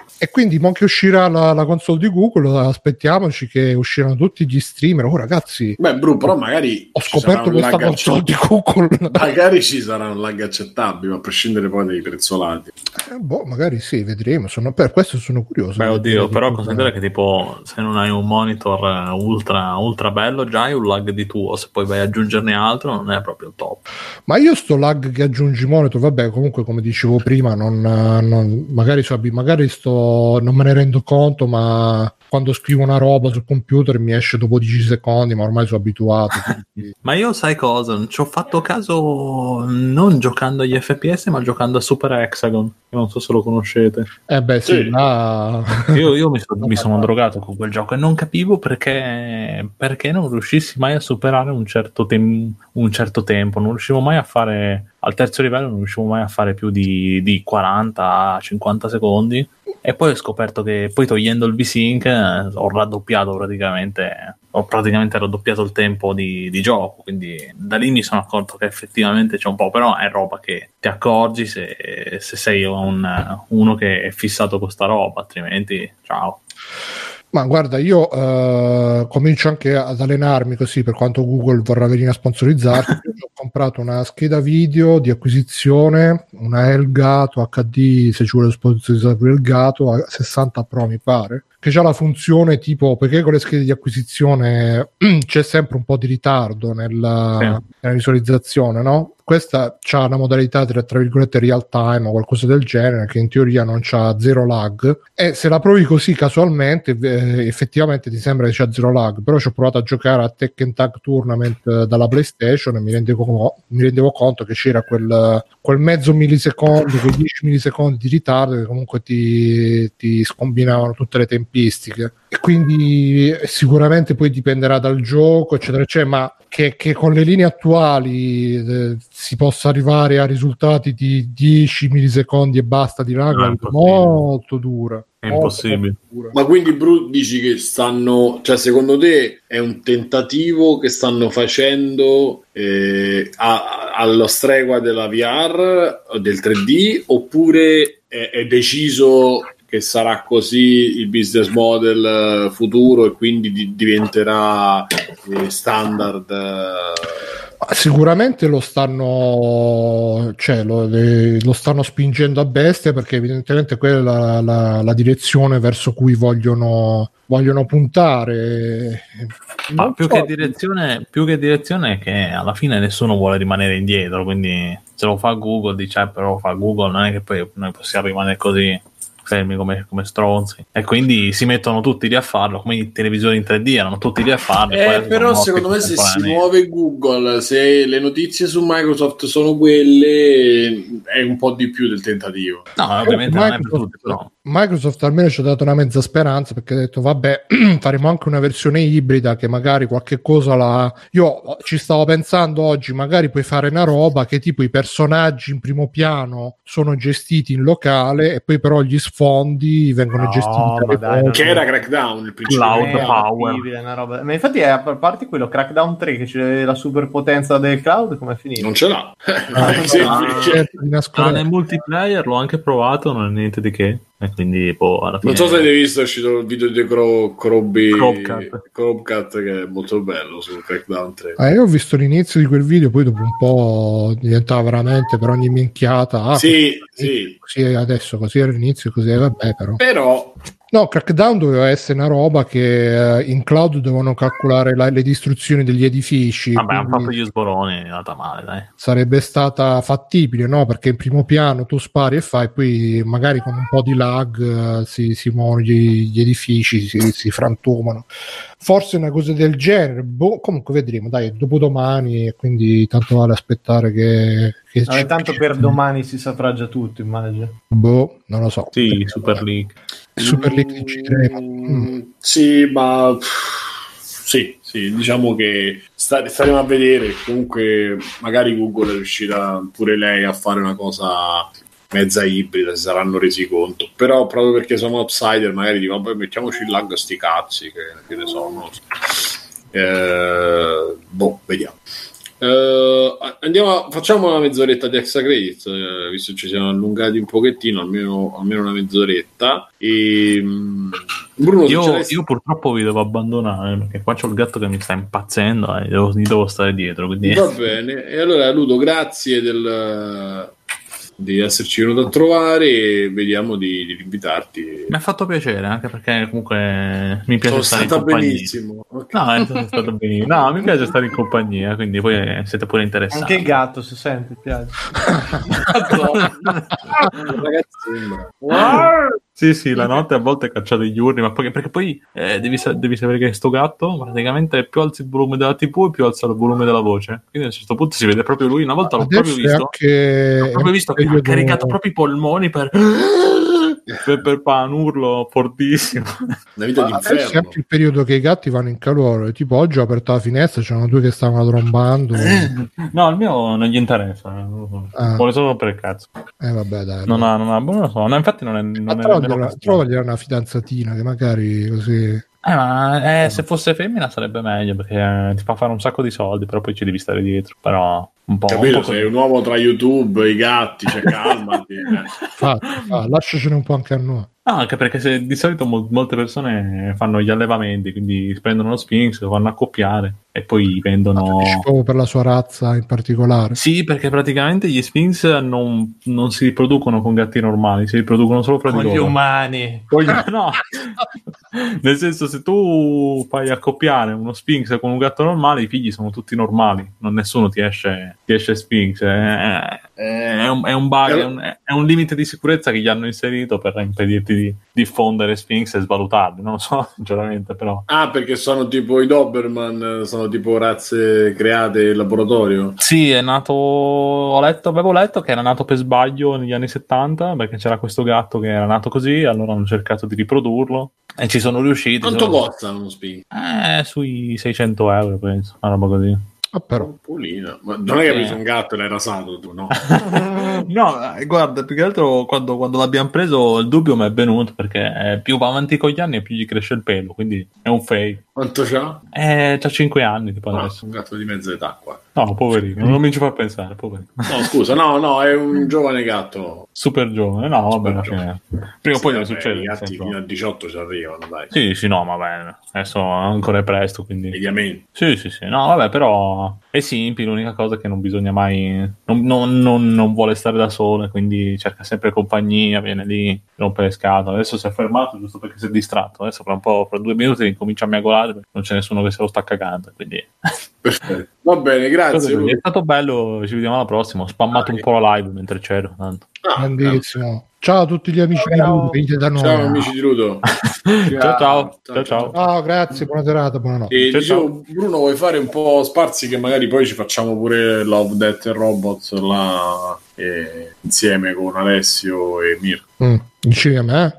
E quindi mo che uscirà la console di Google, aspettiamoci che usciranno tutti gli streamer. Oh ragazzi, Beh, Bru, però magari ho scoperto questa console di Google. Magari ci sarà un lag accettabile, a prescindere poi dai prezzolati. Magari sì, vedremo. Per questo sono curioso. Beh, oddio, però considera che tipo se non hai un monitor ultra bello, già hai un lag di tuo, se poi vai ad aggiungerne altro non è proprio il top. Ma io sto lag che aggiungi monitor, vabbè, comunque come dicevo prima, magari non me ne rendo conto, ma quando scrivo una roba sul computer mi esce dopo 10 secondi, ma ormai sono abituato. Quindi... Ma io sai cosa? Non ci ho fatto caso non giocando agli FPS, ma giocando a Super Hexagon. Io non so se lo conoscete. Beh sì, là... Io mi sono drogato con quel gioco e non capivo perché non riuscissi mai a superare un certo tempo. Non riuscivo mai a fare... Al terzo livello non riuscivo mai a fare più di 40-50 secondi. E poi ho scoperto che poi togliendo il V-Sync ho praticamente raddoppiato il tempo di gioco, quindi da lì mi sono accorto che effettivamente c'è un po', però è roba che ti accorgi se sei uno che è fissato con sta roba, altrimenti ciao. Ma guarda, io comincio anche ad allenarmi così, per quanto Google vorrà venire a sponsorizzarti. Ho comprato una scheda video di acquisizione, una Elgato HD, se ci vuole sponsorizzare Elgato, a 60 Pro mi pare, che c'ha la funzione tipo, perché con le schede di acquisizione c'è sempre un po' di ritardo nella visualizzazione, no? Questa c'ha una modalità tra virgolette real time o qualcosa del genere, che in teoria non c'ha zero lag, e se la provi così casualmente effettivamente ti sembra che c'ha zero lag. Però ci ho provato a giocare a Tekken Tag Tournament dalla PlayStation e mi rendevo conto che c'era quel mezzo millisecondo, quei 10 millisecondi di ritardo che comunque ti scombinavano tutte le tempistiche. E quindi sicuramente poi dipenderà dal gioco eccetera eccetera, ma che con le linee attuali si possa arrivare a risultati di 10 millisecondi e basta di lag è molto dura. È impossibile. Ma quindi Bru dici che cioè secondo te è un tentativo che stanno facendo allo stregua della VR o del 3D, oppure è deciso che sarà così il business model futuro e quindi diventerà standard? Sicuramente lo stanno spingendo a bestia, perché evidentemente quella è la direzione verso cui vogliono puntare. Ma più che direzione è che alla fine nessuno vuole rimanere indietro, quindi se lo fa Google però lo fa Google, non è che poi noi possiamo rimanere così fermi come stronzi, e quindi si mettono tutti lì a farlo, come i televisori in 3D erano tutti lì a farlo. Però secondo me se si muove Google, se le notizie su Microsoft sono quelle, è un po' di più del tentativo. No, ovviamente non è per tutti, però Microsoft almeno ci ha dato una mezza speranza, perché ha detto vabbè, faremo anche una versione ibrida che magari qualche cosa io ci stavo pensando oggi, magari puoi fare una roba che tipo i personaggi in primo piano sono gestiti in locale e poi però gli sfondi vengono gestiti che era Crackdown il principale cloud power, una roba. Ma infatti a parte quello Crackdown 3 che c'è la superpotenza del cloud, come è finito? Non ce l'ha. Nel multiplayer l'ho anche provato, non è niente di che, e quindi alla fine... Non so se avete visto, è uscito il video di Cropcat che è molto bello su Crackdown 3. Io ho visto l'inizio di quel video, poi dopo un po' diventava veramente per ogni minchiata sì. Così adesso, così era l'inizio, così vabbè, però no, Crackdown doveva essere una roba che in cloud dovevano calcolare le distruzioni degli edifici. Vabbè, hanno fatto gli sboroni, è andata male, dai. Sarebbe stata fattibile, no? Perché in primo piano tu spari e fai, poi magari con un po' di lag si muovono gli edifici, si frantumano. Forse una cosa del genere, comunque vedremo, dai, dopodomani, e quindi tanto vale aspettare che tanto per domani si saprà già tutto, immagino. Non lo so. Sì, Super League di G3. Sì, ma sì, diciamo che staremo a vedere. Comunque magari Google riuscirà pure lei a fare una cosa mezza ibrida, si saranno resi conto, però proprio perché sono outsider magari dicono poi mettiamoci il lag a sti cazzi che ne so, non lo so. Vediamo. Facciamo una mezz'oretta di extra credits, visto che ci siamo allungati un pochettino, almeno una mezz'oretta. Bruno, io purtroppo vi devo abbandonare perché qua c'ho il gatto che mi sta impazzendo e gli devo stare dietro, quindi... Va bene, e allora Ludo, grazie di esserci venuto a trovare e vediamo di invitarti. Mi ha fatto piacere, anche perché comunque mi piace stare in stata compagnia. Benissimo. Okay. No, è stato benissimo. No, mi piace stare in compagnia, quindi poi siete pure interessati. Anche il gatto si sente, piace. Sì, la notte a volte caccia degli urli, ma perché poi devi sapere che sto gatto praticamente più alzi il volume della TV e più alza il volume della voce. Quindi a un certo punto si vede proprio lui. Una volta l'ho proprio visto che ha caricato proprio i polmoni per un urlo fortissimo. Una vita d'inferno. È sempre il periodo che i gatti vanno in calore, tipo oggi ho aperto la finestra, c'erano due che stavano trombando. No, il mio non gli interessa, vuole solo per il cazzo. Vabbè, dai. Non lo so, no, infatti non è trovagliela una fidanzatina che magari così. Ma se fosse femmina sarebbe meglio perché ti fa fare un sacco di soldi, però poi ci devi stare dietro. Però un po'. Capito, sei un uomo tra YouTube, i gatti, cioè calmati. Lasciacene un po' anche a noi. No, anche perché di solito molte persone fanno gli allevamenti, quindi prendono lo Sphinx, lo vanno a accoppiare e poi vendono. Proprio per la sua razza in particolare. Sì, perché praticamente gli Sphinx non si riproducono con gatti normali, si riproducono solo fra di loro. Con gli umani. No, nel senso, se tu fai accoppiare uno Sphinx con un gatto normale, i figli sono tutti normali, non nessuno ti esce Sphinx. È un bug, è un limite di sicurezza che gli hanno inserito per impedirti di diffondere Sphinx e svalutarli, non lo so sinceramente, però. Perché sono tipo i Doberman, sono tipo razze create in laboratorio? Sì, è nato, avevo letto che era nato per sbaglio negli anni 70 perché c'era questo gatto che era nato così, allora hanno cercato di riprodurlo e ci sono riusciti. Quanto costa uno Sphinx? Sui 600 euro penso, una roba così. Però. Ma non è che hai preso un gatto e l'hai rasato tu, no? No, guarda, più che altro quando l'abbiamo preso il dubbio mi è venuto perché più va avanti con gli anni e più gli cresce il pelo, quindi è un fake. Quanto c'ha? C'ha 5 anni tipo adesso. Un gatto di mezza età qua. No, poverino, non mi ci fa pensare, poverino. No, scusa, no, è un giovane gatto. Super giovane, no, vabbè, giovane. Prima o poi deve succedere. I gatti fino a 18 ci arrivano, dai. Sì, no, ma bene, adesso ancora è presto, quindi... Mediamente. Sì, no, vabbè, però è simpi, l'unica cosa è che non bisogna mai... Non vuole stare da solo, quindi cerca sempre compagnia, viene lì, rompe le scatole. Adesso si è fermato giusto perché si è distratto, adesso fra 2 minuti incomincia a miagolare perché non c'è nessuno che se lo sta cagando, quindi... Perfetto. Va bene, grazie. È stato bello, ci vediamo alla prossima. Ho spammato un po' la live mentre c'ero. Tanto. Grandissimo. Ciao a tutti gli amici di Ludo, venite da noi. Ciao amici di Ludo. Ciao. Grazie, buona serata, buonanotte. E dicevo, Bruno, vuoi fare un po' sparsi che magari poi ci facciamo pure Love, Death and Robots là insieme con Alessio e Mirko. Dicevi a me?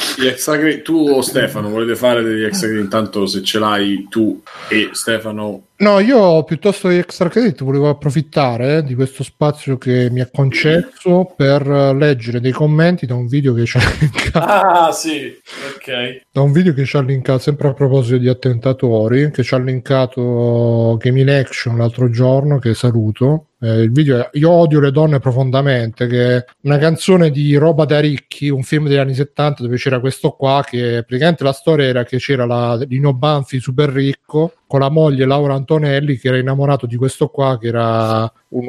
Tu o Stefano volete fare degli extra credit? Intanto se ce l'hai tu e Stefano. No, io piuttosto di extra credit volevo approfittare di questo spazio che mi ha concesso per leggere dei commenti da un video che ci ha linkato. Sì, ok. Da un video che ci ha linkato, sempre a proposito di attentatori, che ci ha linkato Game in Action l'altro giorno, che saluto. Il video è Io odio le donne profondamente, che è una canzone di Roba da ricchi, un film degli anni 70 dove c'era questo qua, che praticamente la storia era che c'era Lino Banfi super ricco con la moglie Laura Antonelli che era innamorato di questo qua che era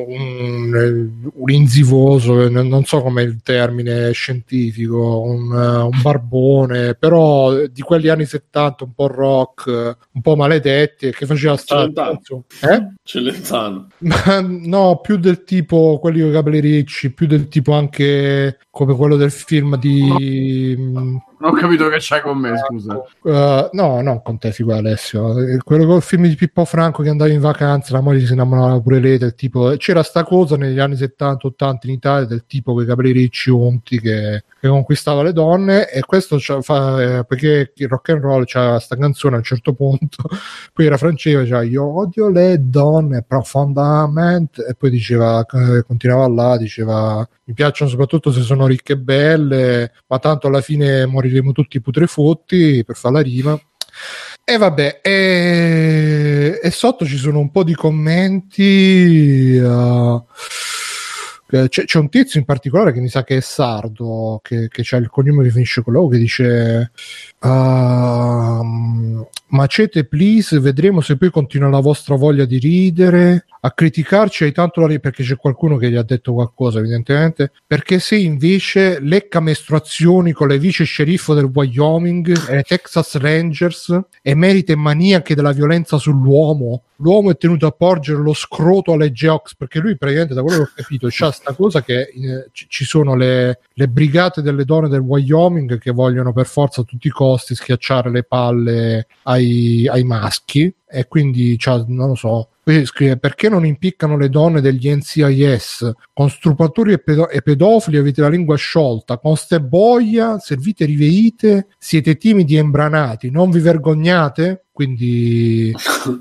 un inzivoso, non so com'è il termine scientifico, un barbone, però di quegli anni 70 un po' rock, un po' maledetti, e che faceva Celentano. No, più del tipo quelli con i capelli ricci, più del tipo anche come quello del film di... Non ho capito che c'hai con me, scusa. No, non con te, figo Alessio. Quello col film di Pippo Franco che andava in vacanza, la moglie si innamorava pure lei del tipo... C'era sta cosa negli anni 70-80 in Italia del tipo con i capelli ricci unti che conquistava le donne, e questo perché il rock and roll c'ha sta canzone a un certo punto, poi era francese, cioè io odio le donne profondamente, e poi diceva, continuava là, diceva mi piacciono soprattutto se sono ricche e belle, ma tanto alla fine moriremo tutti putrefotti, per fare la rima. E vabbè, e sotto ci sono un po' di commenti. C'è un tizio in particolare che mi sa che è sardo, che c'ha il cognome che finisce con l'O, che dice Macete please, vedremo se poi continua la vostra voglia di ridere. A criticarci hai tanto perché c'è qualcuno che gli ha detto qualcosa, evidentemente, perché se invece lecca mestruazioni con le vice sceriffo del Wyoming e Texas Rangers e merite maniache della violenza sull'uomo, l'uomo è tenuto a porgere lo scroto alle Geox, perché lui praticamente, da quello che ho capito, c'ha sta cosa che ci sono le brigate delle donne del Wyoming che vogliono per forza a tutti i costi schiacciare le palle ai maschi, e quindi non lo so. Poi scrive: perché non impiccano le donne degli NCIS? Con strupatori e pedofili avete la lingua sciolta, con ste boia servite riveite, siete timidi e imbranati, non vi vergognate? Quindi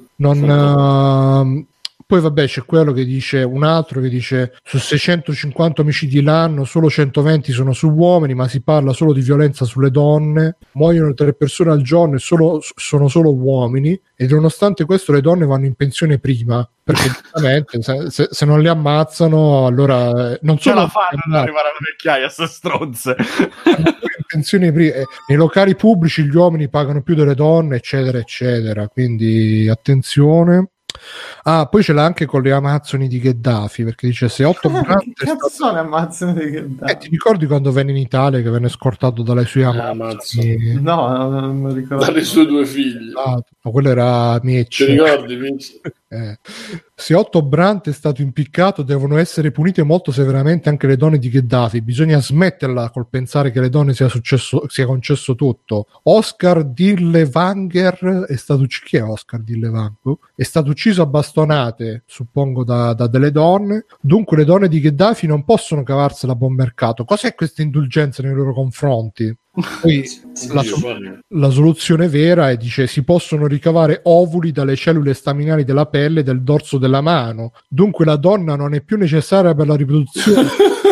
non... Poi vabbè, c'è quello che dice, un altro che dice: su 650 omicidi l'anno solo 120 sono su uomini, ma si parla solo di violenza sulle donne, muoiono 3 persone al giorno e sono solo uomini, e nonostante questo le donne vanno in pensione prima, perché giustamente se non le ammazzano, allora non ce solo la fanno ad arrivare alla vecchiaia, se stronze. In pensione prima, nei locali pubblici gli uomini pagano più delle donne, eccetera eccetera, quindi attenzione. Poi ce l'ha anche con le Amazzoni di Gheddafi, perché dice: se 8 che cazzo sono le Amazzoni di Gheddafi? ti ricordi quando venne in Italia che venne scortato dalle sue Amazzoni? No, non mi ricordo. Dalle sue 2 figlie. Ma quello era Mitch. Ti ricordi, Mitch? Se Otto Brandt è stato impiccato, devono essere punite molto severamente anche le donne di Gheddafi. Bisogna smetterla col pensare che alle donne sia concesso tutto. Oscar Dirlewanger è stato ucciso. Chi è Oscar Dirlewanger? È stato ucciso a bastonate, suppongo da delle donne. Dunque le donne di Gheddafi non possono cavarsela a buon mercato. Cos'è questa indulgenza nei loro confronti? Poi la soluzione vera è, dice: si possono ricavare ovuli dalle cellule staminali della pelle e del dorso della mano, dunque la donna non è più necessaria per la riproduzione.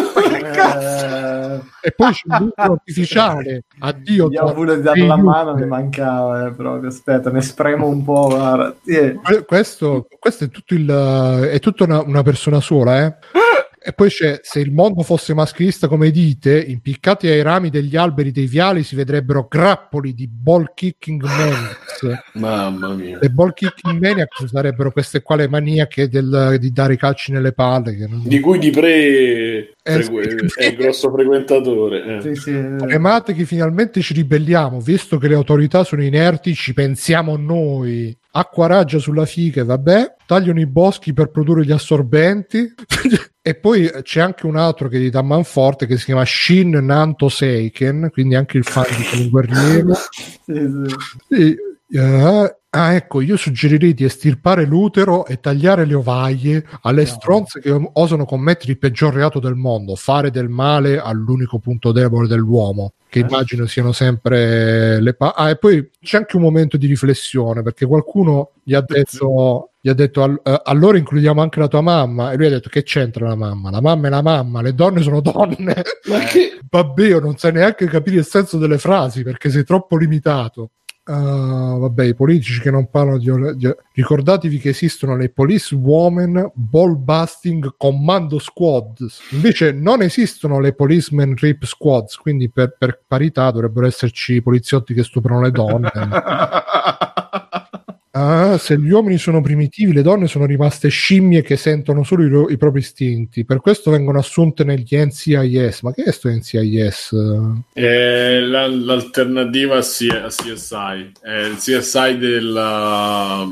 E poi c'è un lucro artificiale. Addio, gli ovuli dalla mano mi mancava proprio. Aspetta, ne spremo un po'. Questo è tutto è tutta una persona sola, E poi c'è: se il mondo fosse maschilista come dite, impiccati ai rami degli alberi dei viali si vedrebbero grappoli di ball kicking maniacs. Mamma mia. Le ball kicking maniacs sarebbero queste qua le maniache di dare i calci nelle palle, che non... di cui Di Pre è il grosso frequentatore. Sì. Remate che finalmente ci ribelliamo, visto che le autorità sono inerti, ci pensiamo noi. Acqua raggia sulla figa, vabbè, tagliano i boschi per produrre gli assorbenti. E poi c'è anche un altro che è di Tammanforte che si chiama Shin Nanto Seiken, quindi anche il fan di Guerriero. Sì. Ecco, io suggerirei di estirpare l'utero e tagliare le ovaie alle stronze che osano commettere il peggior reato del mondo, fare del male all'unico punto debole dell'uomo, che immagino siano sempre le e poi c'è anche un momento di riflessione, perché qualcuno gli ha detto allora includiamo anche la tua mamma, e lui ha detto: che c'entra la mamma? La mamma è la mamma, le donne sono donne. Ma che... Vabbè, io non sai neanche capire il senso delle frasi perché sei troppo limitato. Vabbè, i politici che non parlano ricordatevi che esistono le police women ball busting commando squads, invece non esistono le policemen rape squads, quindi per parità dovrebbero esserci poliziotti che stuprano le donne. Se gli uomini sono primitivi, le donne sono rimaste scimmie che sentono solo i propri istinti, per questo vengono assunte negli NCIS. Ma che è sto NCIS? È l'alternativa a CSI, è il CSI della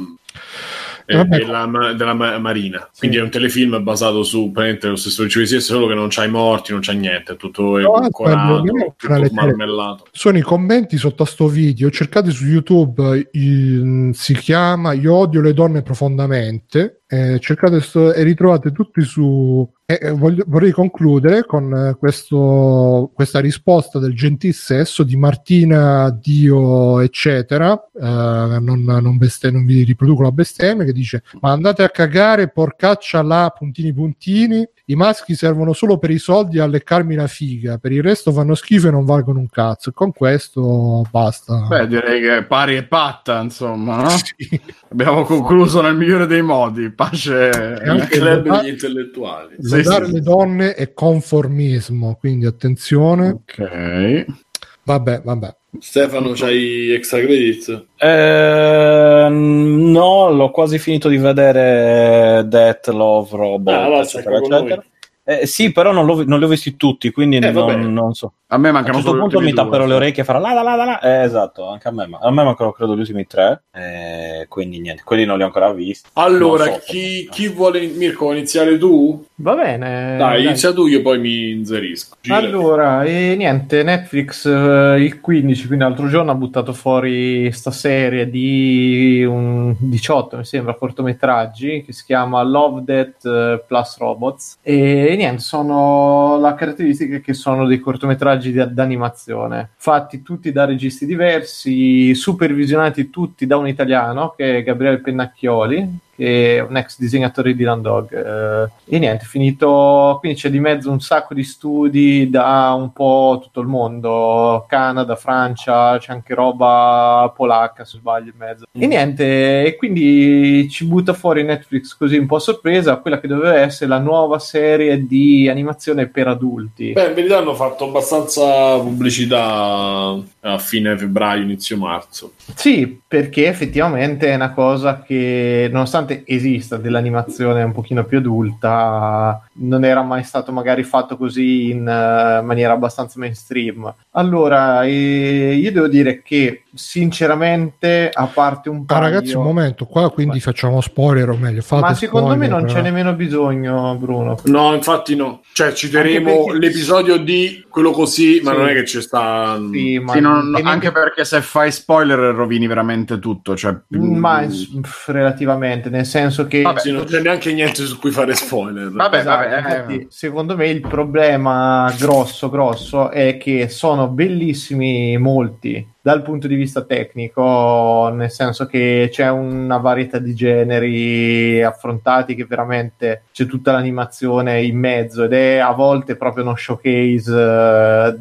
Marina, quindi è un telefilm basato su lo stesso CSI, solo che non c'ha i morti, non c'ha niente, è tutto edulcorato, tutto marmellato. Sono i commenti sotto a sto video, cercate su YouTube, si chiama Io odio le donne profondamente, cercate e ritrovate tutti su Vorrei concludere con questa risposta del gentil sesso di Martina Dio eccetera, non vi riproduco la bestemmia, che dice: ma andate a cagare, porcaccia là, puntini puntini, i maschi servono solo per i soldi a leccarmi la figa, per il resto fanno schifo e non valgono un cazzo. E con questo basta. Beh, direi che pari e patta, insomma, no? Sì. Abbiamo concluso nel migliore dei modi. Pace Il club degli intellettuali. Lodare le donne è conformismo, quindi attenzione. Ok. Vabbè. Stefano, c'hai extra credits? No, l'ho quasi finito di vedere Death, Love, Robot, eccetera, eccetera. Sì, però non li ho visti tutti, quindi non so. A me mancano a un certo solo punto mi tapperò le due. orecchie e farò la. Esatto, anche a me. A me mancano credo gli ultimi 3, quindi niente, quelli non li ho ancora visti. Allora, Non so, chi vuole, Mirko, vuoi iniziare tu? Va bene. Dai, inizia tu, io poi mi inserisco. Allora, niente, Netflix il 15, quindi l'altro giorno ha buttato fuori sta serie di 18, mi sembra, cortometraggi che si chiama Love, Death plus Robots, e niente, sono la caratteristica che sono dei cortometraggi d'animazione, fatti tutti da registi diversi, supervisionati tutti da un italiano che è Gabriele Pennacchioli, che è un ex disegnatore di Land Dog, e niente, finito, quindi c'è di mezzo un sacco di studi da un po' tutto il mondo, Canada, Francia, c'è anche roba polacca se sbaglio in mezzo, e niente, e quindi ci butta fuori Netflix così un po' a sorpresa quella che doveva essere la nuova serie di animazione per adulti. Beh, in verità hanno fatto abbastanza pubblicità a fine febbraio, inizio marzo. Sì, perché effettivamente è una cosa che, nonostante esista dell'animazione un pochino più adulta, non era mai stato magari fatto così in maniera abbastanza mainstream. Allora, io devo dire che sinceramente, a parte un paio... ragazzi, un momento, qua quindi facciamo spoiler, o meglio, fate ma secondo spoiler, me non c'è nemmeno bisogno, Bruno. No, infatti no. Cioè, citeremo perché... l'episodio di quello così, ma sì, non è che ci sta... Sì, ma anche perché se fai spoiler rovini veramente tutto. Cioè... Ma relativamente, nel senso che... Vabbè, sì, non c'è neanche niente su cui fare spoiler. Vabbè, infatti, secondo me il problema grosso è che sono bellissimi molti dal punto di vista tecnico, nel senso che c'è una varietà di generi affrontati, che veramente c'è tutta l'animazione in mezzo ed è a volte proprio uno showcase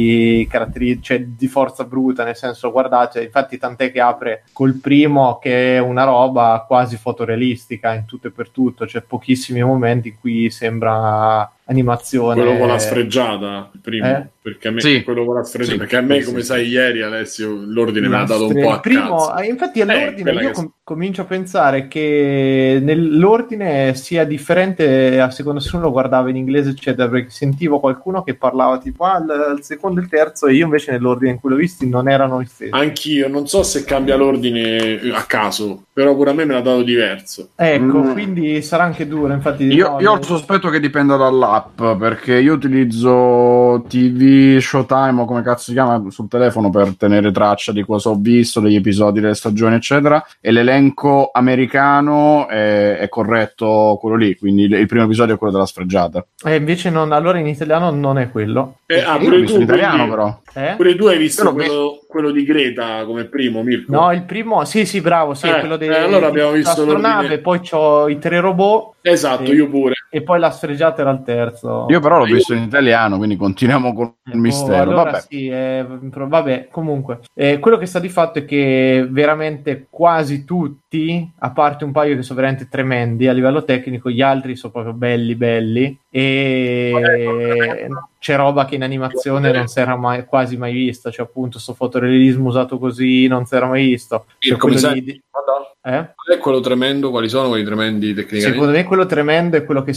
di caratteri, cioè di forza bruta, nel senso, guardate, infatti tant'è che apre col primo che è una roba quasi fotorealistica in tutto e per tutto, c'è pochissimi momenti in cui sembra animazione. Quello con la sfregiata, il primo, perché a me quello con la sfregiata, perché a me, come sai, ieri Alessio l'ordine me l'ha dato un po' a cazzo. Infatti all'ordine io comincio a pensare che nell'ordine sia differente a seconda se uno lo guardava in inglese eccetera, perché sentivo qualcuno che parlava tipo al secondo e il terzo, e io invece nell'ordine in cui l'ho visti non erano gli stessi. Anch'io non so se cambia l'ordine a caso, però pure a me l'ha dato diverso. Ecco, quindi sarà anche duro, infatti io ho il sospetto che dipenda dall'app, perché io utilizzo TV Showtime o come cazzo si chiama sul telefono per tenere traccia di cosa ho visto, degli episodi, delle stagioni eccetera, e l'elenco americano è corretto quello lì, quindi il primo episodio è quello della sfregiata. Invece allora in italiano non è quello. Pure tu in italiano però. Pure tu hai visto quello di Greta come primo, Mirko? No, il primo, sì, bravo, sì, quello allora abbiamo visto l'astronave, poi c'ho i 3 robot. Esatto, io pure. E poi la sfregiata era il terzo. Io però l'ho visto in italiano, quindi continuiamo con il mistero. Allora vabbè. sì, vabbè, comunque. Quello che sta di fatto è che veramente quasi tutti, a parte un paio che sono veramente tremendi a livello tecnico, gli altri sono proprio belli, e c'è roba che in animazione non si era quasi mai vista, cioè appunto sto fotorealismo usato così non si era mai visto. Qual è quello tremendo? Quali sono quelli tremendi tecnicamente? Secondo me quello tremendo è quello che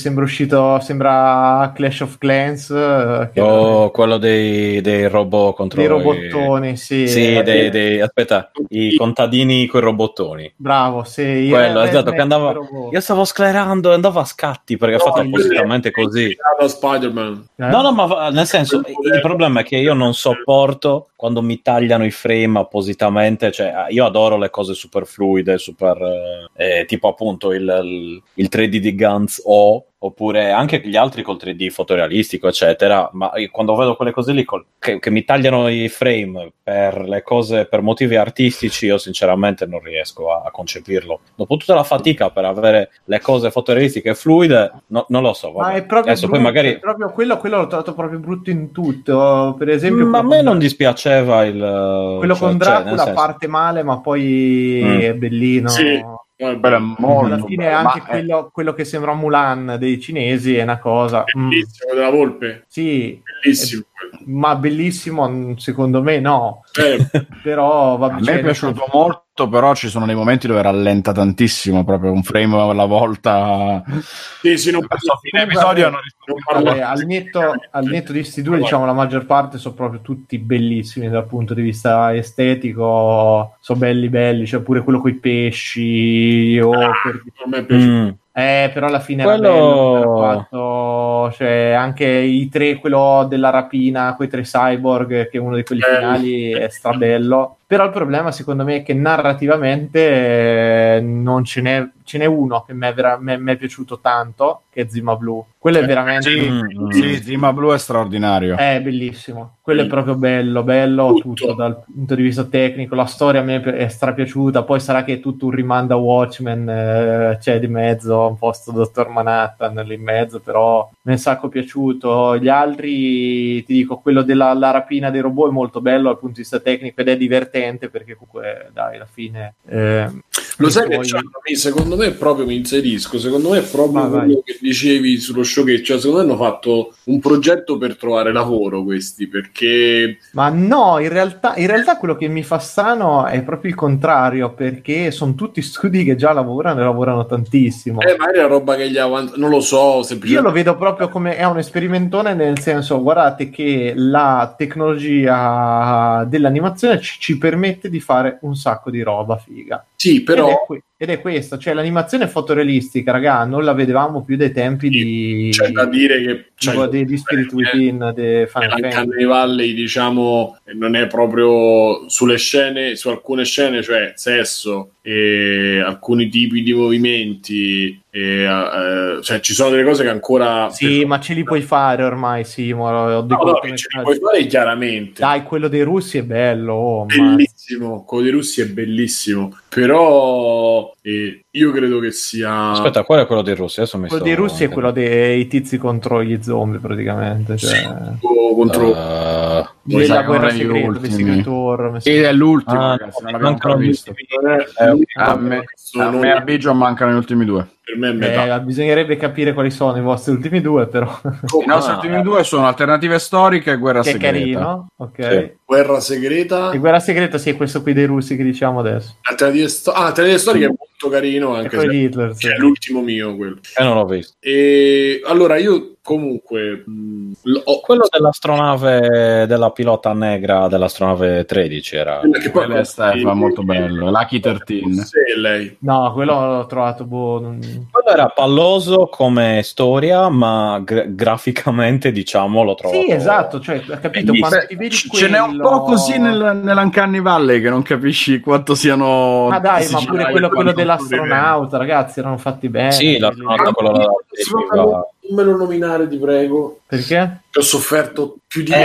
sembra Clash of Clans, quello dei robot contro dei robottoni, sì, aspetta, i contadini coi robottoni. Bravo, sì, quello esatto, che andava, io stavo sclerando e andavo a scatti perché è fatto appositamente così. Spider-Man. No, ma nel senso, il problema è che io non sopporto quando mi tagliano i frame appositamente, cioè io adoro le cose super fluide, super tipo appunto il 3D di Guns oppure anche gli altri col 3D fotorealistico, eccetera, ma quando vedo quelle cose lì che mi tagliano i frame per le cose, per motivi artistici, io sinceramente non riesco a concepirlo. Dopo tutta la fatica per avere le cose fotorealistiche fluide, non lo so. Ma è proprio adesso brutto, poi magari è proprio quello l'ho trovato proprio brutto in tutto. Per esempio, ma a me non dispiaceva quello con Dracula parte male, ma poi è bellino. Sì. Alla fine anche quello che sembra Mulan dei cinesi è una cosa bellissimo, della volpe. Sì, bellissimo. Ma bellissimo secondo me no. Però a me è piaciuto molto, però ci sono dei momenti dove rallenta tantissimo, proprio un frame alla volta. Sì, non verso fine episodio al netto di questi due, diciamo, la maggior parte sono proprio tutti bellissimi dal punto di vista estetico, sono belli, cioè pure quello con i pesci a me piace. Però alla fine era bello fatto, cioè anche i tre, quello della rapina, quei 3 cyborg, che è uno di quelli finali, è strabello. Però il problema secondo me è che narrativamente non ce n'è uno che mi è piaciuto tanto, che è Zima Blue. Quello è veramente sì, Zima Blue è straordinario, è bellissimo, quello è proprio bello tutto dal punto di vista tecnico. La storia a me è strapiaciuta, poi sarà che è tutto un rimando a Watchmen, c'è di mezzo un posto Dottor Manhattan lì in mezzo, però mi è un sacco piaciuto. Gli altri, ti dico, quello della rapina dei robot è molto bello dal punto di vista tecnico ed è divertente, perché comunque dai, alla fine lo sai che secondo me proprio mi inserisco, secondo me è proprio quello che dicevi sullo showcase, cioè secondo me hanno fatto un progetto per trovare lavoro questi, perché ma no, in realtà quello che mi fa strano è proprio il contrario, perché sono tutti studi che già lavorano tantissimo. Magari la roba che gli avanza, non lo so, semplicemente io lo vedo proprio come è un sperimentone, nel senso, guardate che la tecnologia dell'animazione ci permette di fare un sacco di roba figa. Sì, però ed è questo, cioè l'animazione fotorealistica, raga, non la vedevamo più dai tempi di c'è da dire che di Spirit Within, di Final Uncanny Valley, diciamo, non è proprio sulle scene, su alcune scene, cioè sesso e alcuni tipi di movimenti cioè ci sono delle cose che ancora ma ce li puoi fare ormai, Simo. Che ce li puoi fare chiaramente. Dai, quello dei russi è bello, bellissimo, quello dei russi è bellissimo, però io credo che sia... Aspetta, qual è quello dei russi? Adesso quello dei russi è quello dei tizi contro gli zombie, praticamente, cioè... sì, contro la guerra segreta di Secret War. È l'ultimo, ragazzi, non l'abbiamo ancora visto. A me a Biggio mancano gli ultimi 2. Per me è metà. Bisognerebbe capire quali sono i vostri ultimi 2, però. I nostri ultimi 2 sono Alternative Storiche e Guerra che Segreta. È carino, ok. Sì. Guerra Segreta. E Guerra Segreta, sì, è questo qui dei russi che diciamo adesso. Alternative Storiche è molto carino, anche se Hitler, sì. È l'ultimo mio quello. Non l'ho visto. E allora io comunque quello dell'astronave, della pilota negra dell'astronave 13 era che poi è molto bello, Lucky 13. Sì, lei. No, quello l'ho trovato quello era palloso come storia, ma graficamente, diciamo, l'ho trovato. Sì, esatto, cioè, ha capito quando ti vedi ce n'è un po' così nell'Uncanny Valley che non capisci quanto siano. Ma dai, ma pure quello dell'astronauta, ragazzi, erano fatti bene. Sì, l'astronauta, quello non me lo nominare, ti prego. Perché? Ho sofferto più di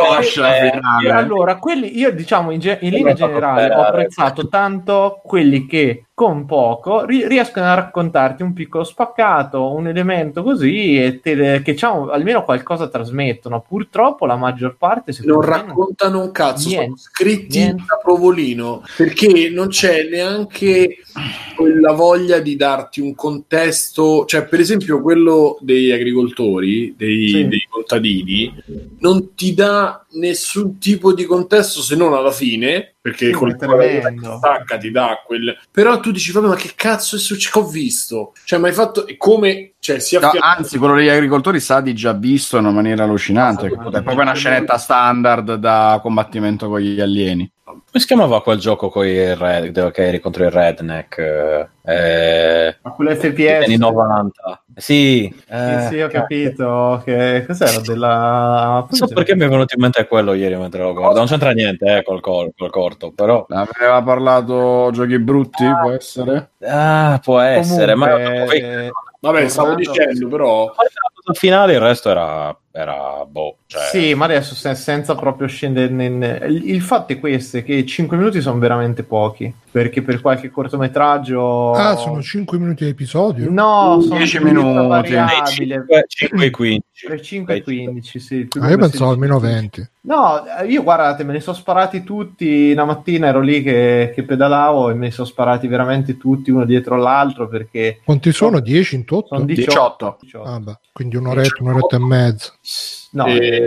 allora, quelli io diciamo in linea generale ho apprezzato tanto quelli che con poco riescono a raccontarti un piccolo spaccato, un elemento così che almeno qualcosa trasmettono. Purtroppo la maggior parte non raccontano un cazzo, sono scritti da provolino, perché non c'è neanche quella voglia di darti un contesto, cioè per esempio quello degli agricoltori, dei contadini, non ti dà nessun tipo di contesto se non alla fine, perché col stacca ti dà quel, però tu dici vabbè, ma che cazzo è successo, che ho visto, cioè ma hai fatto come, cioè anzi quello degli agricoltori sa di già visto in una maniera allucinante, è proprio una scenetta standard da combattimento con gli alieni. Come si chiamava quel gioco con che eri contro il redneck? Ma quello FPS anni 90. Sì, sì, ho capito. Che cos'era della. Non so perché mi è venuto in mente quello ieri mentre lo guardo. Non c'entra niente col corto, però. Aveva parlato giochi brutti, può essere? Può essere, comunque, Vabbè, stavo dicendo, però la cosa finale, il resto era boh, cioè... Sì, ma adesso senza proprio scendere il fatto è questo, è che 5 minuti sono veramente pochi, perché per qualche cortometraggio... Ah, sono 5 minuti di episodio? No, sono 10 minuti. variabile. 5 e 15. Per 5 e 15, sì. Io pensavo almeno 20. No, io guardate, me ne sono sparati tutti. Una mattina ero lì che pedalavo e me ne sono sparati veramente tutti uno dietro l'altro, perché... Quanti sono? 10 in tutto? Sono 18. Ah, beh, quindi un'oretta e mezza. No,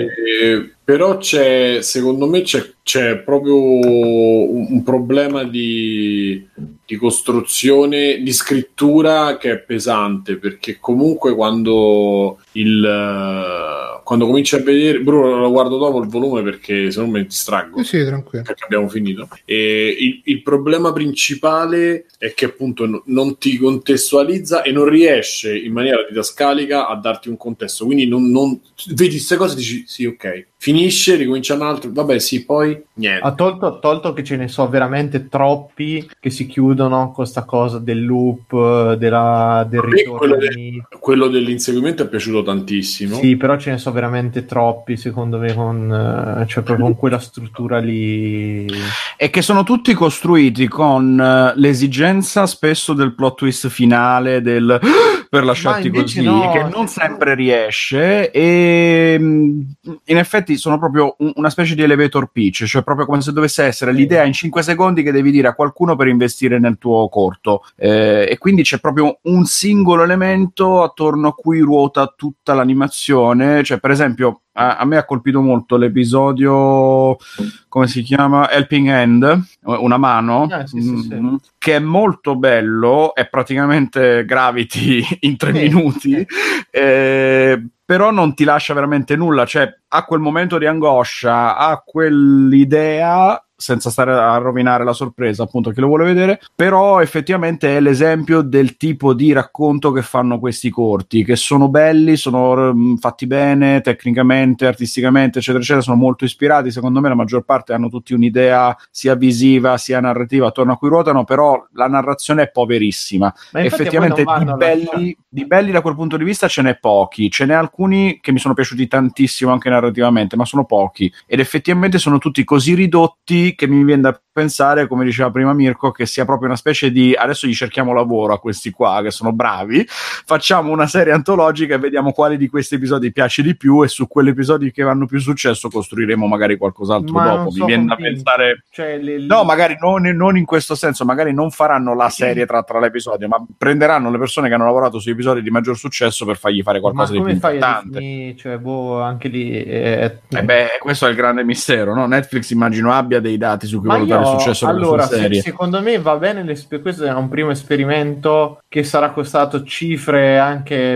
però secondo me c'è proprio un problema di costruzione, di scrittura che è pesante, perché comunque quando cominci a vedere, Bruno, lo guardo dopo il volume perché se no me ne distraggo. Sì, tranquillo. Perché abbiamo finito. E il problema principale è che appunto non ti contestualizza e non riesce in maniera didascalica a darti un contesto, quindi non vedi queste cose e dici sì, ok, finisce, ricomincia un altro, vabbè sì, poi niente. Ha tolto che ce ne so veramente troppi che si chiudono con sta cosa del loop, del ritorno. Quello dell'inseguimento è piaciuto tantissimo. Sì, però ce ne so veramente troppi, secondo me, cioè proprio con quella struttura lì. E che sono tutti costruiti con l'esigenza spesso del plot twist finale, per lasciarti così, no, che non sempre riesce, e in effetti sono proprio una specie di elevator pitch, cioè proprio come se dovesse essere l'idea in 5 secondi che devi dire a qualcuno per investire nel tuo corto, e quindi c'è proprio un singolo elemento attorno a cui ruota tutta l'animazione. Cioè, per esempio, a me ha colpito molto l'episodio, come si chiama? Helping Hand, una mano, sì. che è molto bello, è praticamente Gravity in 3 minuti, però non ti lascia veramente nulla, cioè ha quel momento di angoscia, ha quell'idea, senza stare a rovinare la sorpresa appunto a chi lo vuole vedere, però effettivamente è l'esempio del tipo di racconto che fanno questi corti, che sono belli, sono fatti bene tecnicamente, artisticamente, eccetera eccetera, sono molto ispirati. Secondo me la maggior parte hanno tutti un'idea sia visiva sia narrativa attorno a cui ruotano, però la narrazione è poverissima. Effettivamente di belli da quel punto di vista ce n'è pochi, ce n'è alcuni che mi sono piaciuti tantissimo anche narrativamente, ma sono pochi, ed effettivamente sono tutti così ridotti che mi viene da pensare, come diceva prima Mirko, che sia proprio una specie di adesso gli cerchiamo lavoro a questi qua che sono bravi, facciamo una serie antologica e vediamo quali di questi episodi piace di più, e su quegli episodi che vanno più successo costruiremo magari qualcos'altro dopo. Mi viene da pensare, cioè, no, magari non in questo senso, magari non faranno la serie tra l'episodio, ma prenderanno le persone che hanno lavorato su episodi di maggior successo per fargli fare qualcosa di più importante. Cioè, anche lì questo è il grande mistero, no? Netflix immagino abbia dei dati su cui valutare il successo della sua serie. Secondo me va bene, questo è un primo esperimento che sarà costato cifre anche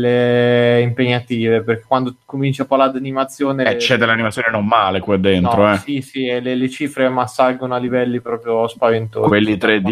belle, impegnative, perché quando comincia a parlare di animazione c'è dell'animazione non male qua dentro, sì, le cifre ma salgono a livelli proprio spaventosi. Quelli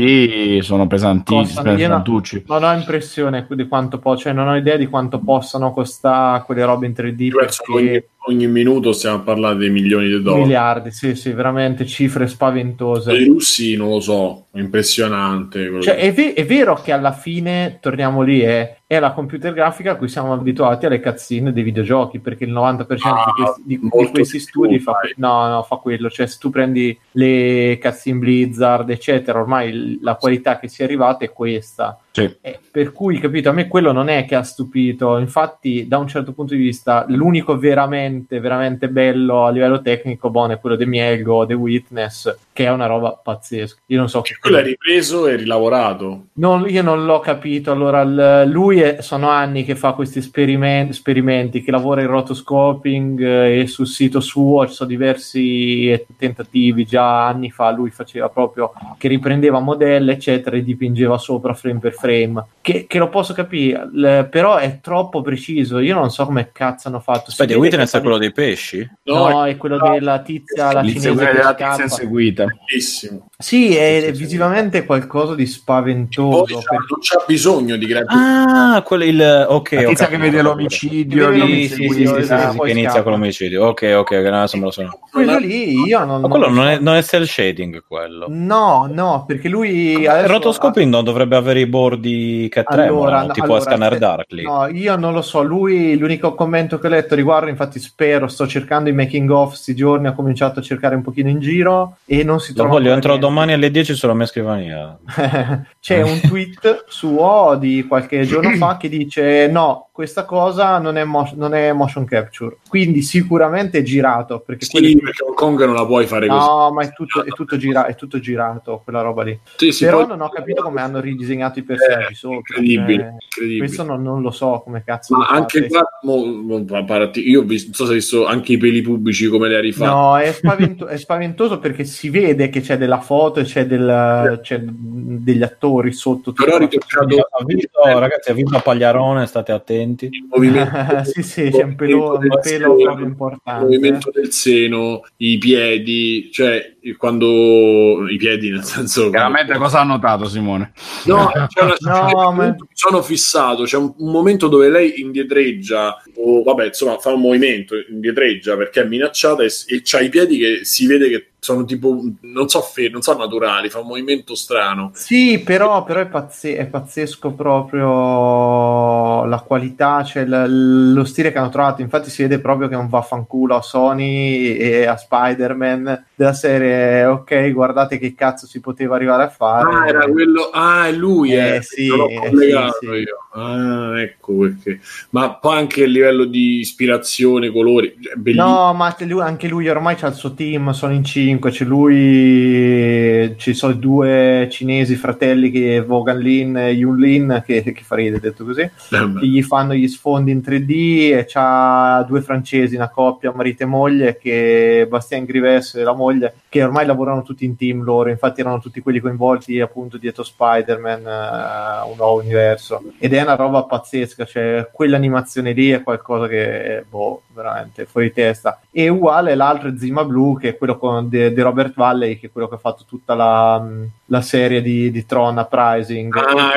3D sono pesantissimi, non ho impressione di quanto cioè non ho idea di quanto possano costare quelle robe in 3D, perché ogni minuto stiamo a parlare di milioni di dollari. Miliardi, sì, veramente cifre spaventose. I russi non lo so, è impressionante. Cioè, è vero che alla fine, torniamo lì, è la computer grafica a cui siamo abituati alle cutscene dei videogiochi, perché il 90% di questi studi fa quello. Cioè, se tu prendi le cutscene Blizzard, eccetera, ormai la qualità che si è arrivata è questa. Sì. Per cui, capito, a me quello non è che ha stupito. Infatti, da un certo punto di vista, l'unico veramente, veramente bello a livello tecnico, è quello di Miego, The Witness, che è una roba pazzesca. Io non so che quello è ripreso e rilavorato. Io non l'ho capito. Allora, lui sono anni che fa questi esperimenti, che lavora in rotoscoping, e sul sito suo ci sono diversi tentativi. Già anni fa lui faceva proprio che riprendeva modelli, eccetera, e dipingeva sopra frame per frame. Che lo posso capire, però è troppo preciso. Io non so come cazzo hanno fatto. Aspetta, Witness è quello dei pesci? No, è quello della tizia, la cinese della tizia inseguita. Bellissimo. Sì, è visivamente qualcosa di spaventoso. Poi non c'ha bisogno di grandi... Ok. La tizia che vede l'omicidio, Sì, che inizia con l'omicidio. Ok, adesso me lo sono. Quello lì io non... Ma quello non è cell shading, quello. No, perché lui... Il rotoscoping non dovrebbe avere i bordi che tremano, tipo a Scanner Darkly. No, io non lo so. Lui, l'unico commento che ho letto riguardo, infatti sto cercando i making of sti giorni, ho cominciato a cercare un pochino in giro e non si trova... Lo voglio entro domani alle 10 sulla mia scrivania. C'è un tweet suo di qualche giorno fa che dice no, questa cosa non è motion capture, quindi sicuramente è girato, perché perché Hong Kong non la puoi fare così. No, ma è tutto girato quella roba lì. Però non ho capito come hanno ridisegnato i personaggi sopra. Incredibile. Questo non lo so come cazzo. Ma anche qua io non so se hai visto anche i peli pubblici come le ha rifatti. No, è spaventoso perché si vede che c'è della foto e c'è degli attori sotto. Però ritoccato. Ragazzi, ha vinto a Pagliarone, state attenti. Il movimento sì, c'è un pelo proprio importante. Il movimento del seno, i piedi, cioè quando i piedi, nel senso. Veramente cosa ha notato, Simone? No, sono fissato. C'è un momento dove lei indietreggia, o vabbè, insomma, fa un movimento, indietreggia perché è minacciata e c'ha i piedi che si vede che sono tipo, non so naturali, fa un movimento strano. Sì, però è pazzesco proprio la qualità, cioè lo stile che hanno trovato. Infatti si vede proprio che è un vaffanculo a Sony e a Spider-Man della serie, ok, guardate che cazzo si poteva arrivare a fare. Era quello, è lui, sì, non l'ho collegato sì. Io. Ecco perché. Ma poi anche a livello di ispirazione, colori, è bellissimo. No, ma anche lui ormai c'ha il suo team, sono in 5, c'è lui, ci sono i 2 cinesi fratelli che Vaughan Lin e Yun Lin che fa ridere detto così, che gli fanno gli sfondi in 3D, e c'ha 2 francesi, una coppia marito e moglie, che Bastien Grives e la moglie, che ormai lavorano tutti in team loro, infatti erano tutti quelli coinvolti appunto dietro Spider-Man, un nuovo universo, ed è una roba pazzesca, cioè quell'animazione lì è qualcosa che veramente fuori testa. E uguale l'altro è Zima Blue, che è quello di Robert Valley, che è quello che ha fatto tutta la serie di Tron Uprising,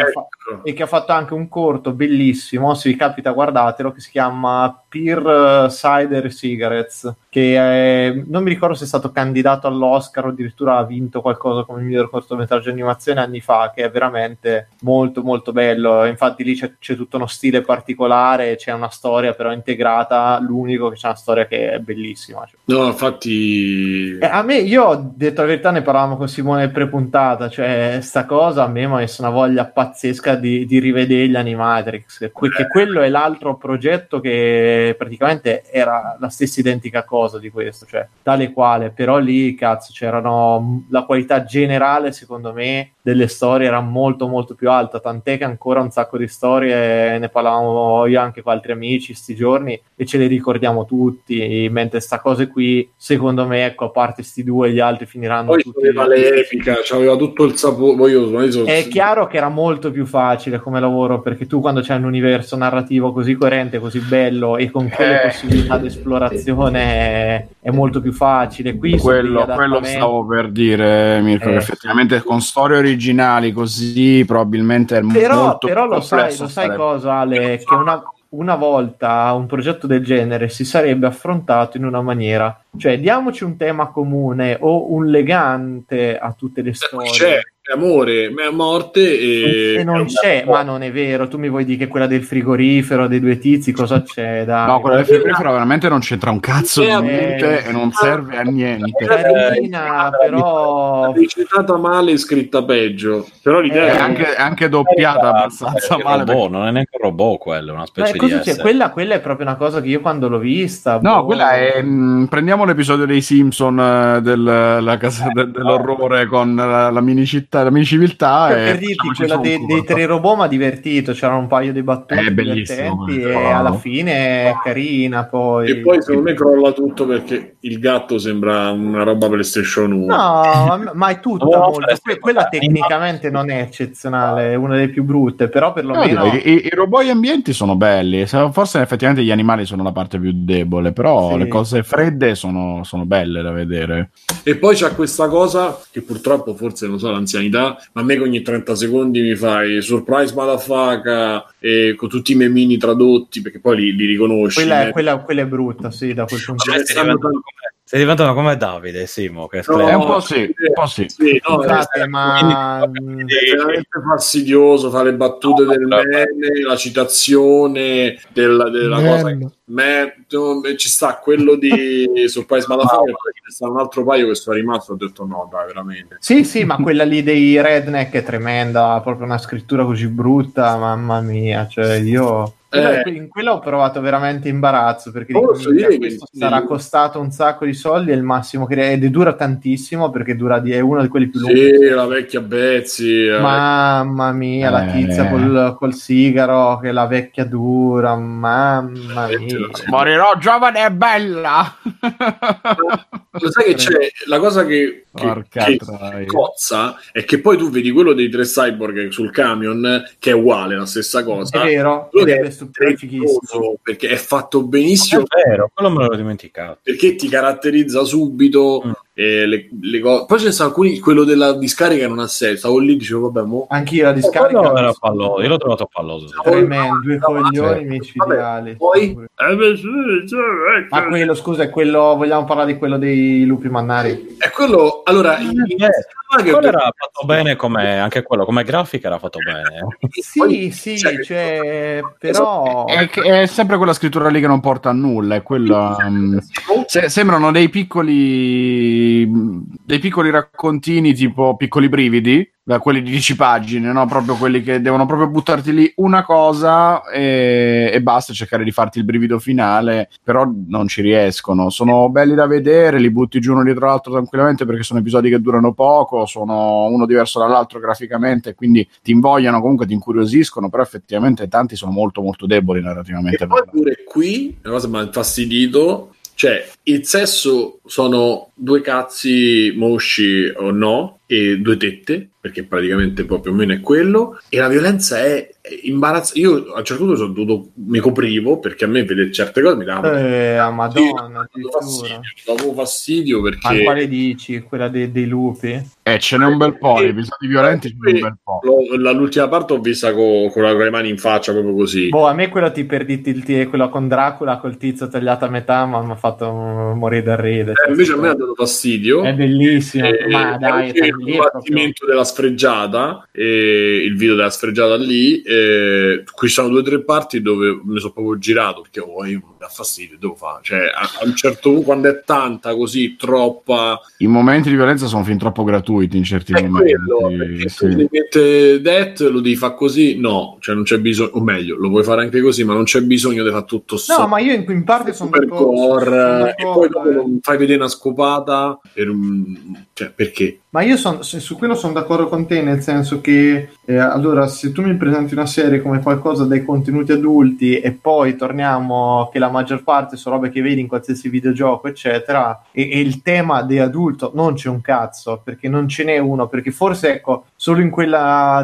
e che ha fatto anche un corto bellissimo, se vi capita guardatelo, che si chiama Peer Cider Cigarettes, che non mi ricordo se è stato candidato all'Oscar o addirittura ha vinto qualcosa come miglior cortometraggio di animazione anni fa, che è veramente molto molto bello. Infatti lì c'è tutto uno stile particolare, c'è una storia però integrata, l'unico che c'è una storia che è bellissima. No, infatti a me, io ho detto la verità, ne parlavamo con Simone pre-puntata, cioè sta cosa a me mi ha messo una voglia pazzesca di rivedere gli Animatrix, che quello è l'altro progetto che praticamente era la stessa identica cosa di questo, cioè tale quale, però lì cazzo c'erano, la qualità generale secondo me delle storie era molto molto più alta, tant'è che ancora un sacco di storie ne parlavamo io anche con altri amici sti giorni e ce le ricordiamo tutti, mentre sta cosa qui secondo me, ecco, a parte sti 2 gli altri finiranno poi tutti. Aveva l'epica, aveva tutto il sapore. È chiaro che era molto più facile come lavoro, perché tu quando c'è un universo narrativo così coerente, così bello e con quelle possibilità di esplorazione è molto più facile. Qui quello stavo per dire, Mirko, che effettivamente con storie originali così probabilmente è molto però più lo sai cosa, Ale, che una volta un progetto del genere si sarebbe affrontato in una maniera, cioè diamoci un tema comune o un legante a tutte le storie. C'è amore, morte e non c'è, ma non è vero, tu mi vuoi dire che quella del frigorifero dei 2 tizi cosa c'è? Dai. No, quella del frigorifero veramente non c'entra un cazzo di niente e non serve a niente. Carina, però recitata male e scritta peggio, però l'idea è anche doppiata abbastanza male. Non è neanche un robot quello, è una specie di essere. Quella è proprio una cosa che io quando l'ho vista quella è prendiamo l'episodio dei Simpson della casa dell'orrore con la mini città, amici civiltà. Per dirti, quella dei tre robot mi ha divertito, c'erano un paio di battute divertenti e alla fine è carina. Poi E poi secondo me crolla tutto perché il gatto sembra una roba PlayStation 1. No, ma è tutta molto. Quella tecnicamente non è eccezionale, è una delle più brutte, però perlomeno i robot e ambienti sono belli. Forse effettivamente gli animali sono la parte più debole, però le cose fredde sono belle da vedere. E poi c'è questa cosa che purtroppo forse non so l'anzianità, ma a me che ogni 30 secondi mi fai surprise motherfucker e con tutti i memini tradotti, perché poi li riconosci. Quella è brutta, sì, da quel punto di vista. Stai diventando come Davide, Simo, che No, è un po' sì. No, Scusate, ma è veramente fastidioso, fa le battute del meme, la citazione della cosa. Ci sta quello di Surprise Motherfucker, perché c'è stato un altro paio che sono rimasto, ho detto no, dai, veramente. Sì, ma quella lì dei redneck è tremenda, proprio una scrittura così brutta, mamma mia, cioè io... in quella ho provato veramente imbarazzo perché posso dire questo sarà costato un sacco di soldi, è il massimo che ed dura tantissimo perché è uno di quelli più lunghi. Sì, la vecchia Betsy, mamma mia, la tizia col sigaro che la vecchia dura, mamma mia, morirò giovane e bella. Lo sai che c'è la cosa che cozza è che poi tu vedi quello dei tre cyborg sul camion che è uguale, la stessa cosa, è vero, perché è fatto benissimo, è vero, quello me l'ho dimenticato, perché ti caratterizza subito le cose. Poi c'è alcuni, quello della discarica non ha senso, stavo lì dicevo vabbè anch'io la discarica era palloso, io l'ho trovato palloso, tremendo, due coglioni micidiali. Poi ma quello, scusa, è quello, vogliamo parlare di quello dei lupi mannari? È quello, allora quello era fatto bene anche quello come grafica era fatto bene. Sì, cioè, però è sempre quella scrittura lì che non porta a nulla, è quella sembrano dei piccoli raccontini tipo Piccoli brividi, quelli di 10 pagine, no? Proprio quelli che devono proprio buttarti lì una cosa e basta, cercare di farti il brivido finale, però non ci riescono. Sono belli da vedere, li butti giù uno dietro l'altro tranquillamente perché sono episodi che durano poco, sono uno diverso dall'altro graficamente, quindi ti invogliano, comunque ti incuriosiscono, però effettivamente tanti sono molto molto deboli narrativamente. E poi pure qui la cosa mi ha infastidito, cioè il sesso sono due cazzi mosci o no e due tette, perché praticamente proprio più o meno è quello, e la violenza è imbarazzante. Io a un certo punto mi coprivo perché a me vedere certe cose mi davano Madonna, davo fastidio perché ma quale dici? Quella dei lupi? Ce n'è un bel po', episodi violenti ce n'è un bel po'. L'ultima parte ho vista con le mani in faccia proprio così. A me quello ti perdi quello con Dracula col tizio tagliato a metà, ma mi ha fatto morire da ridere. Invece a me ha dato fastidio, è bellissimo, ma dai, il combattimento della sfregiata e il video della sfregiata lì, qui ci sono 2 o 3 parti dove mi sono proprio girato perché io mi dà fastidio, devo fare, cioè a un certo punto quando è tanta così troppa, i momenti di violenza sono fin troppo gratuiti in certi momenti, se mette Death lo devi fare così, no, cioè non c'è bisogno, o meglio lo puoi fare anche così, ma non c'è bisogno di fare tutto ma io in parte sono d'accordo, e poi dopo non fai vedere una scopata cioè perché? Ma io su quello sono d'accordo con te, nel senso che allora se tu mi presenti una serie come qualcosa dai contenuti adulti e poi torniamo che la maggior parte sono robe che vedi in qualsiasi videogioco eccetera e il tema di adulto non c'è un cazzo, perché non ce n'è uno, perché forse ecco solo in quella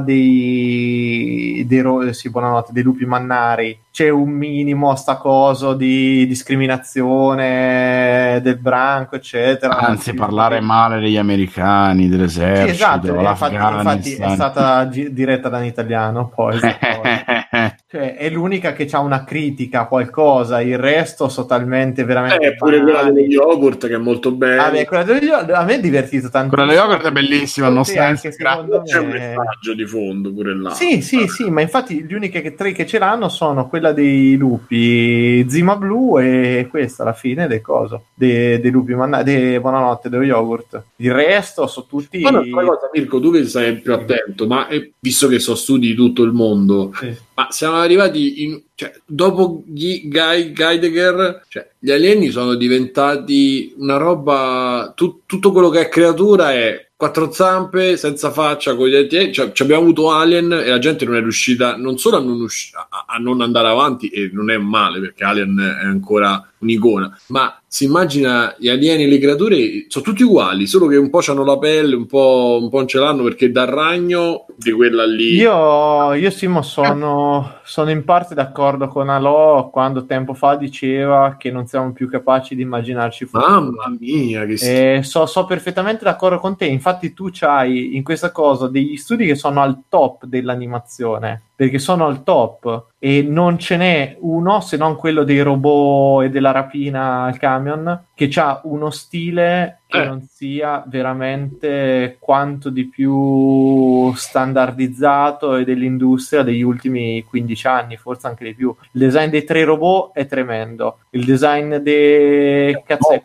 dei lupi mannari c'è un minimo sta cosa di discriminazione del branco eccetera, anzi parlare male degli americani, dell'esercito, esatto, infatti è stata diretta da un italiano poi cioè, è l'unica che ha una critica a qualcosa, il resto sono talmente veramente pure quella dello yogurt che è molto bella. Quella dello yogurt a me è divertito tanto, quella dello yogurt è bellissima, non anche secondo me c'è un messaggio di fondo pure là. Sì, ma infatti le uniche tre che ce l'hanno sono quella dei lupi Zima Blu e questa alla fine del coso dei lupi buonanotte dello yogurt, il resto sono tutti. Ma un'altra cosa, Mirko, tu che sei più attento, ma visto che sono studi di tutto il mondo, ma siamo arrivati dopo Heidegger, cioè gli alieni sono diventati una roba, tutto quello che è creatura è quattro zampe, senza faccia, con gli denti, cioè, abbiamo avuto Alien e la gente non è riuscita non solo a non andare avanti, e non è male perché Alien è ancora un'icona, ma si immagina gli alieni e le creature sono tutti uguali, solo che un po' hanno la pelle, un po' non ce l'hanno, perché dal ragno di quella lì Io Simo sono in parte d'accordo con Alò quando tempo fa diceva che non siamo più capaci di immaginarci il futuro. mamma mia che so perfettamente d'accordo con te, infatti tu c'hai in questa cosa degli studi che sono al top dell'animazione, perché sono al top e non ce n'è uno se non quello dei robot e della rapina al camion che ha uno stile che non sia veramente quanto di più standardizzato e dell'industria degli ultimi 15 anni, forse anche di più. Il design dei 3 robot è tremendo, il design dei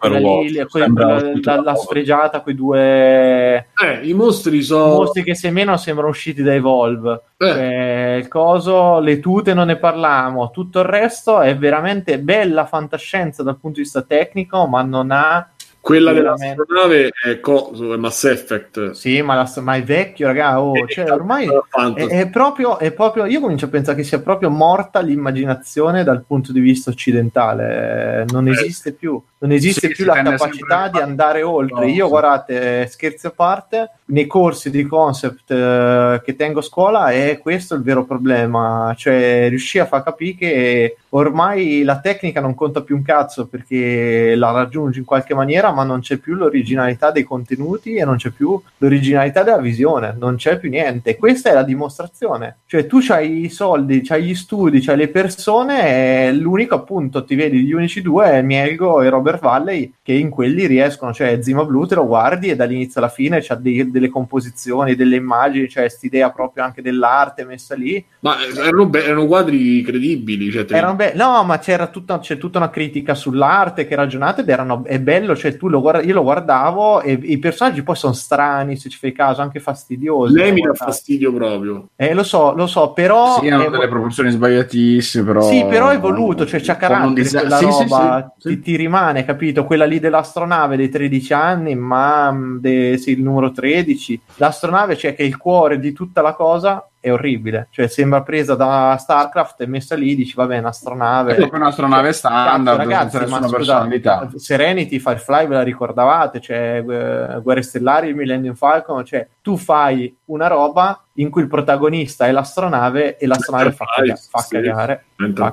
la sfregiata, quei due i mostri sono mostri che sembrano usciti da Evolve. Cioè, il coso, le tute non ne parliamo, tutto il resto è veramente bella fantascienza dal punto di vista tecnico, ma non ha quella dell'astronave è Mass Effect. Sì, ma è vecchio, raga. Cioè, ormai è proprio. Io comincio a pensare che sia proprio morta l'immaginazione dal punto di vista occidentale. Non esiste più. Non esiste più la capacità di andare oltre. Io, guardate, scherzi a parte, nei corsi di concept che tengo a scuola è questo il vero problema. Cioè, riuscire a far capire che ormai la tecnica non conta più un cazzo perché la raggiungi in qualche maniera, ma non c'è più l'originalità dei contenuti e non c'è più l'originalità della visione, non c'è più niente. Questa è la dimostrazione. Cioè, tu c'hai i soldi, c'hai gli studi, c'hai le persone, e l'unico appunto, ti vedi, gli unici due è Mielgo e Robert Valley, che in quelli riescono, cioè Zima Blue te lo guardi e dall'inizio alla fine c'ha delle composizioni, delle immagini, cioè quest'idea proprio anche dell'arte messa lì. Ma erano quadri credibili, cioè no, ma c'è tutta una critica sull'arte che ragionate ed è bello, cioè io lo guardavo e i personaggi poi sono strani, se ci fai caso, anche fastidiosi. Lei mi dà fastidio proprio. Lo so, però sì, hanno delle proporzioni sbagliatissime, però sì, però è voluto, cioè c'ha carattere quella roba, sì. Ti rimane, capito? Quella lì dell'astronave dei 13 anni, ma il numero 13, l'astronave, cioè che è il cuore di tutta la cosa, è orribile, cioè sembra presa da Starcraft e messa lì, dici vabbè, un'astronave, è proprio un'astronave standard, ragazzi, senza ma nessuna personalità. Serenity, Firefly, ve la ricordavate? Cioè Guerre Stellari, il Millennium Falcon, cioè tu fai una roba in cui il protagonista è l'astronave e l'astronave fa cagare.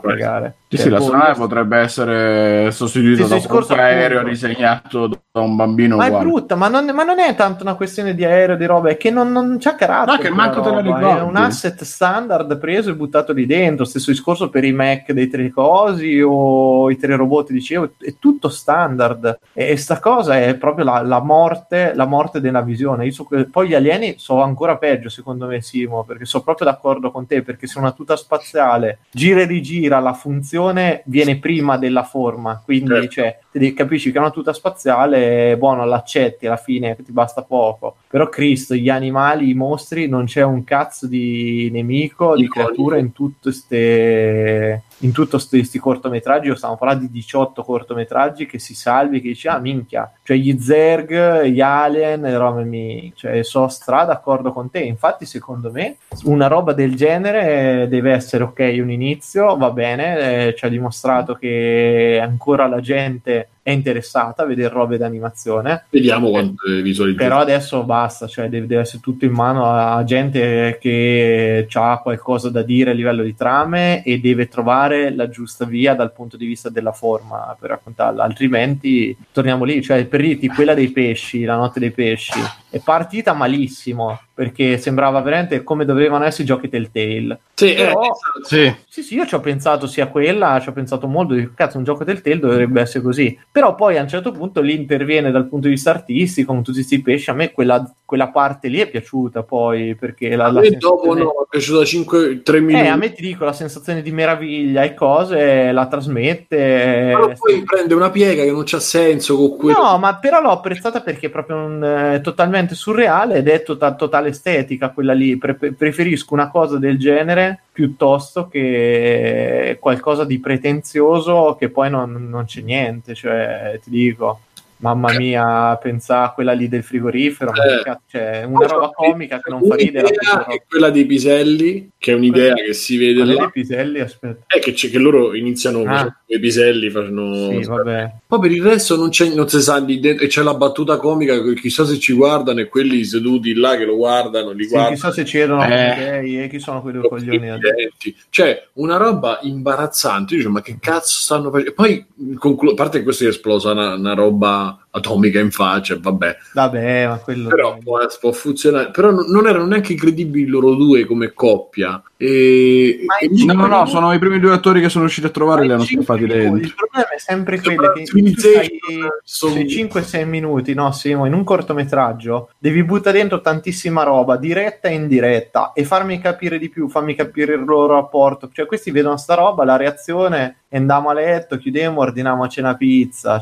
Sì, l'astronave potrebbe essere sostituito da un aereo disegnato da un bambino ma uguale. È brutta, ma non è tanto una questione di aereo, di roba, è che non c'ha carattere. No, che manco te la ricordi. È un asset standard preso e buttato lì dentro. Stesso discorso per i Mac dei 3 cosi o i 3 robot, dicevo, è tutto standard. E sta cosa è proprio la morte della visione. Poi gli alieni sono ancora peggio, secondo me, Simo, perché sono proprio d'accordo con te, perché se una tuta spaziale gira e rigira, la funzione viene prima della forma, quindi cioè, capisci che è una tuta spaziale, buono, l'accetti, alla fine ti basta poco. Però Cristo, gli animali, i mostri, non c'è un cazzo di nemico, di creatura in tutti questi cortometraggi. Io stiamo parlando di 18 cortometraggi che si salvi, che dici minchia, cioè gli Zerg, gli Alien, cioè sono d'accordo con te. Infatti secondo me una roba del genere deve essere un inizio, va bene, ci ha dimostrato che ancora la gente è interessata a vedere robe d'animazione, vediamo quante visualizzazioni. Però adesso basta, cioè deve essere tutto in mano a gente che ha qualcosa da dire a livello di trame e deve trovare la giusta via dal punto di vista della forma per raccontarla, altrimenti torniamo lì. Cioè per dirti, quella dei pesci, la notte dei pesci, è partita malissimo perché sembrava veramente come dovevano essere i giochi Telltale. Sì, io ci ho pensato sia quella, ci ho pensato molto, cazzo, un gioco Telltale dovrebbe essere così. Però poi a un certo punto lì interviene dal punto di vista artistico con tutti questi pesci. A me quella parte lì è piaciuta, poi perché dopo no, è piaciuta 3 minuti. A me ti dico, la sensazione di meraviglia e cose la trasmette. Ma poi prende una piega che non c'ha senso con quello. No, ma però l'ho apprezzata perché è proprio totalmente surreale ed è totale estetica quella lì. Preferisco una cosa del genere piuttosto che qualcosa di pretenzioso che poi non c'è niente, cioè ti dico. mamma mia, pensa a quella lì del frigorifero, ma che cazzo, cioè, una roba comica che non fa ridere. È quella dei piselli, che è un'idea che si vede là. Dei piselli, aspetta. Che loro iniziano facendo i piselli, fanno... Sì, vabbè. Poi per il resto non si sa lì dentro, e c'è la battuta comica, chissà se ci guardano e quelli seduti là che lo guardano, guardano. Chissà se ci vedono e chi sono quei due coglioni. Cioè, una roba imbarazzante. Io dico, ma che cazzo stanno facendo? E poi, a parte che questo è esplosa una roba atomica in faccia, vabbè, ma quello però può funzionare, però non erano neanche credibili loro due come coppia. No, sono i primi due attori che sono riusciti a trovare e li hanno fatti dentro. Il problema è sempre quello che se 5-6 minuti, no Simo, in un cortometraggio devi buttare dentro tantissima roba diretta e indiretta e farmi capire di più, farmi capire il loro rapporto, cioè questi vedono sta roba, la reazione è andiamo a letto, chiudiamo, ordiniamoci una pizza,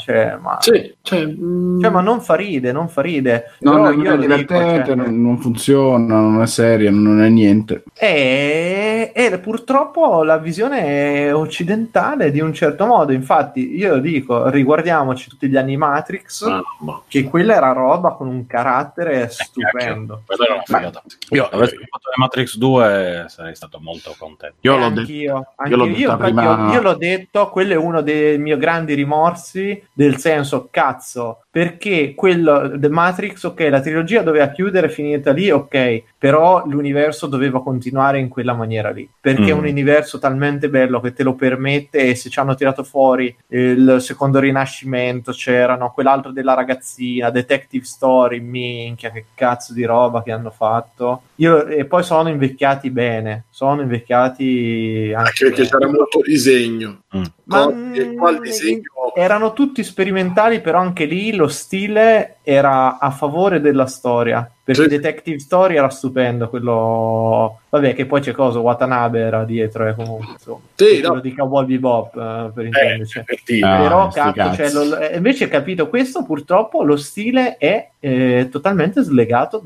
ma non fa ride, non però non è divertente, non funziona, non è seria, non è niente. E purtroppo la visione occidentale di un certo modo, infatti io dico, riguardiamoci tutti gli Animatrix, che quella era roba con un carattere stupendo. Io avessi fatto Matrix 2 sarei stato molto contento. Io l'ho detto, quello è uno dei miei grandi rimorsi, del senso, cazzo, perché quello The Matrix, ok, la trilogia doveva chiudere, finita lì, ok, però l'universo doveva continuare in quella maniera lì, perché è un universo talmente bello che te lo permette, e se ci hanno tirato fuori il secondo rinascimento, c'erano quell'altro della ragazzina, Detective Story, minchia che cazzo di roba che hanno fatto, e poi sono invecchiati bene, anche perché c'era molto disegno. Ma erano tutti sperimentali, però anche lì lo stile era a favore della storia, perché Detective Story era stupendo, quello vabbè, che poi c'è Watanabe era dietro, comunque insomma, quello di Cowboy Bebop, per intenderci, però invece capito, questo purtroppo lo stile è totalmente slegato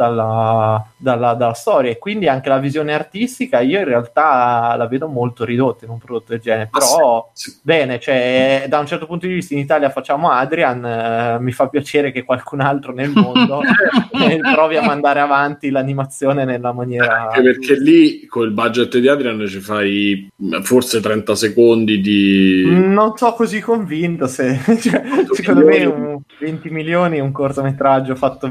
dalla storia, e quindi anche la visione artistica io in realtà la vedo molto ridotta in un prodotto del genere, però bene, cioè da un certo punto di vista in Italia facciamo Adrian, mi fa piacere che qualcun altro nel mondo provi a mandare avanti l'animazione nella maniera anche perché lì con il budget di Adrian ci fai forse 30 secondi di... Non so così convinto secondo me 20 milioni un cortometraggio fatto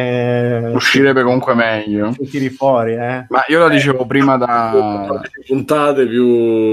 bene uscirebbe comunque meglio, ci tiri fuori, ma io lo dicevo prima da puntate più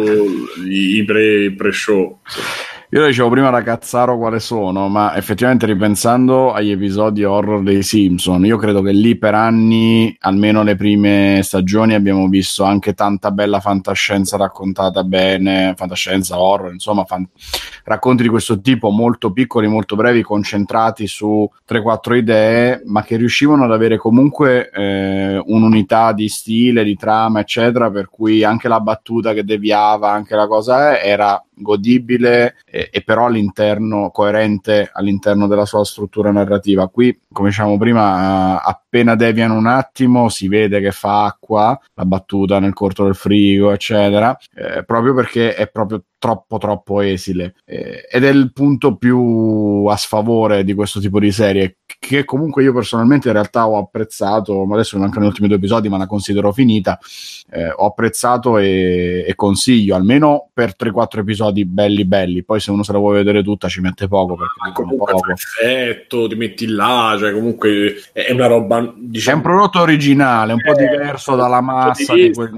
i pre-show. Io lo dicevo prima da cazzaro quale sono, ma effettivamente ripensando agli episodi horror dei Simpson, io credo che lì per anni, almeno le prime stagioni, abbiamo visto anche tanta bella fantascienza raccontata bene, fantascienza, horror, insomma, racconti di questo tipo molto piccoli, molto brevi, concentrati su 3-4 idee, ma che riuscivano ad avere comunque un'unità di stile, di trama, eccetera, per cui anche la battuta che deviava, anche la cosa era godibile e però all'interno coerente all'interno della sua struttura narrativa. Qui, come diciamo prima, appena deviano un attimo si vede che fa acqua la battuta nel corto del frigo, eccetera, proprio perché è proprio troppo esile, ed è il punto più a sfavore di questo tipo di serie, che comunque io personalmente in realtà ho apprezzato, ma adesso mancano gli ultimi 2 episodi, ma la considero finita. Ho apprezzato e consiglio, almeno per 3-4 episodi belli, poi se uno se la vuole vedere tutta ci mette poco, perché comunque poco. Perfetto, ti metti là, cioè comunque è una roba, diciamo, è un prodotto originale, un po' diverso dalla massa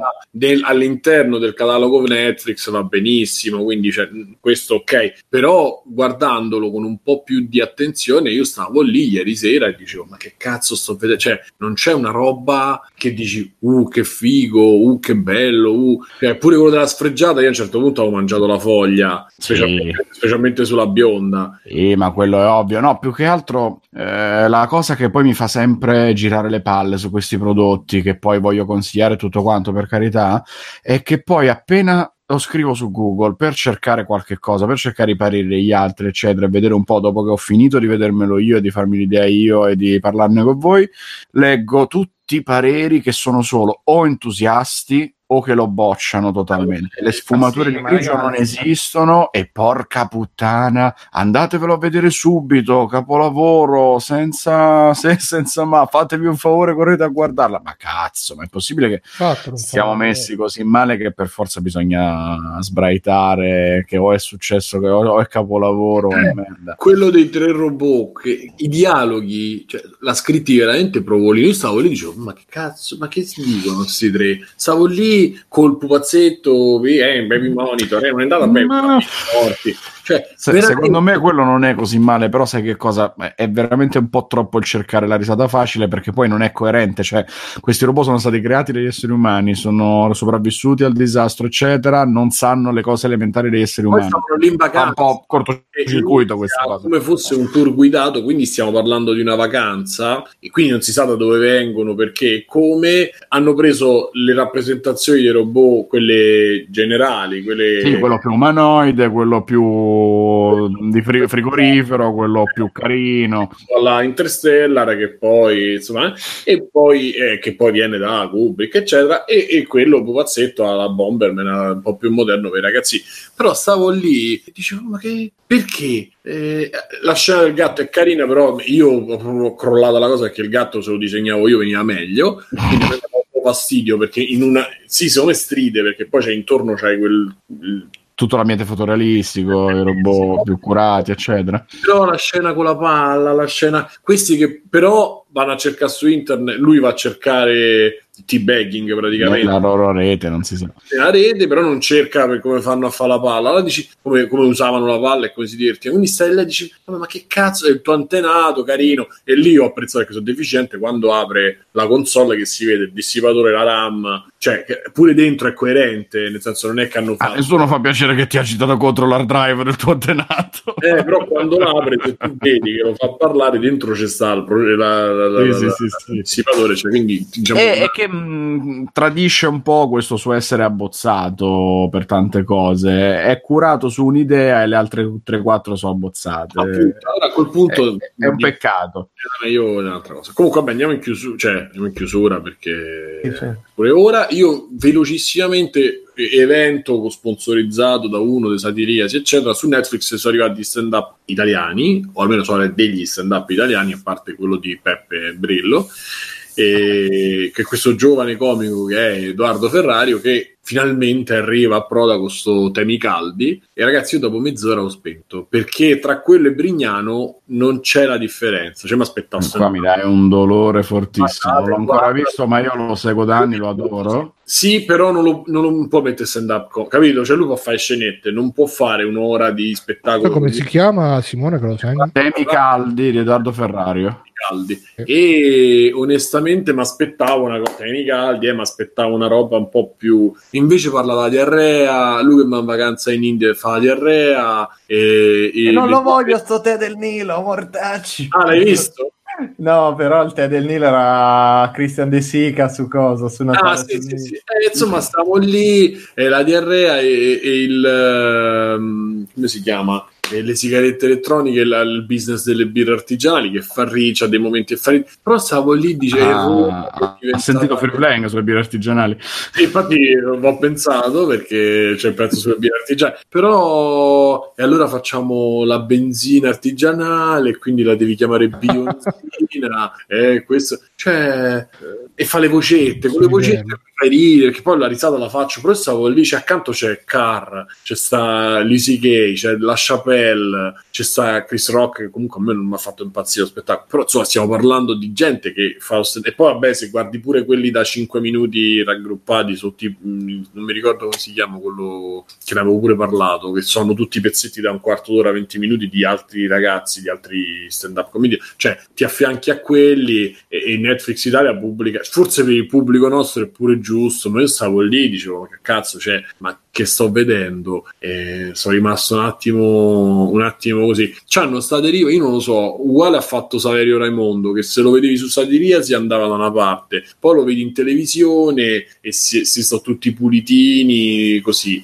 all'interno del catalogo Netflix va benissimo, quindi questo ok, però guardandolo con un po' più di attenzione io stavo lì ieri sera e dicevo ma che cazzo sto vedendo, cioè non c'è una roba che dici che figo, che bello, cioè, pure quello della sfregiata io a un certo punto avevo mangiato la foglia, specialmente sulla bionda. Ma quello è ovvio, no, più che altro la cosa che poi mi fa sempre girare le palle su questi prodotti, che poi voglio consigliare tutto quanto per carità, è che poi appena lo scrivo su Google per cercare qualche cosa, per cercare i pareri degli altri, eccetera, e vedere un po', dopo che ho finito di vedermelo io e di farmi l'idea io e di parlarne con voi, leggo tutti i pareri che sono solo o entusiasti o che lo bocciano totalmente. Le sfumature di grigio non esistono e porca puttana, andatevelo a vedere subito, capolavoro, senza ma fatevi un favore, correte a guardarla. Ma cazzo, ma è possibile che siamo messi così male che per forza bisogna sbraitare che o è successo che o è capolavoro o è merda. Quello dei 3 robot, che i dialoghi, cioè, l'ha scritti veramente Provolino. Io stavo lì e dicevo, ma che cazzo, ma che si dicono questi 3? Stavo lì col pupazzetto, baby monitor, non è andato a bene morti. Cioè, secondo me quello non è così male, però sai che cosa? È veramente un po' troppo il cercare la risata facile, perché poi non è coerente. Cioè, questi robot sono stati creati dagli esseri umani, sono sopravvissuti al disastro, eccetera, non sanno le cose elementari degli esseri umani. Poi stavano lì in vacanza, un po' cortocircuito questa cosa. Come fosse un tour guidato, quindi stiamo parlando di una vacanza e quindi non si sa da dove vengono, perché come hanno preso le rappresentazioni dei robot, quelle generali, quelle... Sì, quello più umanoide, quello più di frigorifero, quello più carino, la Interstellar, che poi insomma, e poi che poi viene da Kubrick, eccetera, e quello pupazzetto alla Bomberman, un po' più moderno per i ragazzi. Però stavo lì e dicevo, ma che, perché? La scena del gatto è carina, però io ho crollato la cosa perché il gatto, se lo disegnavo io, veniva meglio, quindi mi aveva un po' fastidio, perché in una, sì, secondo me stride, perché poi c'è intorno c'hai tutto l'ambiente fotorealistico, i robot più curati, eccetera. Però la scena con la palla, la scena, questi che però vanno a cercare su internet, lui va a cercare teabagging praticamente la loro rete, non si sa, la rete, però non cerca per come fanno a fare la palla. Allora dici come usavano la palla e come si divertono, quindi stai là e dici ma che cazzo è il tuo antenato carino. E lì ho apprezzato che sono deficiente quando apre la console, che si vede il dissipatore, la RAM, cioè che pure dentro è coerente, nel senso non è che hanno fatto nessuno fa piacere che ti ha citato contro l'hard drive del tuo antenato, però quando l'apre, se tu vedi che lo fa parlare, dentro c'è sta il dissipatore, cioè, quindi diciamo è che tradisce un po' questo suo essere abbozzato per tante cose, è curato su un'idea e le altre 3-4 sono abbozzate. Appunto, allora a quel punto è un peccato. Io un'altra cosa. Comunque vabbè, andiamo in chiusura perché pure ora io velocissimamente, evento sponsorizzato da uno dei Satiriasi eccetera, su Netflix sono arrivati stand up italiani, o almeno sono degli stand up italiani, a parte quello di Peppe Brillo, e che è questo giovane comico che è Edoardo Ferrario, che finalmente arriva a Proda con sto Temi Caldi. E ragazzi, io dopo mezz'ora ho spento, perché tra quello e Brignano non c'è la differenza, cioè mi aspettavo qua mi dai un dolore fortissimo, non l'ho ancora visto, ma io lo seguo da anni, lo adoro. Sì, però non lo può mettere stand up, capito? Cioè lui può fare scenette, non può fare un'ora di spettacolo. Come si chiama, Simone, che lo sai? Temi Caldi di Edoardo Ferrario. Caldi. E onestamente mi aspettavo una cosa, Temi Caldi, mi aspettavo una roba un po' più, invece parla della diarrea, lui che va in vacanza in India fa la diarrea e non lo voglio sto tè del Nilo, mortacci. L'hai visto? No, però il tè del Nilo era Christian De Sica su cosa? Su una sì. Insomma, stavo lì, la diarrea e il come si chiama? Le sigarette elettroniche, il business delle birre artigianali, che fa riccia dei momenti però stavo lì, dicevo ha sentito Free Playing sulle birre artigianali. Sì, infatti ho pensato, perché c'è il pezzo sulle birre artigianali, però e allora facciamo la benzina artigianale, quindi la devi chiamare benzina questo, cioè, e fa le vocette, con le vocette mi fai ridere, che poi la risata la faccio, però stavo lì, accanto c'è Carr, c'è sta Lucy Gay, c'è la Chapelle, c'è sta Chris Rock, che comunque a me non mi ha fatto impazzire lo spettacolo, però insomma stiamo parlando di gente che fa e poi vabbè, se guardi pure quelli da 5 minuti raggruppati su non mi ricordo come si chiama, quello che ne avevo pure parlato, che sono tutti pezzetti da un quarto d'ora, 20 minuti di altri ragazzi, di altri stand up comedian, cioè ti affianchi a quelli e Netflix Italia pubblica, forse per il pubblico nostro è pure giusto, ma io stavo lì, dicevo, ma che cazzo, cioè, ma che sto vedendo? E sono rimasto un attimo così. C'hanno sta deriva, io non lo so, uguale ha fatto Saverio Raimondo, che se lo vedevi su Satiria si andava da una parte, poi lo vedi in televisione e si sto tutti pulitini così.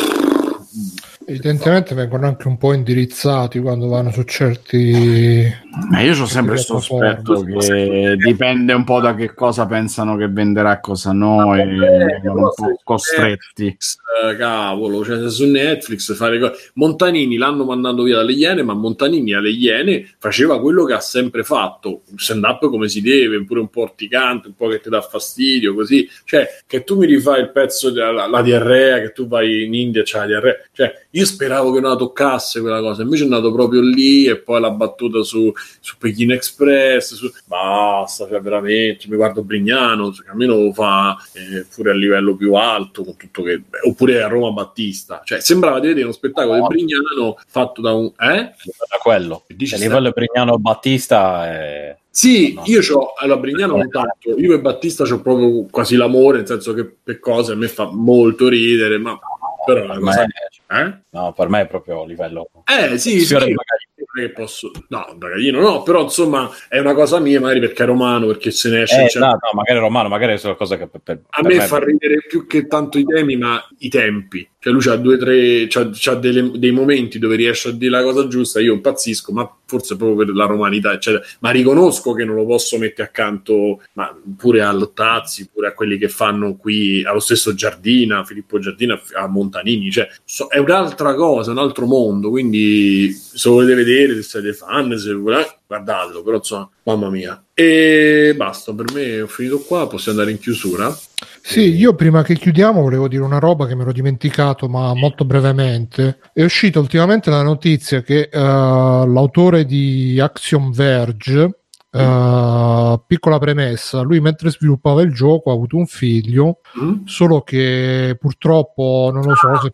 Evidentemente vengono anche un po' indirizzati quando vanno su certi Ma io ho sempre il sospetto che dipende un po' da che cosa pensano che venderà, cosa no, e vengono un po' costretti. Netflix, cavolo, cioè su Netflix fare Montanini l'hanno mandato via dalle Iene, ma Montanini alle Iene faceva quello che ha sempre fatto, stand-up come si deve, pure un po' orticante, un po' che ti dà fastidio, così, cioè che tu mi rifai il pezzo della diarrea, che tu vai in India e c'è la diarrea, cioè io speravo che non la toccasse quella cosa, invece è andato proprio lì e poi la battuta su Pechino Express, basta, cioè veramente mi guardo Brignano, che almeno lo fa pure a livello più alto, con tutto che oppure a Roma Battista, cioè sembrava di vedere uno spettacolo di Brignano fatto da un da quello a livello Brignano Battista è... Sì, no. Io allora Brignano non tanto, io e Battista c'ho proprio quasi l'amore, nel senso che per cose a me fa molto ridere, ma però per me, no, per me è proprio a livello sì, che posso, no, Bagaglino no, però insomma è una cosa mia, magari perché è romano, perché se ne esce no, magari è romano, magari è una cosa che a me fa ridere più che tanto i temi, ma i tempi, cioè lui c'ha 2-3 c'ha dei momenti dove riesce a dire la cosa giusta, io impazzisco, ma forse proprio per la romanità eccetera, ma riconosco che non lo posso mettere accanto, ma pure a Lottazzi, pure a quelli che fanno qui, allo stesso Giardina, Filippo Giardina, a Montanini, cioè è un'altra cosa, un altro mondo, quindi se lo volete vedere, se siete fan, se guardatelo, però insomma, mamma mia. E basta, per me ho finito qua, possiamo andare in chiusura. Sì, io prima che chiudiamo volevo dire una roba che mi ero dimenticato, ma molto brevemente. È uscita ultimamente la notizia che l'autore di Axiom Verge, piccola premessa, lui mentre sviluppava il gioco ha avuto un figlio, solo che purtroppo non lo so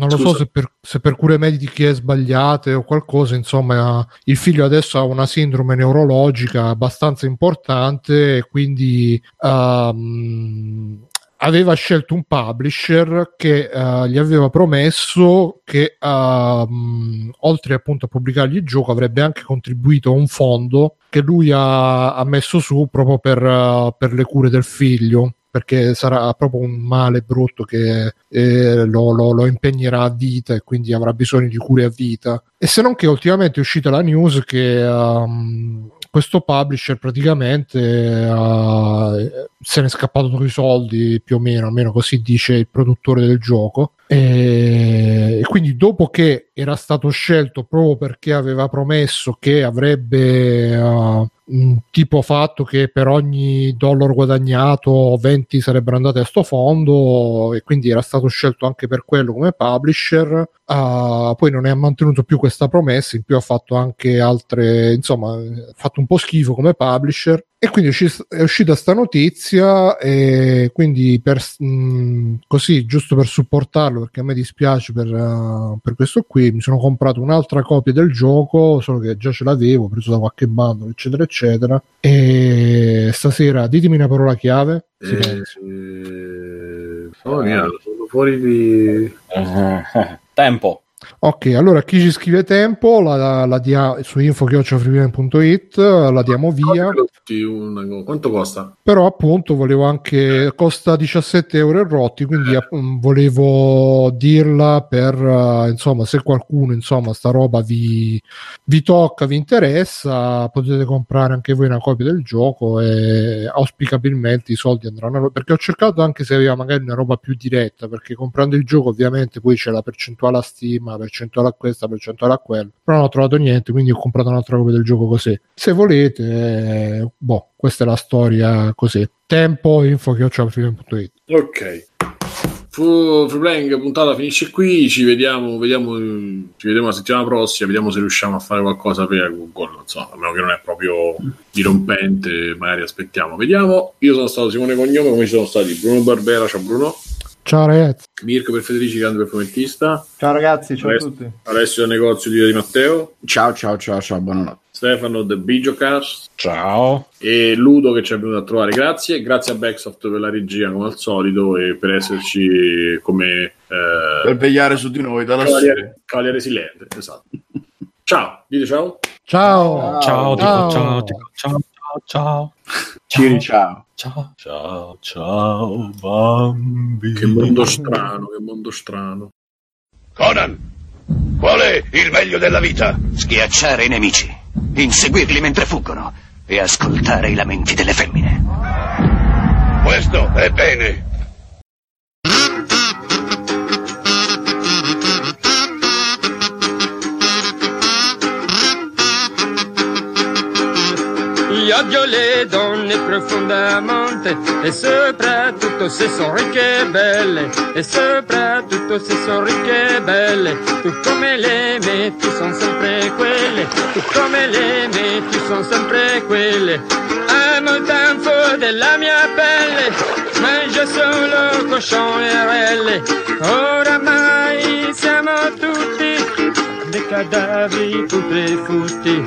se per cure mediche sbagliate o qualcosa, insomma il figlio adesso ha una sindrome neurologica abbastanza importante e quindi aveva scelto un publisher che gli aveva promesso che oltre appunto a pubblicargli il gioco avrebbe anche contribuito a un fondo che lui ha messo su proprio per le cure del figlio, perché sarà proprio un male brutto che lo impegnerà a vita e quindi avrà bisogno di cure a vita. E se non che ultimamente è uscita la news che questo publisher praticamente se ne è scappato tutti i soldi, più o meno, almeno così dice il produttore del gioco, e quindi dopo che era stato scelto proprio perché aveva promesso che avrebbe tipo fatto che per ogni dollaro guadagnato 20 sarebbero andati a sto fondo, e quindi era stato scelto anche per quello come publisher, poi non è mantenuto più questa promessa, in più ha fatto anche altre, insomma ha fatto un po' schifo come publisher, e quindi è uscita sta notizia, e quindi così giusto per supportarlo, perché a me dispiace per questo qui, mi sono comprato un'altra copia del gioco, solo che già ce l'avevo preso da qualche bundle eccetera eccetera, e stasera ditemi una parola chiave. Sono fuori di tempo. Ok, allora chi ci scrive tempo su info@freeman.it la diamo via. Quanto costa? Però appunto volevo anche, costa 17 euro e rotti, quindi volevo dirla per insomma, se qualcuno insomma sta roba vi tocca, vi interessa, potete comprare anche voi una copia del gioco e auspicabilmente i soldi andranno, perché ho cercato anche se aveva magari una roba più diretta, perché comprando il gioco ovviamente poi c'è la percentuale a Steam, la percentuale a questa, la percentuale a quello, però non ho trovato niente, quindi ho comprato un'altra copia del gioco così. Se volete, questa è la storia così. Tempo info@freeman.it. Ok. Freeplaying puntata finisce qui, ci vediamo la settimana prossima, vediamo se riusciamo a fare qualcosa per Google, non so, a meno che non è proprio dirompente, magari aspettiamo, vediamo. Io sono stato Simone Cognome, come ci sono stati Bruno Barbera, ciao Bruno. Ciao ragazzi. Mirko per Federici, grande per fumettista. Ciao ragazzi, ciao a tutti. Alessio del negozio di Matteo. Ciao, buonanotte. Stefano The Bigiocast. Ciao. E Ludo che ci è venuto a trovare, grazie a Backsoft per la regia come al solito e per esserci come per vegliare su di noi dalla Cavaliere Silente, esatto. Ciao, dite ciao. Ciao Ciri, ciao. Ciao bambi. Che mondo strano. Conan, qual è il meglio della vita? Schiacciare i nemici. inseguirli mentre fuggono e ascoltare i lamenti delle femmine. Questo è bene. Io odio le donne profondamente e soprattutto se sono ricche e belle, e soprattutto se sono ricche e belle. Tu come le metti son sempre quelle, tu come le metti son sempre quelle. Amo il tanfo della mia pelle, mangio solo cochon e relle. Oramai siamo tutti dei cadaveri putrefutti.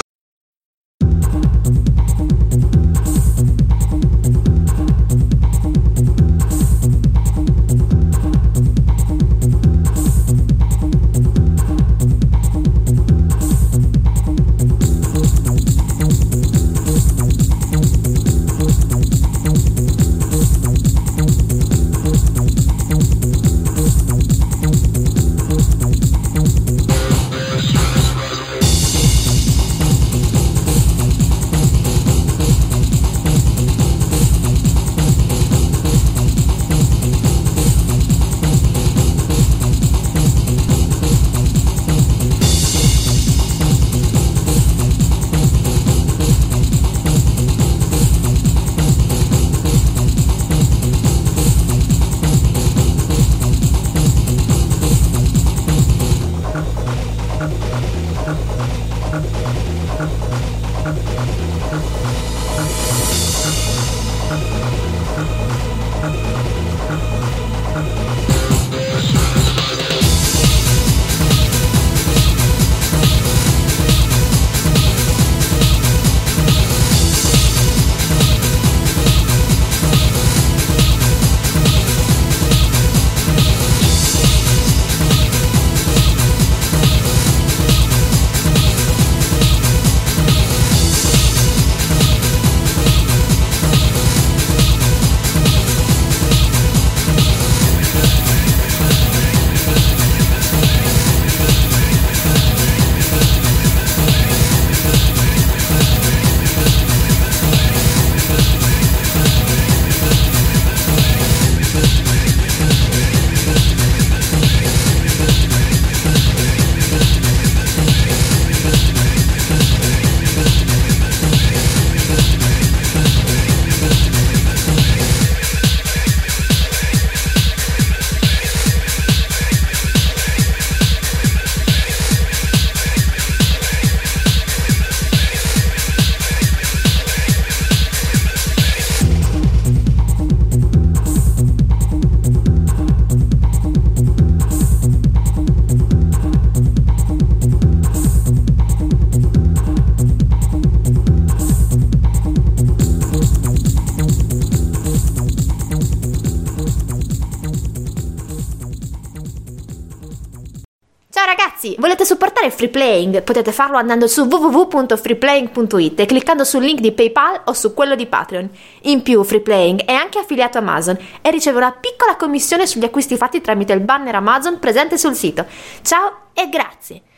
Volete supportare Free Playing? Potete farlo andando su www.freeplaying.it e cliccando sul link di PayPal o su quello di Patreon. In più, Free Playing è anche affiliato a Amazon e riceve una piccola commissione sugli acquisti fatti tramite il banner Amazon presente sul sito. Ciao e grazie!